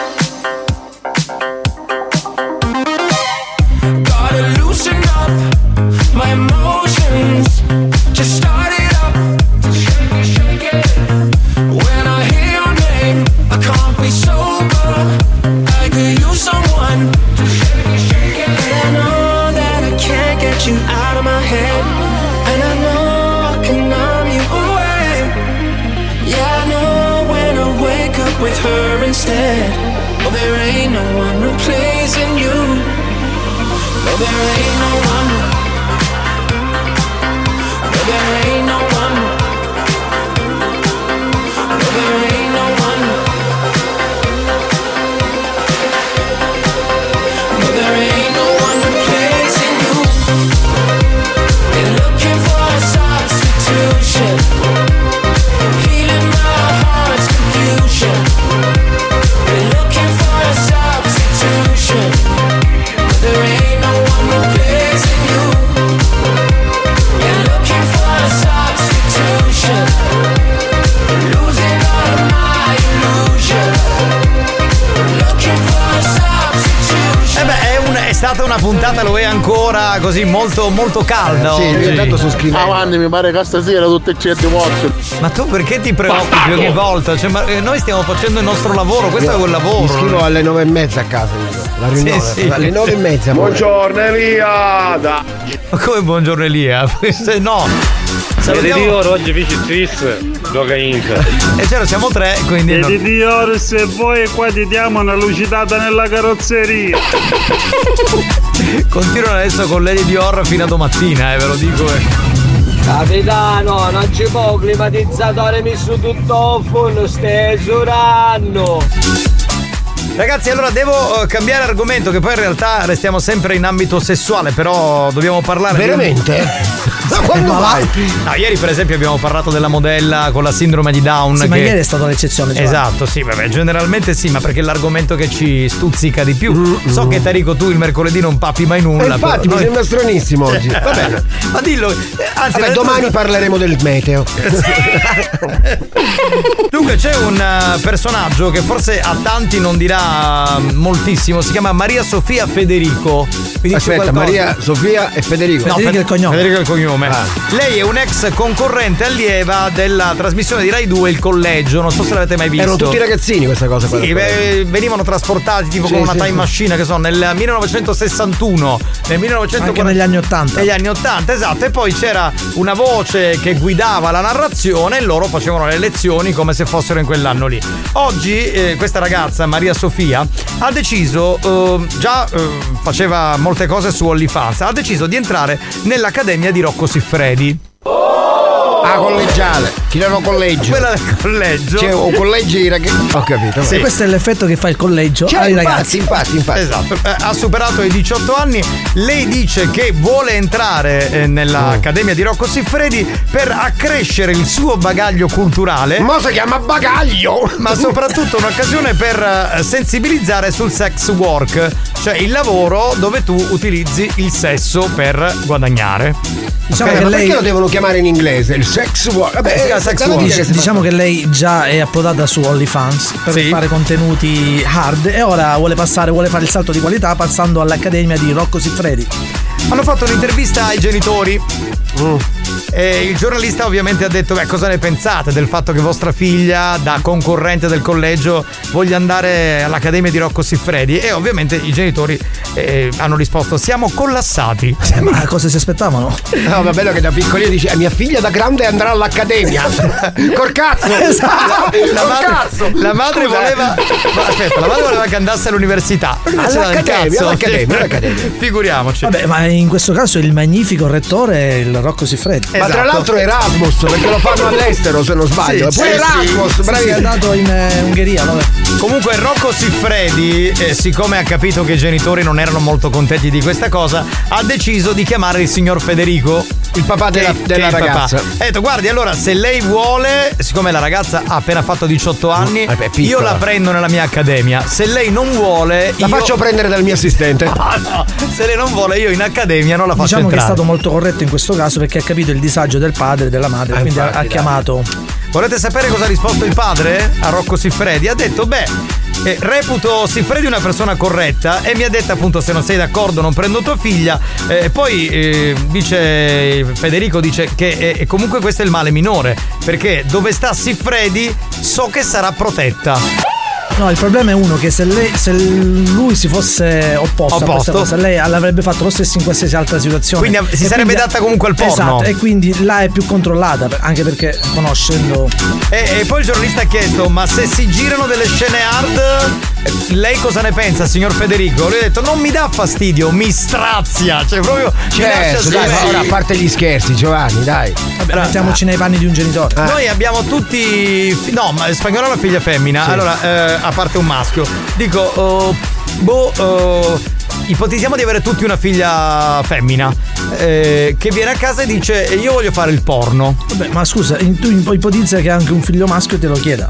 Gotta loosen up my emotions. Just start it up, shake it, shake it. When I hear your name, I can't be sober. I could use someone to shake it, shake it. But I know that I can't get you out of my head. And I know I can numb you away. Yeah, I know when I wake up with her instead. Oh, there ain't no one replacing you. No, there ain't no one. No, there ain't no one. No, there ain't no one. No, there ain't no one replacing you. Been looking for a substitution, healing my heart's confusion. Been looking for a substitution. There ain't no one replacing you. Been looking for a substitution, losing all of my illusion. Looking for a substitution. Eh beh, è, un, è stata una puntata, lo è ancora, così molto molto calda. Sì, oggi. io intanto sto scrivendo. Avanti, mi pare che stasera tutte e certe volte. Ma tu perché ti preoccupi ogni volta? Cioè, ma eh, noi stiamo facendo il nostro lavoro, questo è quel lavoro. Mi scrivo alle nove e mezza a casa. La riunione. Sì, sì. Alle nove e mezza. Buongiorno Elia. Da. Ma come buongiorno Elia? Se no. Lady Dior oggi fece tris, gioca Inca. E c'era siamo tre, quindi. Lady Dior, se vuoi qua ti diamo una lucidata nella carrozzeria. Continuano adesso con Lady Dior fino a domattina, eh, ve lo dico. Eh. Capitano, non ci può climatizzatore messo tutto full, stai esurando. Ragazzi, allora devo uh, cambiare argomento, che poi in realtà restiamo sempre in ambito sessuale, però dobbiamo parlare. Veramente? Di... Ma quando vai? No, ieri per esempio abbiamo parlato della modella con la sindrome di Down. Sì, che... ma ieri è stata l'eccezione. Cioè. Esatto, sì, vabbè, generalmente sì, ma perché è l'argomento che ci stuzzica di più. Mm-hmm. So che Tarico tu il mercoledì non papi mai nulla. E infatti mi noi... sembra stranissimo oggi. Va bene. Ma dillo. Anzi, vabbè, domani detto... parleremo del meteo. Dunque c'è un uh, personaggio che forse a tanti non dirà moltissimo, si chiama Maria Sofia Federico. Aspetta, Maria Sofia e Federico. No, Federico è il cognome. Federico è il cognome. Ah. Lei è un ex concorrente allieva della trasmissione di Rai due Il Collegio, non so se l'avete mai visto. Erano tutti ragazzini questa cosa. Sì, beh, venivano trasportati tipo sì, con una sì, time sì. machine, che so, nel millenovecentosessantuno, nel millenovecentoquaranta, anche negli anni ottanta. Negli anni ottanta, esatto, e poi c'era una voce che guidava la narrazione e loro facevano le lezioni come se fossero in quell'anno lì. Oggi eh, questa ragazza, Maria Sofia, ha deciso, eh, già eh, faceva molte cose su OnlyFans, ha deciso di entrare nell'Accademia di Rocco Siffredi. Ah, collegiale, chi non collegio. Quella del collegio. Cioè, o collegio i ragazzi. Ho capito. Sì. E questo è l'effetto che fa il collegio cioè, ai infatti, ragazzi. Infatti, infatti. Esatto. Eh, ha superato i diciotto anni. Lei dice che vuole entrare eh, nell'Accademia di Rocco Siffredi per accrescere il suo bagaglio culturale. Ma si chiama bagaglio! Ma soprattutto un'occasione per sensibilizzare sul sex work, cioè il lavoro dove tu utilizzi il sesso per guadagnare. Diciamo okay, che lei... perché lo devono chiamare in inglese? Il sex work. Vabbè, eh, sex work. Dice, diciamo che lei già è approdata su OnlyFans per sì. fare contenuti hard e ora vuole passare, vuole fare il salto di qualità passando all'Accademia di Rocco Siffredi. Hanno fatto un'intervista ai genitori. Mm. E il giornalista ovviamente ha detto: beh, cosa ne pensate del fatto che vostra figlia, da concorrente del collegio, voglia andare all'Accademia di Rocco Siffredi? E ovviamente i genitori eh, hanno risposto: siamo collassati. Ma cosa si aspettavano? No, ma bello che da piccolino dice: mia figlia da grande andrà all'Accademia. Col cazzo! Esatto. La, la madre, cazzo. La madre Scusa. voleva. Ma aspetta, la madre voleva che andasse all'università. All'Accademia, all'Accademia, all'Accademia. Figuriamoci. Vabbè, ma in questo caso il magnifico rettore è il Rocco Siffredi. Ma esatto. Tra l'altro Erasmus, perché lo fanno all'estero se non sbaglio. Sì, Poi sì, Erasmus, sì, bravi. Sì, è andato in eh, Ungheria, vabbè. Comunque Rocco Siffredi, eh, siccome ha capito che i genitori non erano molto contenti di questa cosa, ha deciso di chiamare il signor Federico, il papà della, che, della che ragazza. Ha detto: guardi, allora se lei vuole, siccome la ragazza ha appena fatto diciotto anni, no, io la prendo nella mia accademia. Se lei non vuole, la io... faccio prendere dal mio assistente. Ah, no. Se lei non vuole, io in accademia non la faccio diciamo entrare. Che è stato molto corretto in questo caso perché ha capito il disagio del padre e della madre, ah, quindi infatti, ha, ha chiamato. Volete sapere cosa ha risposto il padre a Rocco Siffredi? Ha detto: beh, eh, reputo Siffredi una persona corretta, e mi ha detto appunto: se non sei d'accordo non prendo tua figlia. E eh, poi eh, dice Federico dice che eh, comunque questo è il male minore, perché dove sta Siffredi so che sarà protetta. No, il problema è uno che se, lei, se lui si fosse opposto, opposto a questa cosa, lei l'avrebbe fatto lo stesso in qualsiasi altra situazione. Quindi si e sarebbe quindi, data comunque al porno. Esatto, e quindi là è più controllata, anche perché conoscendo. E, e poi il giornalista ha chiesto: ma se si girano delle scene hard, lei cosa ne pensa, signor Federico? Lui ha detto: non mi dà fastidio, mi strazia. Cioè proprio certo, dai, ma ora a parte gli scherzi, Giovanni, dai. Vabbè, mettiamoci nei panni di un genitore. Ah. Noi abbiamo tutti. No, ma Spagnolo ha una figlia femmina. Sì. Allora, eh, a parte un maschio, dico, uh, boh, uh, ipotizziamo di avere tutti una figlia femmina eh, che viene a casa e dice: io voglio fare il porno. Vabbè, ma scusa, tu ipotizza che anche un figlio maschio te lo chieda.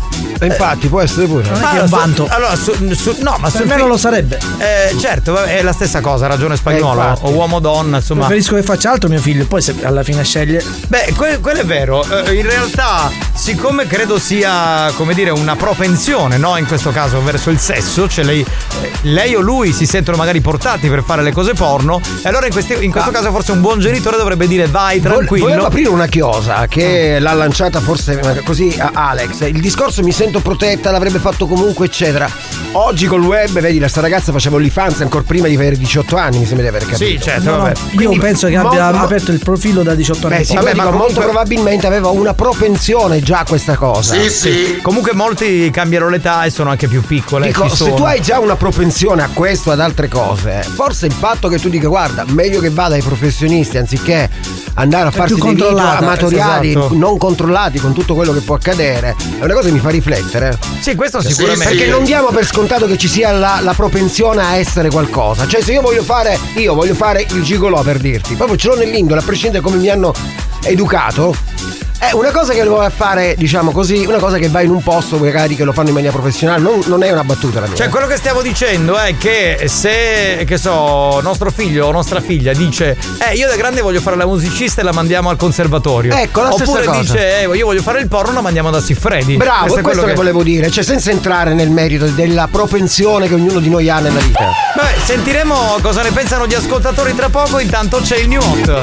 E infatti eh, può essere pure. Non è che è un vanto. Allora, su, su, no, ma per me non lo sarebbe. Eh, certo, è la stessa cosa, ha ragione Spagnolo. Eh, o uomo donna, insomma. Preferisco che faccia altro mio figlio, poi se alla fine sceglie. Beh, que- quello è vero. Eh, in realtà, siccome credo sia, come dire, una propensione, no? In questo caso verso il sesso, cioè lei, eh, lei o lui si sentono magari portati per fare le cose porno. E allora in, questi, in questo ah. caso forse un buon genitore dovrebbe dire: vai tranquillo. Volevo aprire una chiosa che mm. l'ha lanciata forse così a Alex. Il discorso mi sento protetta, l'avrebbe fatto comunque, eccetera. Oggi col web, vedi, la sta ragazza faceva OnlyFans ancora prima di avere diciotto anni, mi sembra di aver capito. Sì, certo, no, vabbè. No, io Quindi, penso che abbia mo- aperto il profilo da diciotto anni. Beh, sì, vabbè, dico, ma comunque... molto probabilmente aveva una propensione già a questa cosa. Sì, sì. Comunque molti cambiano l'età e sono anche più piccole. Dico, se tu hai già una propensione a questo, ad altre cose, forse il fatto che tu dica: guarda, meglio che vada ai professionisti anziché andare a farsi dei video amatoriali, esatto, non controllati, con tutto quello che può accadere, è una cosa che mi fa riflettere. Sì, questo sicuramente. Sì, perché non diamo per scontato che ci sia la, la propensione a essere qualcosa. Cioè, se io voglio fare io voglio fare il gigolò, per dirti, proprio ce l'ho nell'indole, a prescindere come mi hanno educato, è una cosa che lo vuoi fare, diciamo così, una cosa che va in un posto magari che lo fanno in maniera professionale, non, non è una battuta la mia. Cioè, quello che stiamo dicendo è che se, che so, nostro figlio o nostra figlia dice: eh, io da grande voglio fare la musicista e la mandiamo al conservatorio. Ecco, la oppure stessa cosa. dice: eh, io voglio fare il porno, la mandiamo da Siffredi. Bravo, questo è questo che, che volevo dire, cioè senza entrare nel merito della propensione che ognuno di noi ha nella vita. Beh, sentiremo cosa ne pensano gli ascoltatori tra poco, intanto c'è il New Hot.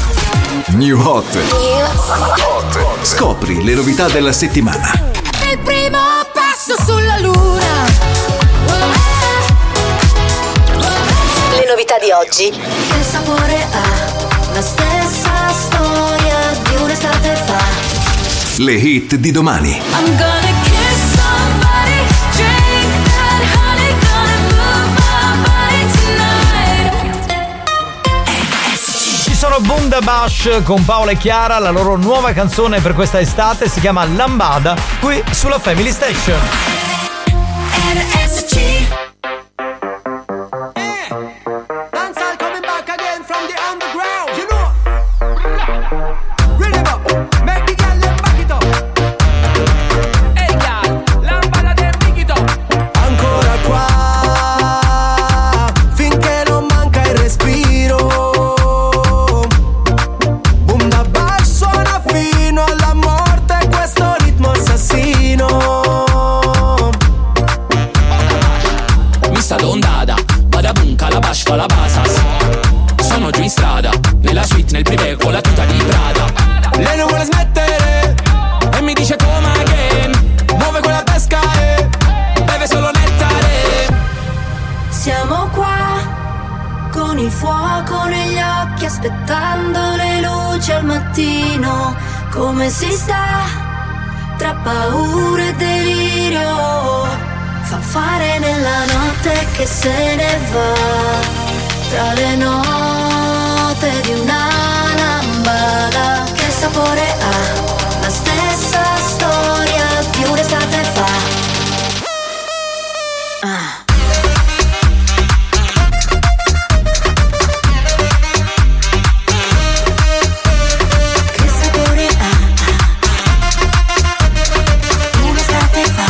New Hot. Scopri le novità della settimana. Il primo passo sulla luna. Le novità di oggi. Che sapore ha la stessa storia di un'estate fa. Le hit di domani. I'm gonna kiss somebody, drink that honey, gonna move my body tonight. Ci sono Bundabash con Paola e Chiara, la loro nuova canzone per questa estate si chiama Lambada, qui sulla Family Station. R S C. La basas. Sono giù in strada, nella suite, nel privé con la tuta di Prada. Lei non vuole smettere e mi dice come again. Muove quella pesca e beve solo nettare. Siamo qua con il fuoco negli occhi, aspettando le luci al mattino. Come si sta tra paura e delirio? Fanfare nella notte che se ne va, tra le note di una lambada. Che sapore ha? La stessa storia di un'estate fa. Ah. Che sapore ha? Un'estate fa.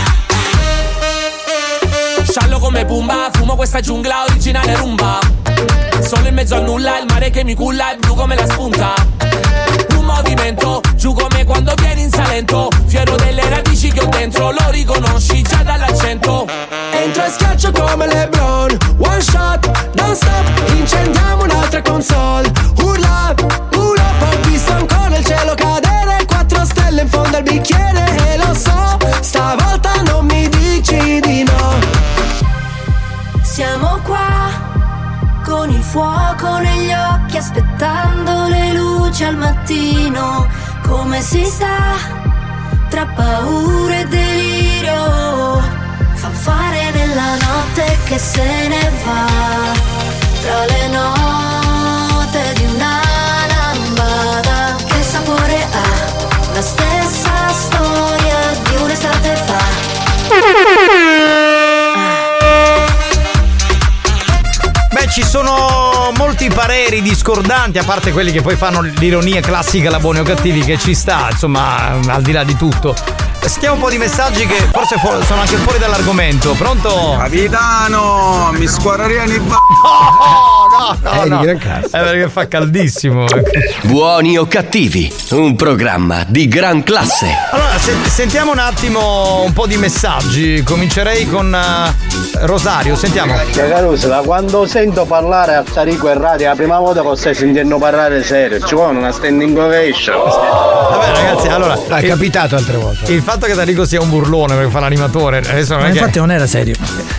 Sciallo come Pumba, fumo questa giungla originale rumba. Solo in mezzo al nulla, il mare che mi culla è blu come la spunta. Un movimento, giù come quando vieni in Salento. Fiero delle radici che ho dentro, lo riconosci già dall'accento. Entro e schiaccio come LeBron, one shot, non stop, incendiamo un'altra console. Urla, urla, ho visto ancora il cielo cadere, quattro stelle in fondo al bicchiere. E lo so, stavolta non mi dici di no. Siamo qua con il fuoco negli occhi, aspettando le luci al mattino. Come si sta tra paura e delirio? Fanfare nella notte che se ne va, tra le note di una lambada. Che sapore ha? La stessa storia di un'estate fa. Beh, ci sono molti pareri discordanti, a parte quelli che poi fanno l'ironia classica, la buoni o cattivi, che ci sta, insomma, al di là di tutto. Sentiamo un po' di messaggi che forse fu- sono anche fuori dall'argomento. Pronto? Capitano, mi squarriani il No, no, Eh, no. di gran cazzo. È perché fa caldissimo. Buoni o cattivi, un programma di gran classe. Allora, se- sentiamo un attimo un po' di messaggi. Comincerei con uh, Rosario, sentiamo. Caruso, da quando sento parlare a Tarico e Radio la prima volta che stai sentendo parlare serio, ci vuole una standing ovation. Vabbè ragazzi, allora è capitato altre volte. Il fatto che Tarico sia un burlone perché fa l'animatore adesso non Ma è che... infatti non era serio.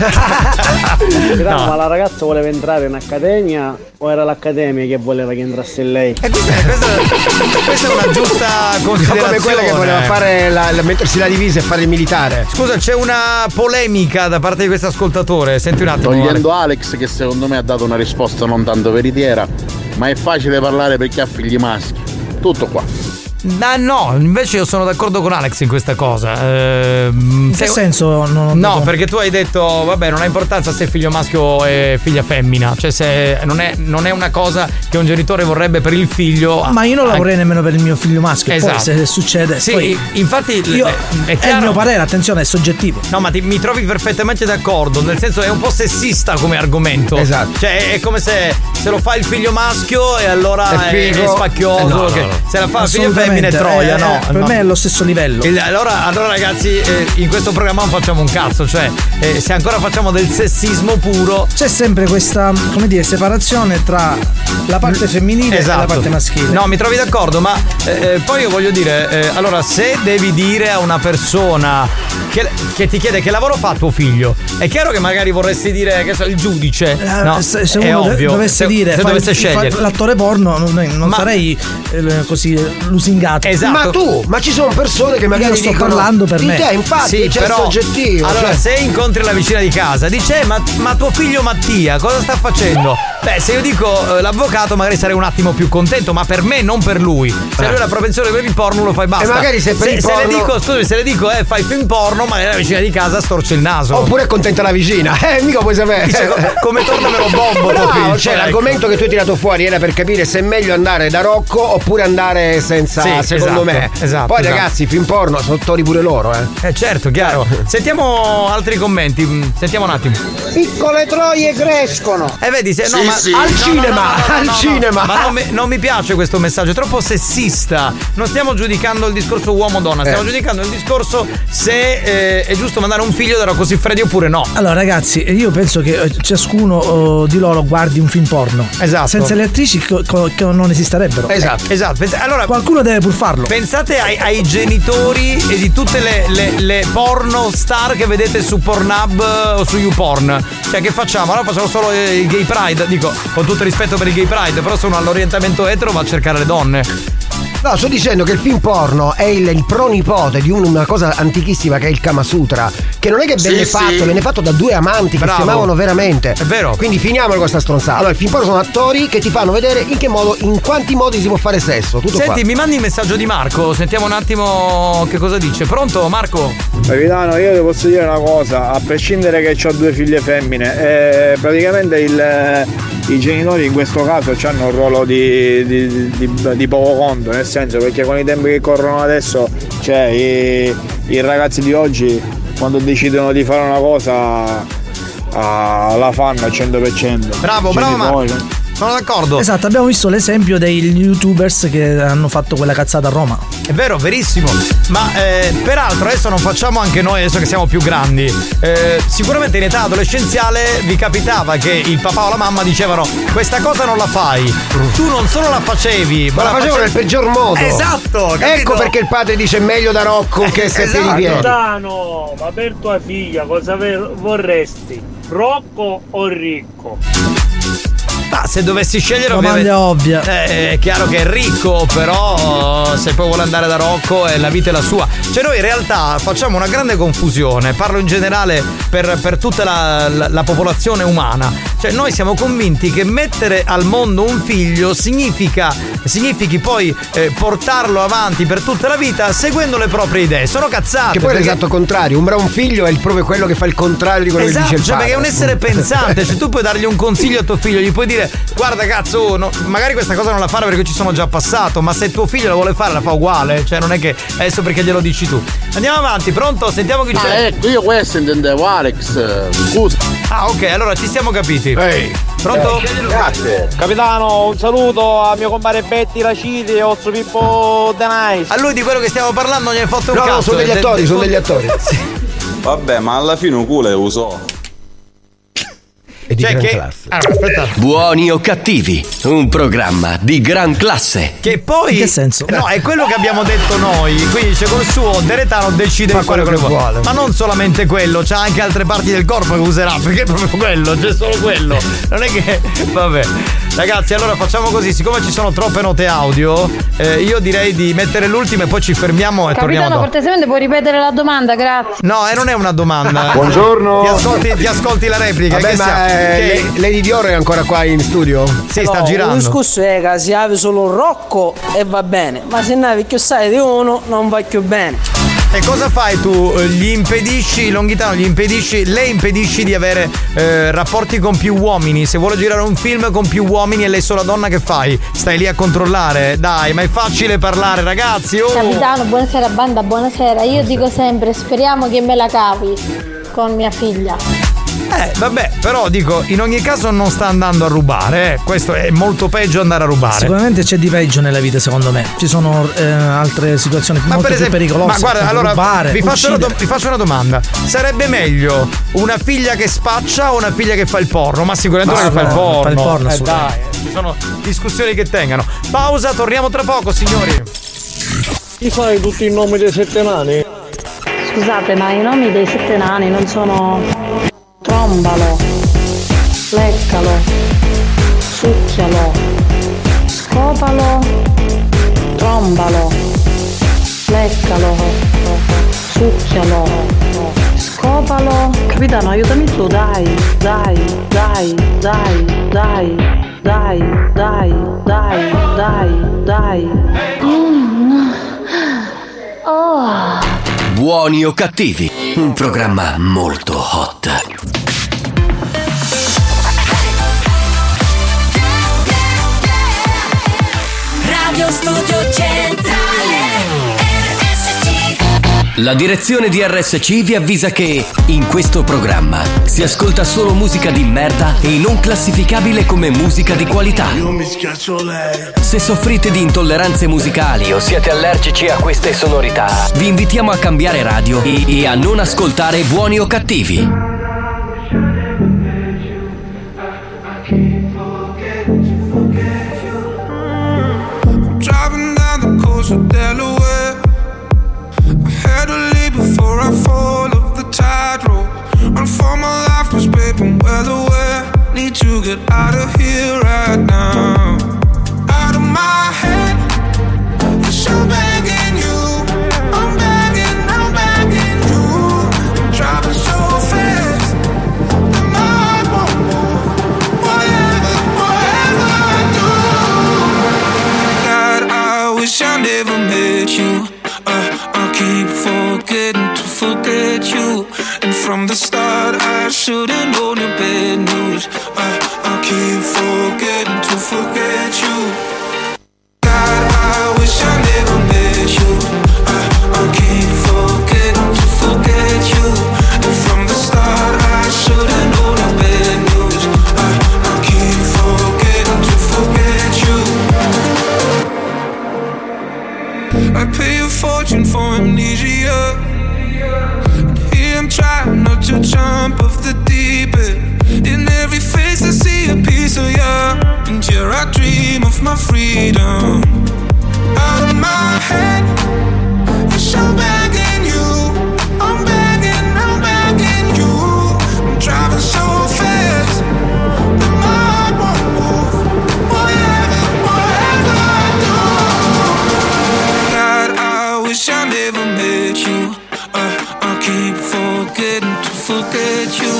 No. Ma la ragazza voleva entrare in accademia o era l'accademia che voleva che entrasse lei? E questa, questa, questa è una giusta considerazione. Come quella che voleva fare la, la- mettersi la divisa e fare il militare. Scusa, c'è una polemica da parte di questo ascoltatore. Senti un attimo. Togliendo Alex, che secondo me ha dato una risposta non tanto veritiera, ma è facile parlare per chi ha figli maschi. Tutto qua. Ah, no, invece io sono d'accordo con Alex in questa cosa. Ehm, In che se- senso? Non ho No, detto- perché tu hai detto, vabbè, non ha importanza se è figlio maschio o è figlia femmina. Cioè, se non è, non è una cosa che un genitore vorrebbe per il figlio. Ma io non lavorerei nemmeno per il mio figlio maschio. Esatto. Poi se succede. Sì, poi infatti io, è è chiaro. il mio parere, attenzione, è soggettivo. No, ma ti- mi trovi perfettamente d'accordo. Nel senso, è un po' sessista come argomento. Esatto. Cioè, è come se, se lo fa il figlio maschio e allora È è, è figo. spacchioso. Eh, no, no, che no. Se la fa il figlio femmina è Assolutamente, troia, eh, no. per no. me è allo stesso livello. Il- Allora, allora ragazzi, eh, in questo programma non facciamo un cazzo, cioè eh, se ancora facciamo del sessismo puro. C'è sempre questa, come dire, separazione tra la parte femminile e la parte maschile. No, mi trovi d'accordo, ma eh, poi io voglio dire, eh, allora se devi dire a una persona che, che ti chiede che lavoro fa tuo figlio, è chiaro che magari vorresti dire che so, il giudice. Eh, No, se, se è uno ovvio. dovesse se, dire se fai- dovesse fai scegliere. l'attore porno, non, non Ma- sarei eh, così lusinghiero lusingato. Esatto. Ma tu, ma ci sono persone che magari Io sto dicono, parlando per di me. te, infatti, Sì, c'è però, questo oggettivo. allora, cioè- se incontri la vicina di casa, dice: eh, ma, ma tuo figlio Mattia cosa sta facendo? Beh, se io dico eh, l'avvocato, magari sarei un attimo più contento, ma per me, non per lui. Se lui ha la propensione per il porno, lo fai basta. E magari se per il se le porno- dico, scusami, se le dico, eh, fai film porno, magari la vicina di casa storce il naso. Oppure è contenta la vicina, eh, mica puoi sapere. Dice, co- come tornamelo bombo, tuo No, figlio, cioè, ecco. l'argomento che tu hai tirato fuori era per capire se è meglio andare da Rocco oppure andare senza, Sì, secondo esatto, me. esatto, Poi esatto. ragazzi, film porno, sono attori pure loro, eh. Eh certo, chiaro. Sentiamo altri commenti. mm, Sentiamo un attimo. Piccole troie crescono. Eh vedi, se, no, Sì, ma sì. Al cinema, al cinema. Ma non mi, non mi piace questo messaggio, è troppo sessista. Non stiamo giudicando il discorso uomo-donna, stiamo Eh. giudicando il discorso se eh, è giusto mandare un figlio da Rocco Siffredi oppure no. Allora ragazzi, io penso che eh, ciascuno eh, di loro guardi un film porno. Esatto. Senza le attrici co- co- che non esisterebbero. Esatto, esatto. Pensa- allora, qualcuno deve pur farlo. Pensate ai, ai genitori e di tutte le, le, le porno star che vedete su Pornhub eh, o su YouPorn. Cioè, che facciamo? Allora facciamo solo eh, il gay pride. Dico, con tutto rispetto per il gay pride, però se uno ha l'orientamento etero va a cercare le donne. No, sto dicendo che il film porno è il, il pronipote di un- una cosa antichissima che è il Kama Sutra, che non è che venne Sì, fatto, sì. venne fatto da due amanti che Bravo. si amavano veramente. È vero. Quindi finiamo con questa stronzata. Allora, il film porno sono attori che ti fanno vedere in che modo, in quanti modi si può fare sesso. Tutto Senti, qua. mi mandi il messaggio di Marco, sentiamo un attimo che cosa dice. Pronto, Marco? Capitano, io ti posso dire una cosa, a prescindere che ho due figlie femmine, eh, praticamente il, eh, i genitori in questo caso hanno un ruolo di, di, di, di poco conto, nel senso, perché con i tempi che corrono adesso, cioè i, i ragazzi di oggi quando decidono di fare una cosa ah, la fanno al cento per cento. Bravo, I bravo genitori- Marco. Sono d'accordo. Esatto, abbiamo visto l'esempio degli youtubers che hanno fatto quella cazzata a Roma. È vero, verissimo. Ma eh, peraltro adesso non facciamo anche noi, adesso che siamo più grandi. Eh, sicuramente in età adolescenziale vi capitava che il papà o la mamma dicevano: questa cosa non la fai. Tu non solo la facevi, Ma la facevo nel peggior modo. Esatto, capito? Ecco perché il padre dice meglio da Rocco che se Esatto. te li piedi. Capitano, ma per tua figlia cosa ver- vorresti? Rocco o Ricco? Ma se dovessi scegliere Domanda ovvia. eh, è chiaro che è ricco, però se poi vuole andare da Rocco eh, la vita è la sua. Cioè noi in realtà facciamo una grande confusione, parlo in generale per, per tutta la, la, la popolazione umana. Cioè noi siamo convinti che mettere al mondo un figlio significa significhi poi eh, portarlo avanti per tutta la vita seguendo le proprie idee. Sono cazzate. Che poi è perché- l'esatto contrario, un bravo figlio è il- proprio quello che fa il contrario di quello Esatto, che dice il cioè padre. perché è un essere pensante, cioè tu puoi dargli un consiglio a tuo figlio, gli puoi dire guarda cazzo, oh, no, magari questa cosa non la fare perché ci sono già passato, ma se tuo figlio la vuole fare la fa uguale, cioè non è che adesso perché glielo dici tu. Andiamo avanti, pronto? Sentiamo chi Ah, c'è. ecco, io questo intendevo, Alex. Scusa. Ah, ok, allora ci siamo capiti. Pronto? Grazie. Capitano, un saluto a mio compare Betty Raciti e Ozzo Pippo The Nice. A lui di quello che stiamo parlando non gli hai fatto un No, cazzo. no, sono degli De- attori, de- sono degli attori. Vabbè, ma alla fine un culo è uso. E di Cioè gran che- classe. Allora, aspetta. Buoni o cattivi, un programma di gran classe. Che poi. In che senso? No, è quello che abbiamo detto noi. Quindi c'è col suo Deretano decide Fa di fare quello quello che che vuole. vuole. Ma non solamente quello, c'ha anche altre parti del corpo che userà. Perché è proprio quello, c'è solo quello. Non è che. Vabbè. Ragazzi, allora facciamo così, siccome ci sono troppe note audio, eh, io direi di mettere l'ultima e poi ci fermiamo e torniamo Capitano, dopo. cortesemente puoi ripetere la domanda, grazie. No, e non è una domanda. Buongiorno. Ti ascolti, ti ascolti la replica. Vabbè, che ma siamo? eh, Che- Lady Dior è ancora qua in studio? Sì, sta No, Il girando. discorso è che si ave solo un Rocco e va bene, ma se navi più sai di uno non va più bene. E cosa fai tu? Gli impedisci, Longhitano, gli impedisci, le impedisci di avere eh, rapporti con più uomini. Se vuole girare un film con più uomini e lei sola donna, che fai? Stai lì a controllare? Dai, ma è facile parlare, ragazzi. Oh. Capitano, buonasera banda, buonasera. Io dico sempre, speriamo che me la cavi con mia figlia. Eh, vabbè, però dico, in ogni caso non sta andando a rubare, eh. Questo è molto peggio andare a rubare. Sicuramente c'è di peggio nella vita, secondo me. Ci sono eh, altre situazioni Ma molto per esempio, più pericolose. ma guarda, come allora rubare, vi, faccio una uccidere. do- vi faccio una domanda. Sarebbe meglio una figlia che spaccia o una figlia che fa il porno? Ma sicuramente Ma una che fa il no, porno. fa il porno, eh, assolutamente. dai, ci sono discussioni che tengano. Pausa, torniamo tra poco, signori. Chi fai tutti i nomi dei sette nani? Scusate, ma i nomi dei sette nani non sono trombalo, leccalo, succhialo, scopalo, trombalo, leccalo, succhialo, scopalo. Capitano, aiutami tu, dai, dai, dai, dai, dai, dai, dai, dai, dai, dai. Mm. Oh. Buoni o cattivi, un programma molto hot. Radio Studio Centrale R S C. La direzione di R S C vi avvisa che in questo programma si ascolta solo musica di merda e non classificabile come musica di qualità. Io mi schiaccio lei. Se soffrite di intolleranze musicali o siete allergici a queste sonorità, vi invitiamo a cambiare radio e, e a non ascoltare Buoni o Cattivi. Driving down the coast of Delaware. I had to leave before I fall off the tightrope. Run for my life, cause babe, I'm well aware. Need to get out of here right now. Out of my head. Yes, I'm begging you. I'm begging, I'm begging you. Driving so fast that my heart won't move. Whatever, whatever I do. God, I wish I never met you. Uh, I keep forgetting to forget you. And from the start I should've known your bad news. uh, I keep forgetting to forget you. God, I wish I never met you. uh, I keep forgetting to forget you. And from the start I should've known your bad news. uh, I keep forgetting to forget you. I pay a fortune for amnesia. I'm trying not to jump off the deep end. In every face I see a piece of you. And here I dream of my freedom. Out of my head. Yes, I'm begging you. I'm begging, I'm begging you. I'm driving so fast that my heart won't move. Whatever, whatever I do. God, I wish I never met you. I keep forgetting to forget you.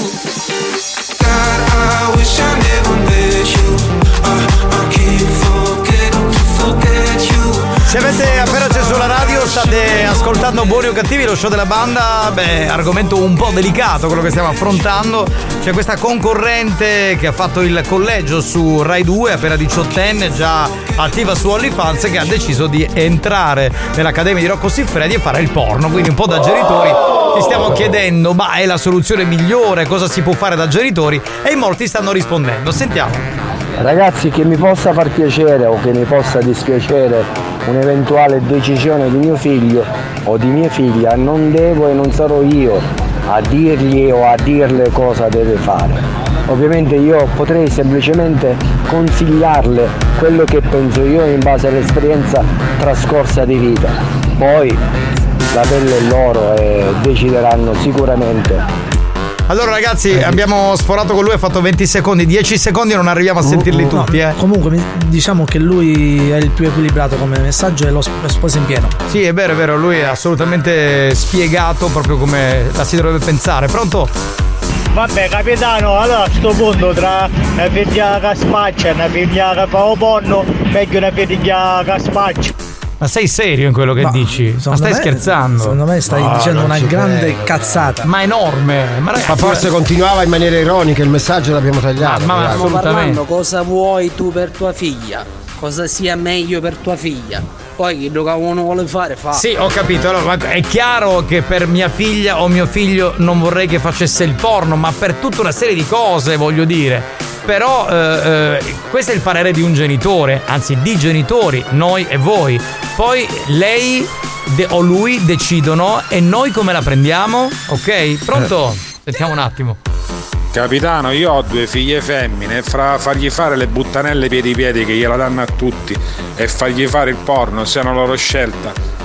God, I wish I never met you. I, I keep forgetting to forget you. Se avete appena acceso la radio, state ascoltando Buoni o Cattivi, lo show della banda. Beh, argomento un po' delicato quello che stiamo affrontando. C'è questa concorrente che ha fatto il collegio su Rai due, appena diciottenne, già attiva su OnlyFans, che ha deciso di entrare nell'Accademia di Rocco Siffredi e fare il porno. Quindi un po' da genitori ci stiamo chiedendo, ma è la soluzione migliore? Cosa si può fare da genitori? E in molti stanno rispondendo. Sentiamo. Ragazzi, che mi possa far piacere o che mi possa dispiacere un'eventuale decisione di mio figlio o di mia figlia, non devo e non sarò io a dirgli o a dirle cosa deve fare. Ovviamente io potrei semplicemente consigliarle quello che penso io in base all'esperienza trascorsa di vita. Poi la pelle è loro e decideranno sicuramente. Allora ragazzi, abbiamo sforato con lui, ha fatto venti secondi, dieci secondi non arriviamo a sentirli no, tutti, eh. Comunque diciamo che lui è il più equilibrato come messaggio e lo sposa in pieno. Sì, è vero, è vero, lui è assolutamente spiegato proprio come la si dovrebbe pensare. Pronto? Vabbè capitano, allora a sto punto tra una figlia che spaccia e una figlia che fa un porno, meglio una figlia che spaccia. Ma sei serio in quello che Ma, dici? Ma stai me, scherzando? Secondo me stai No, dicendo non una ci grande credo. cazzata. Ma enorme. Ma, ragazzi, Ma forse continuava in maniera ironica, il messaggio l'abbiamo tagliato. Ma- ma- ragazzi. Stiamo parlando cosa vuoi tu per tua figlia, cosa sia meglio per tua figlia. Poi quello che uno vuole fare fa. Sì, ho capito. Allora, ma è chiaro che per mia figlia o mio figlio non vorrei che facesse il porno, ma per tutta una serie di cose, voglio dire. Però eh, eh, questo è il parere di un genitore, anzi di genitori, noi e voi. Poi lei de- o lui decidono e noi come la prendiamo? Ok? Pronto? Sentiamo un attimo. Capitano, io ho due figlie femmine e fra fargli fare le buttanelle piedi piedi che gliela danno a tutti e fargli fare il porno sia una loro scelta,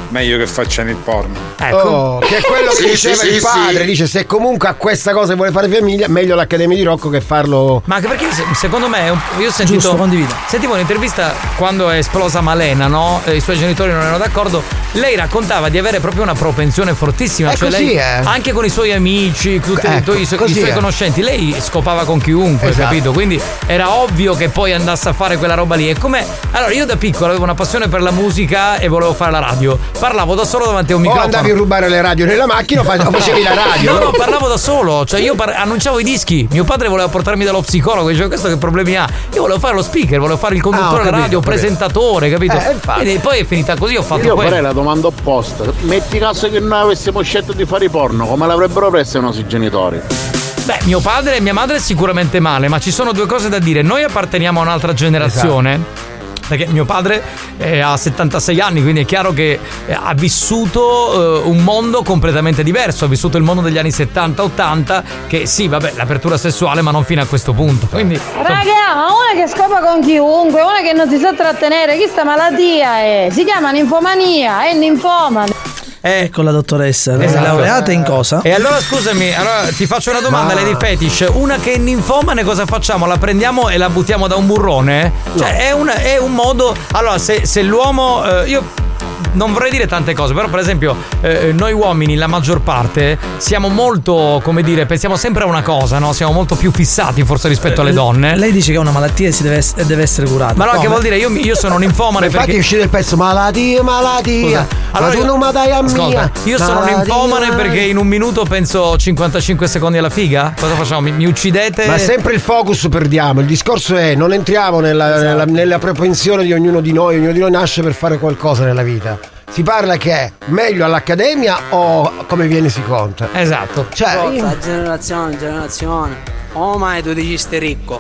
meglio che facciano il porno. Ecco. Oh, che è quello che Sì, diceva sì, il sì, padre, sì. dice se comunque a questa cosa vuole fare famiglia, meglio l'Accademia di Rocco che farlo. Ma anche perché se- secondo me è un- io ho sentito Giusto, condivido. sentivo un'intervista quando è esplosa Malena, no? E i suoi genitori non erano d'accordo. Lei raccontava di avere proprio una propensione fortissima, È cioè così, lei eh. anche con i suoi amici, tutti Ecco, i, suoi, i così suoi è. conoscenti, lei scopava con chiunque, Esatto. capito? Quindi era ovvio che poi andasse a fare quella roba lì. E come allora io da piccolo avevo una passione per la musica e volevo fare la radio. Parlavo da solo davanti a un O microfono. andavi a rubare le radio nella macchina o fa- o facevi la radio. No, no, parlavo da solo, cioè io par- annunciavo i dischi. Mio padre voleva portarmi dallo psicologo, diceva questo che problemi ha. Io volevo fare lo speaker, volevo fare il conduttore Ah, ho della capito, radio, ho capito. presentatore, capito? Eh, infatti. E poi è finita così, ho fatto Io quello. farei la domanda opposta. Metti caso che noi avessimo scelto di fare i porno, come l'avrebbero preso i nostri genitori? Beh, mio padre e mia madre sicuramente male, ma ci sono due cose da dire. Noi apparteniamo a un'altra generazione. Esatto. Perché mio padre eh, ha settantasei anni, quindi è chiaro che eh, ha vissuto eh, un mondo completamente diverso. Ha vissuto il mondo degli anni settanta ottanta, che sì, vabbè, l'apertura sessuale, ma non fino a questo punto. Quindi Raga, ma una che scopa con chiunque, una che non si sa trattenere, chi sta malattia è? Si chiama ninfomania, è ninfomane. Ecco la dottoressa, lei è Esatto. laureata in cosa? E allora scusami, allora ti faccio una domanda, Ma- Lady Fetish. Una che è ninfomane cosa facciamo? La prendiamo e la buttiamo da un burrone? Cioè è un, è un modo. Allora se, se l'uomo eh, io non vorrei dire tante cose, però per esempio eh, noi uomini la maggior parte siamo molto, come dire, pensiamo sempre a una cosa, no? Siamo molto più fissati forse rispetto alle donne. Lei dice che è una malattia e si deve, ess- deve essere curata. Ma no, Come? che vuol dire? Io, io sono un ninfomane Infatti perché è uscito il pezzo malattia, malattia. Scusa, ma tu io- non mi dai a ascolta, mia. io sono un Malattia, ninfomane malattia. perché in un minuto penso cinquantacinque secondi alla figa? Cosa facciamo? Mi, mi uccidete? Ma sempre il focus perdiamo. Il discorso è non entriamo nella, Esatto. nella, nella propensione di ognuno di noi. Ognuno di noi nasce per fare qualcosa nella vita. Si parla che è meglio all'accademia o come viene si conta. Esatto. Cioè, io- Forza, generazione, generazione. Oh, mai tu dici ste ricco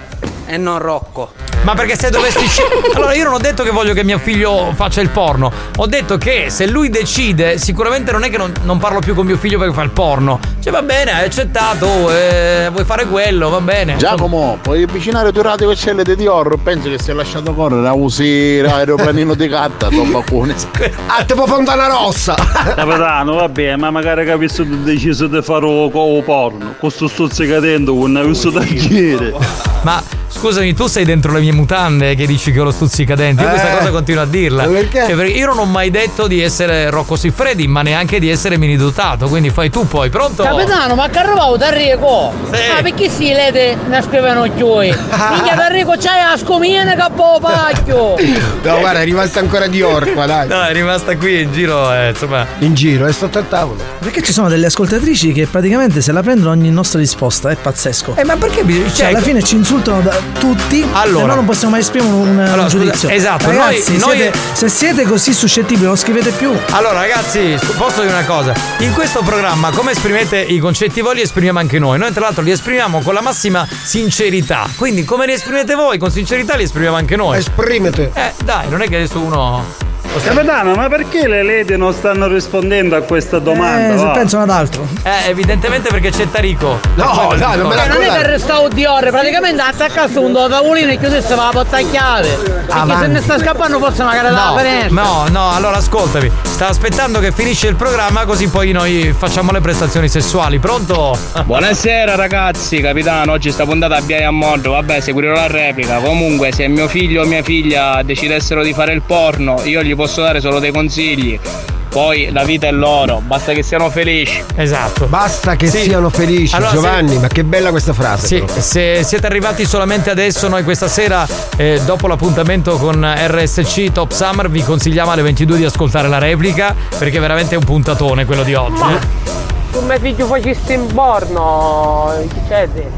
e non Rocco. Ma perché se dovessi scegliere. Allora io non ho detto che voglio che mio figlio faccia il porno. Ho detto che se lui decide, sicuramente non è che non, non parlo più con mio figlio perché fa il porno. Cioè va bene, hai accettato, eh, vuoi fare quello, va bene. Giacomo, puoi avvicinare tu radio che c'è le di Dior? Penso che si è lasciato correre a usi aeroplanino di carta, dopo alcune. Ah, tipo Fontana Rossa. Capitano, vabbè, ma magari capisco che ho deciso di fare o porno. Con sto stuzzicadendo, con una visto tagliere. Ma scusami, tu sei dentro le mie mutande che dici che ho lo stuzzicadenti. Io Eh. questa cosa continuo a dirla. Perché? Cioè, perché io non ho mai detto di essere Rocco Siffredi, ma neanche di essere mini dotato. Quindi fai tu poi, pronto? Capitano, ma che arrivavo da Rico? Sì. Ma perché si lede ne scrivono chiui? Minchia da Rico c'hai la scomina che po' pacchio. No, guarda, è rimasta ancora Dior qua, dai. No, è rimasta qui in giro, eh, insomma. In giro, è sotto al tavolo. Perché ci sono delle ascoltatrici che praticamente se la prendono ogni nostra risposta, è pazzesco. Eh, ma perché bisogna. Cioè, alla fine ci insultano da tutti. Allora. E noi non possiamo mai esprimere un, Allora, un scusa, giudizio. esatto, Ragazzi, noi- noi- siete- se siete così suscettibili, non scrivete più. Allora ragazzi, posso dire una cosa? In questo programma come esprimete i concetti voi li esprimiamo anche noi. Noi tra l'altro li esprimiamo con la massima sincerità. Quindi come li esprimete voi con sincerità li esprimiamo anche noi. Esprimete. Eh dai, non è che adesso uno... Capitano, ma perché le lady non stanno rispondendo a questa domanda? Eh, se va? pensano ad altro. Eh, evidentemente perché c'è Tarico. No, dai, non me la Ma non è che restavo di ore, praticamente attaccasse un tavolino e chiudesse la porta a chiave. Perché se ne sta scappando forse magari dalla No, finestra. no, no, allora ascoltami. Stavo aspettando che finisce il programma così poi noi facciamo le prestazioni sessuali. Pronto? Buonasera ragazzi, capitano, oggi sta puntata a Biai a Morro, vabbè seguirò la replica. Comunque se mio figlio o mia figlia decidessero di fare il porno, io gli posso dare solo dei consigli. Poi la vita è loro, basta che siano felici. Esatto. Basta che Sì. siano felici, Allora, Giovanni, se- ma che bella questa frase. Sì, però. se siete arrivati solamente adesso, noi questa sera, eh, dopo l'appuntamento con R S C Top Summer, vi consigliamo alle ventidue di ascoltare la replica, perché è veramente un puntatone quello di oggi. Ma- eh. Se mio figlio facesse in porno, che c'è di?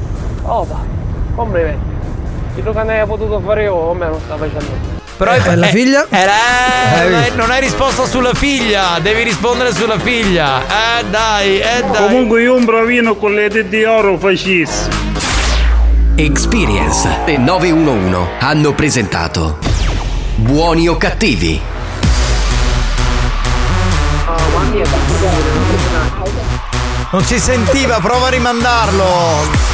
Opa, complimenti. Quello che ne hai potuto fare io, come non sta facendo. Però è E la eh, figlia? eh, eh, Eh, non hai- non hai risposto sulla figlia, devi rispondere sulla figlia. Eh dai, eh dai. Comunque io un provino con le lady di oro facessi. Experience e nove uno uno hanno presentato Buoni o cattivi? Non si sentiva, prova a rimandarlo.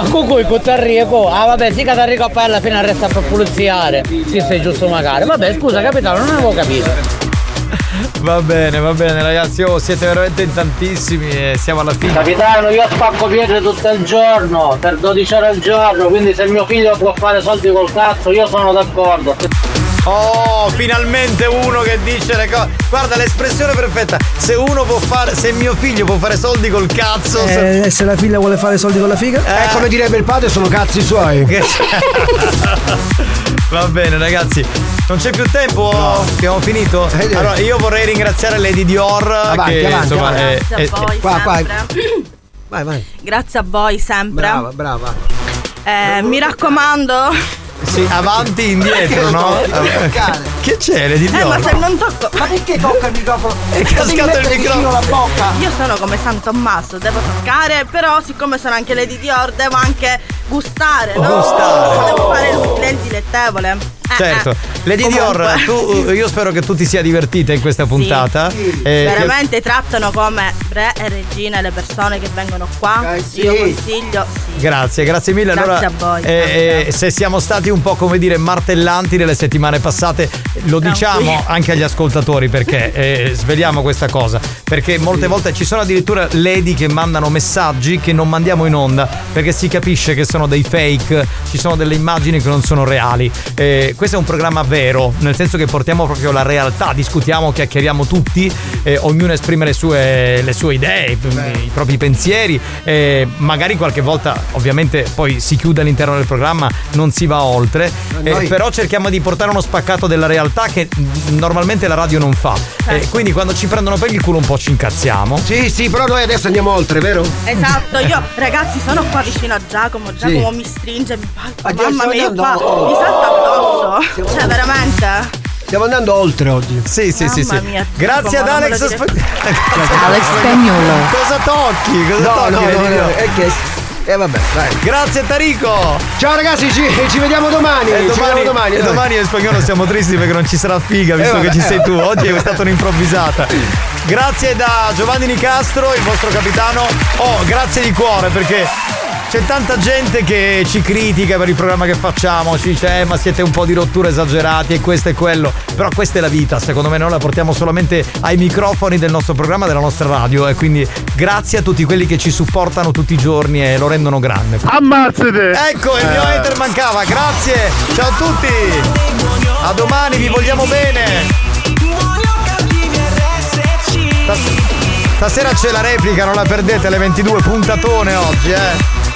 con cui con Tarrico, ah vabbè, sì che Tarrico poi alla fine resta per puliziare. Sì, sei giusto magari. Vabbè, scusa capitano, non avevo capito. Va bene, va bene ragazzi, oh, siete veramente in tantissimi e siamo alla fine. Capitano, io spacco pietre tutto il giorno, per dodici ore al giorno, quindi se mio figlio può fare soldi col cazzo, io sono d'accordo. Oh, finalmente uno che dice le cose. Guarda l'espressione perfetta. Se uno può fare, se mio figlio può fare soldi col cazzo. Eh, se... se la figlia vuole fare soldi con la figa? Eh, eh come direbbe il padre, sono cazzi suoi. Va bene ragazzi, non c'è più tempo, no. Abbiamo finito. Allora io vorrei ringraziare Lady Dior. Avanti, che avanti, insomma avanti. È, Grazie è, a voi qua, sempre. Qua. Vai, vai. Grazie a voi sempre. Brava, brava. Eh, mi raccomando. Sì, avanti e indietro, no? Che c'è, Lady Dior? Eh, ma se non tocco. Ma perché tocca il microfono? È cascato il microfono la bocca. Io sono come San Tommaso, devo toccare, però siccome sono anche Lady Dior devo anche gustare, no? Gustare. Devo fare il, il dilettevole. Eh, Certo, eh. Lady Comunque. Dior, tu, io spero che tu ti sia divertita in questa puntata. Sì. Eh, Veramente trattano come re e regine le persone che vengono qua. Eh, sì. Io consiglio, sì. Grazie, grazie mille. Grazie allora, a voi. eh, eh, se siamo stati un po' come dire martellanti nelle settimane passate, lo diciamo Tranquilli. anche agli ascoltatori perché eh, sveliamo questa cosa. Perché molte volte ci sono addirittura lady che mandano messaggi che non mandiamo in onda perché si capisce che sono dei fake, ci sono delle immagini che non sono reali. Eh, questo è un programma vero, nel senso che portiamo proprio la realtà, discutiamo, chiacchieriamo tutti, eh, ognuno esprime le sue, le sue idee, i, i propri pensieri, eh, magari qualche volta ovviamente poi si chiude all'interno del programma, non si va oltre, eh, però cerchiamo di portare uno spaccato della realtà che normalmente la radio non fa. Eh, quindi quando ci prendono per il culo un po' ci incazziamo. Sì, sì, però noi adesso andiamo oltre, vero? Esatto, io ragazzi sono qua vicino a Giacomo, Giacomo Sì. mi stringe, mi palpa, Ma mamma mia, io stiamo qua andando- mi salta addosso. Cioè veramente. Stiamo andando oltre oggi. Sì, sì, sì, sì. Mamma mia, Grazie ad Giacomo, non me Alex lo dire. Sp- Alex Spagnolo. Cosa tocchi? Cosa No, tocchi? no, Lady no, Dior? no, è che... Eh vabbè, dai. Grazie Tarico. Ciao ragazzi, ci, ci vediamo domani. E ci domani, vediamo domani. e dai. domani in spagnolo siamo tristi perché non ci sarà figa visto Eh, che vabbè. ci sei tu. Oggi è stata un'improvvisata. Grazie da Giovanni Nicastro, il vostro capitano. Oh, grazie di cuore perché c'è tanta gente che ci critica per il programma che facciamo, ci dice eh, ma siete un po' di rotture esagerati e questo e quello. Però questa è la vita, secondo me noi la portiamo solamente ai microfoni del nostro programma, della nostra radio, e quindi grazie a tutti quelli che ci supportano tutti i giorni e lo rendono grande. Ammazzate! Ecco, il mio Eh. hater mancava, grazie, ciao a tutti, a domani, vi vogliamo bene. Stas- Stasera c'è la replica, non la perdete alle ventidue, puntatone oggi, eh.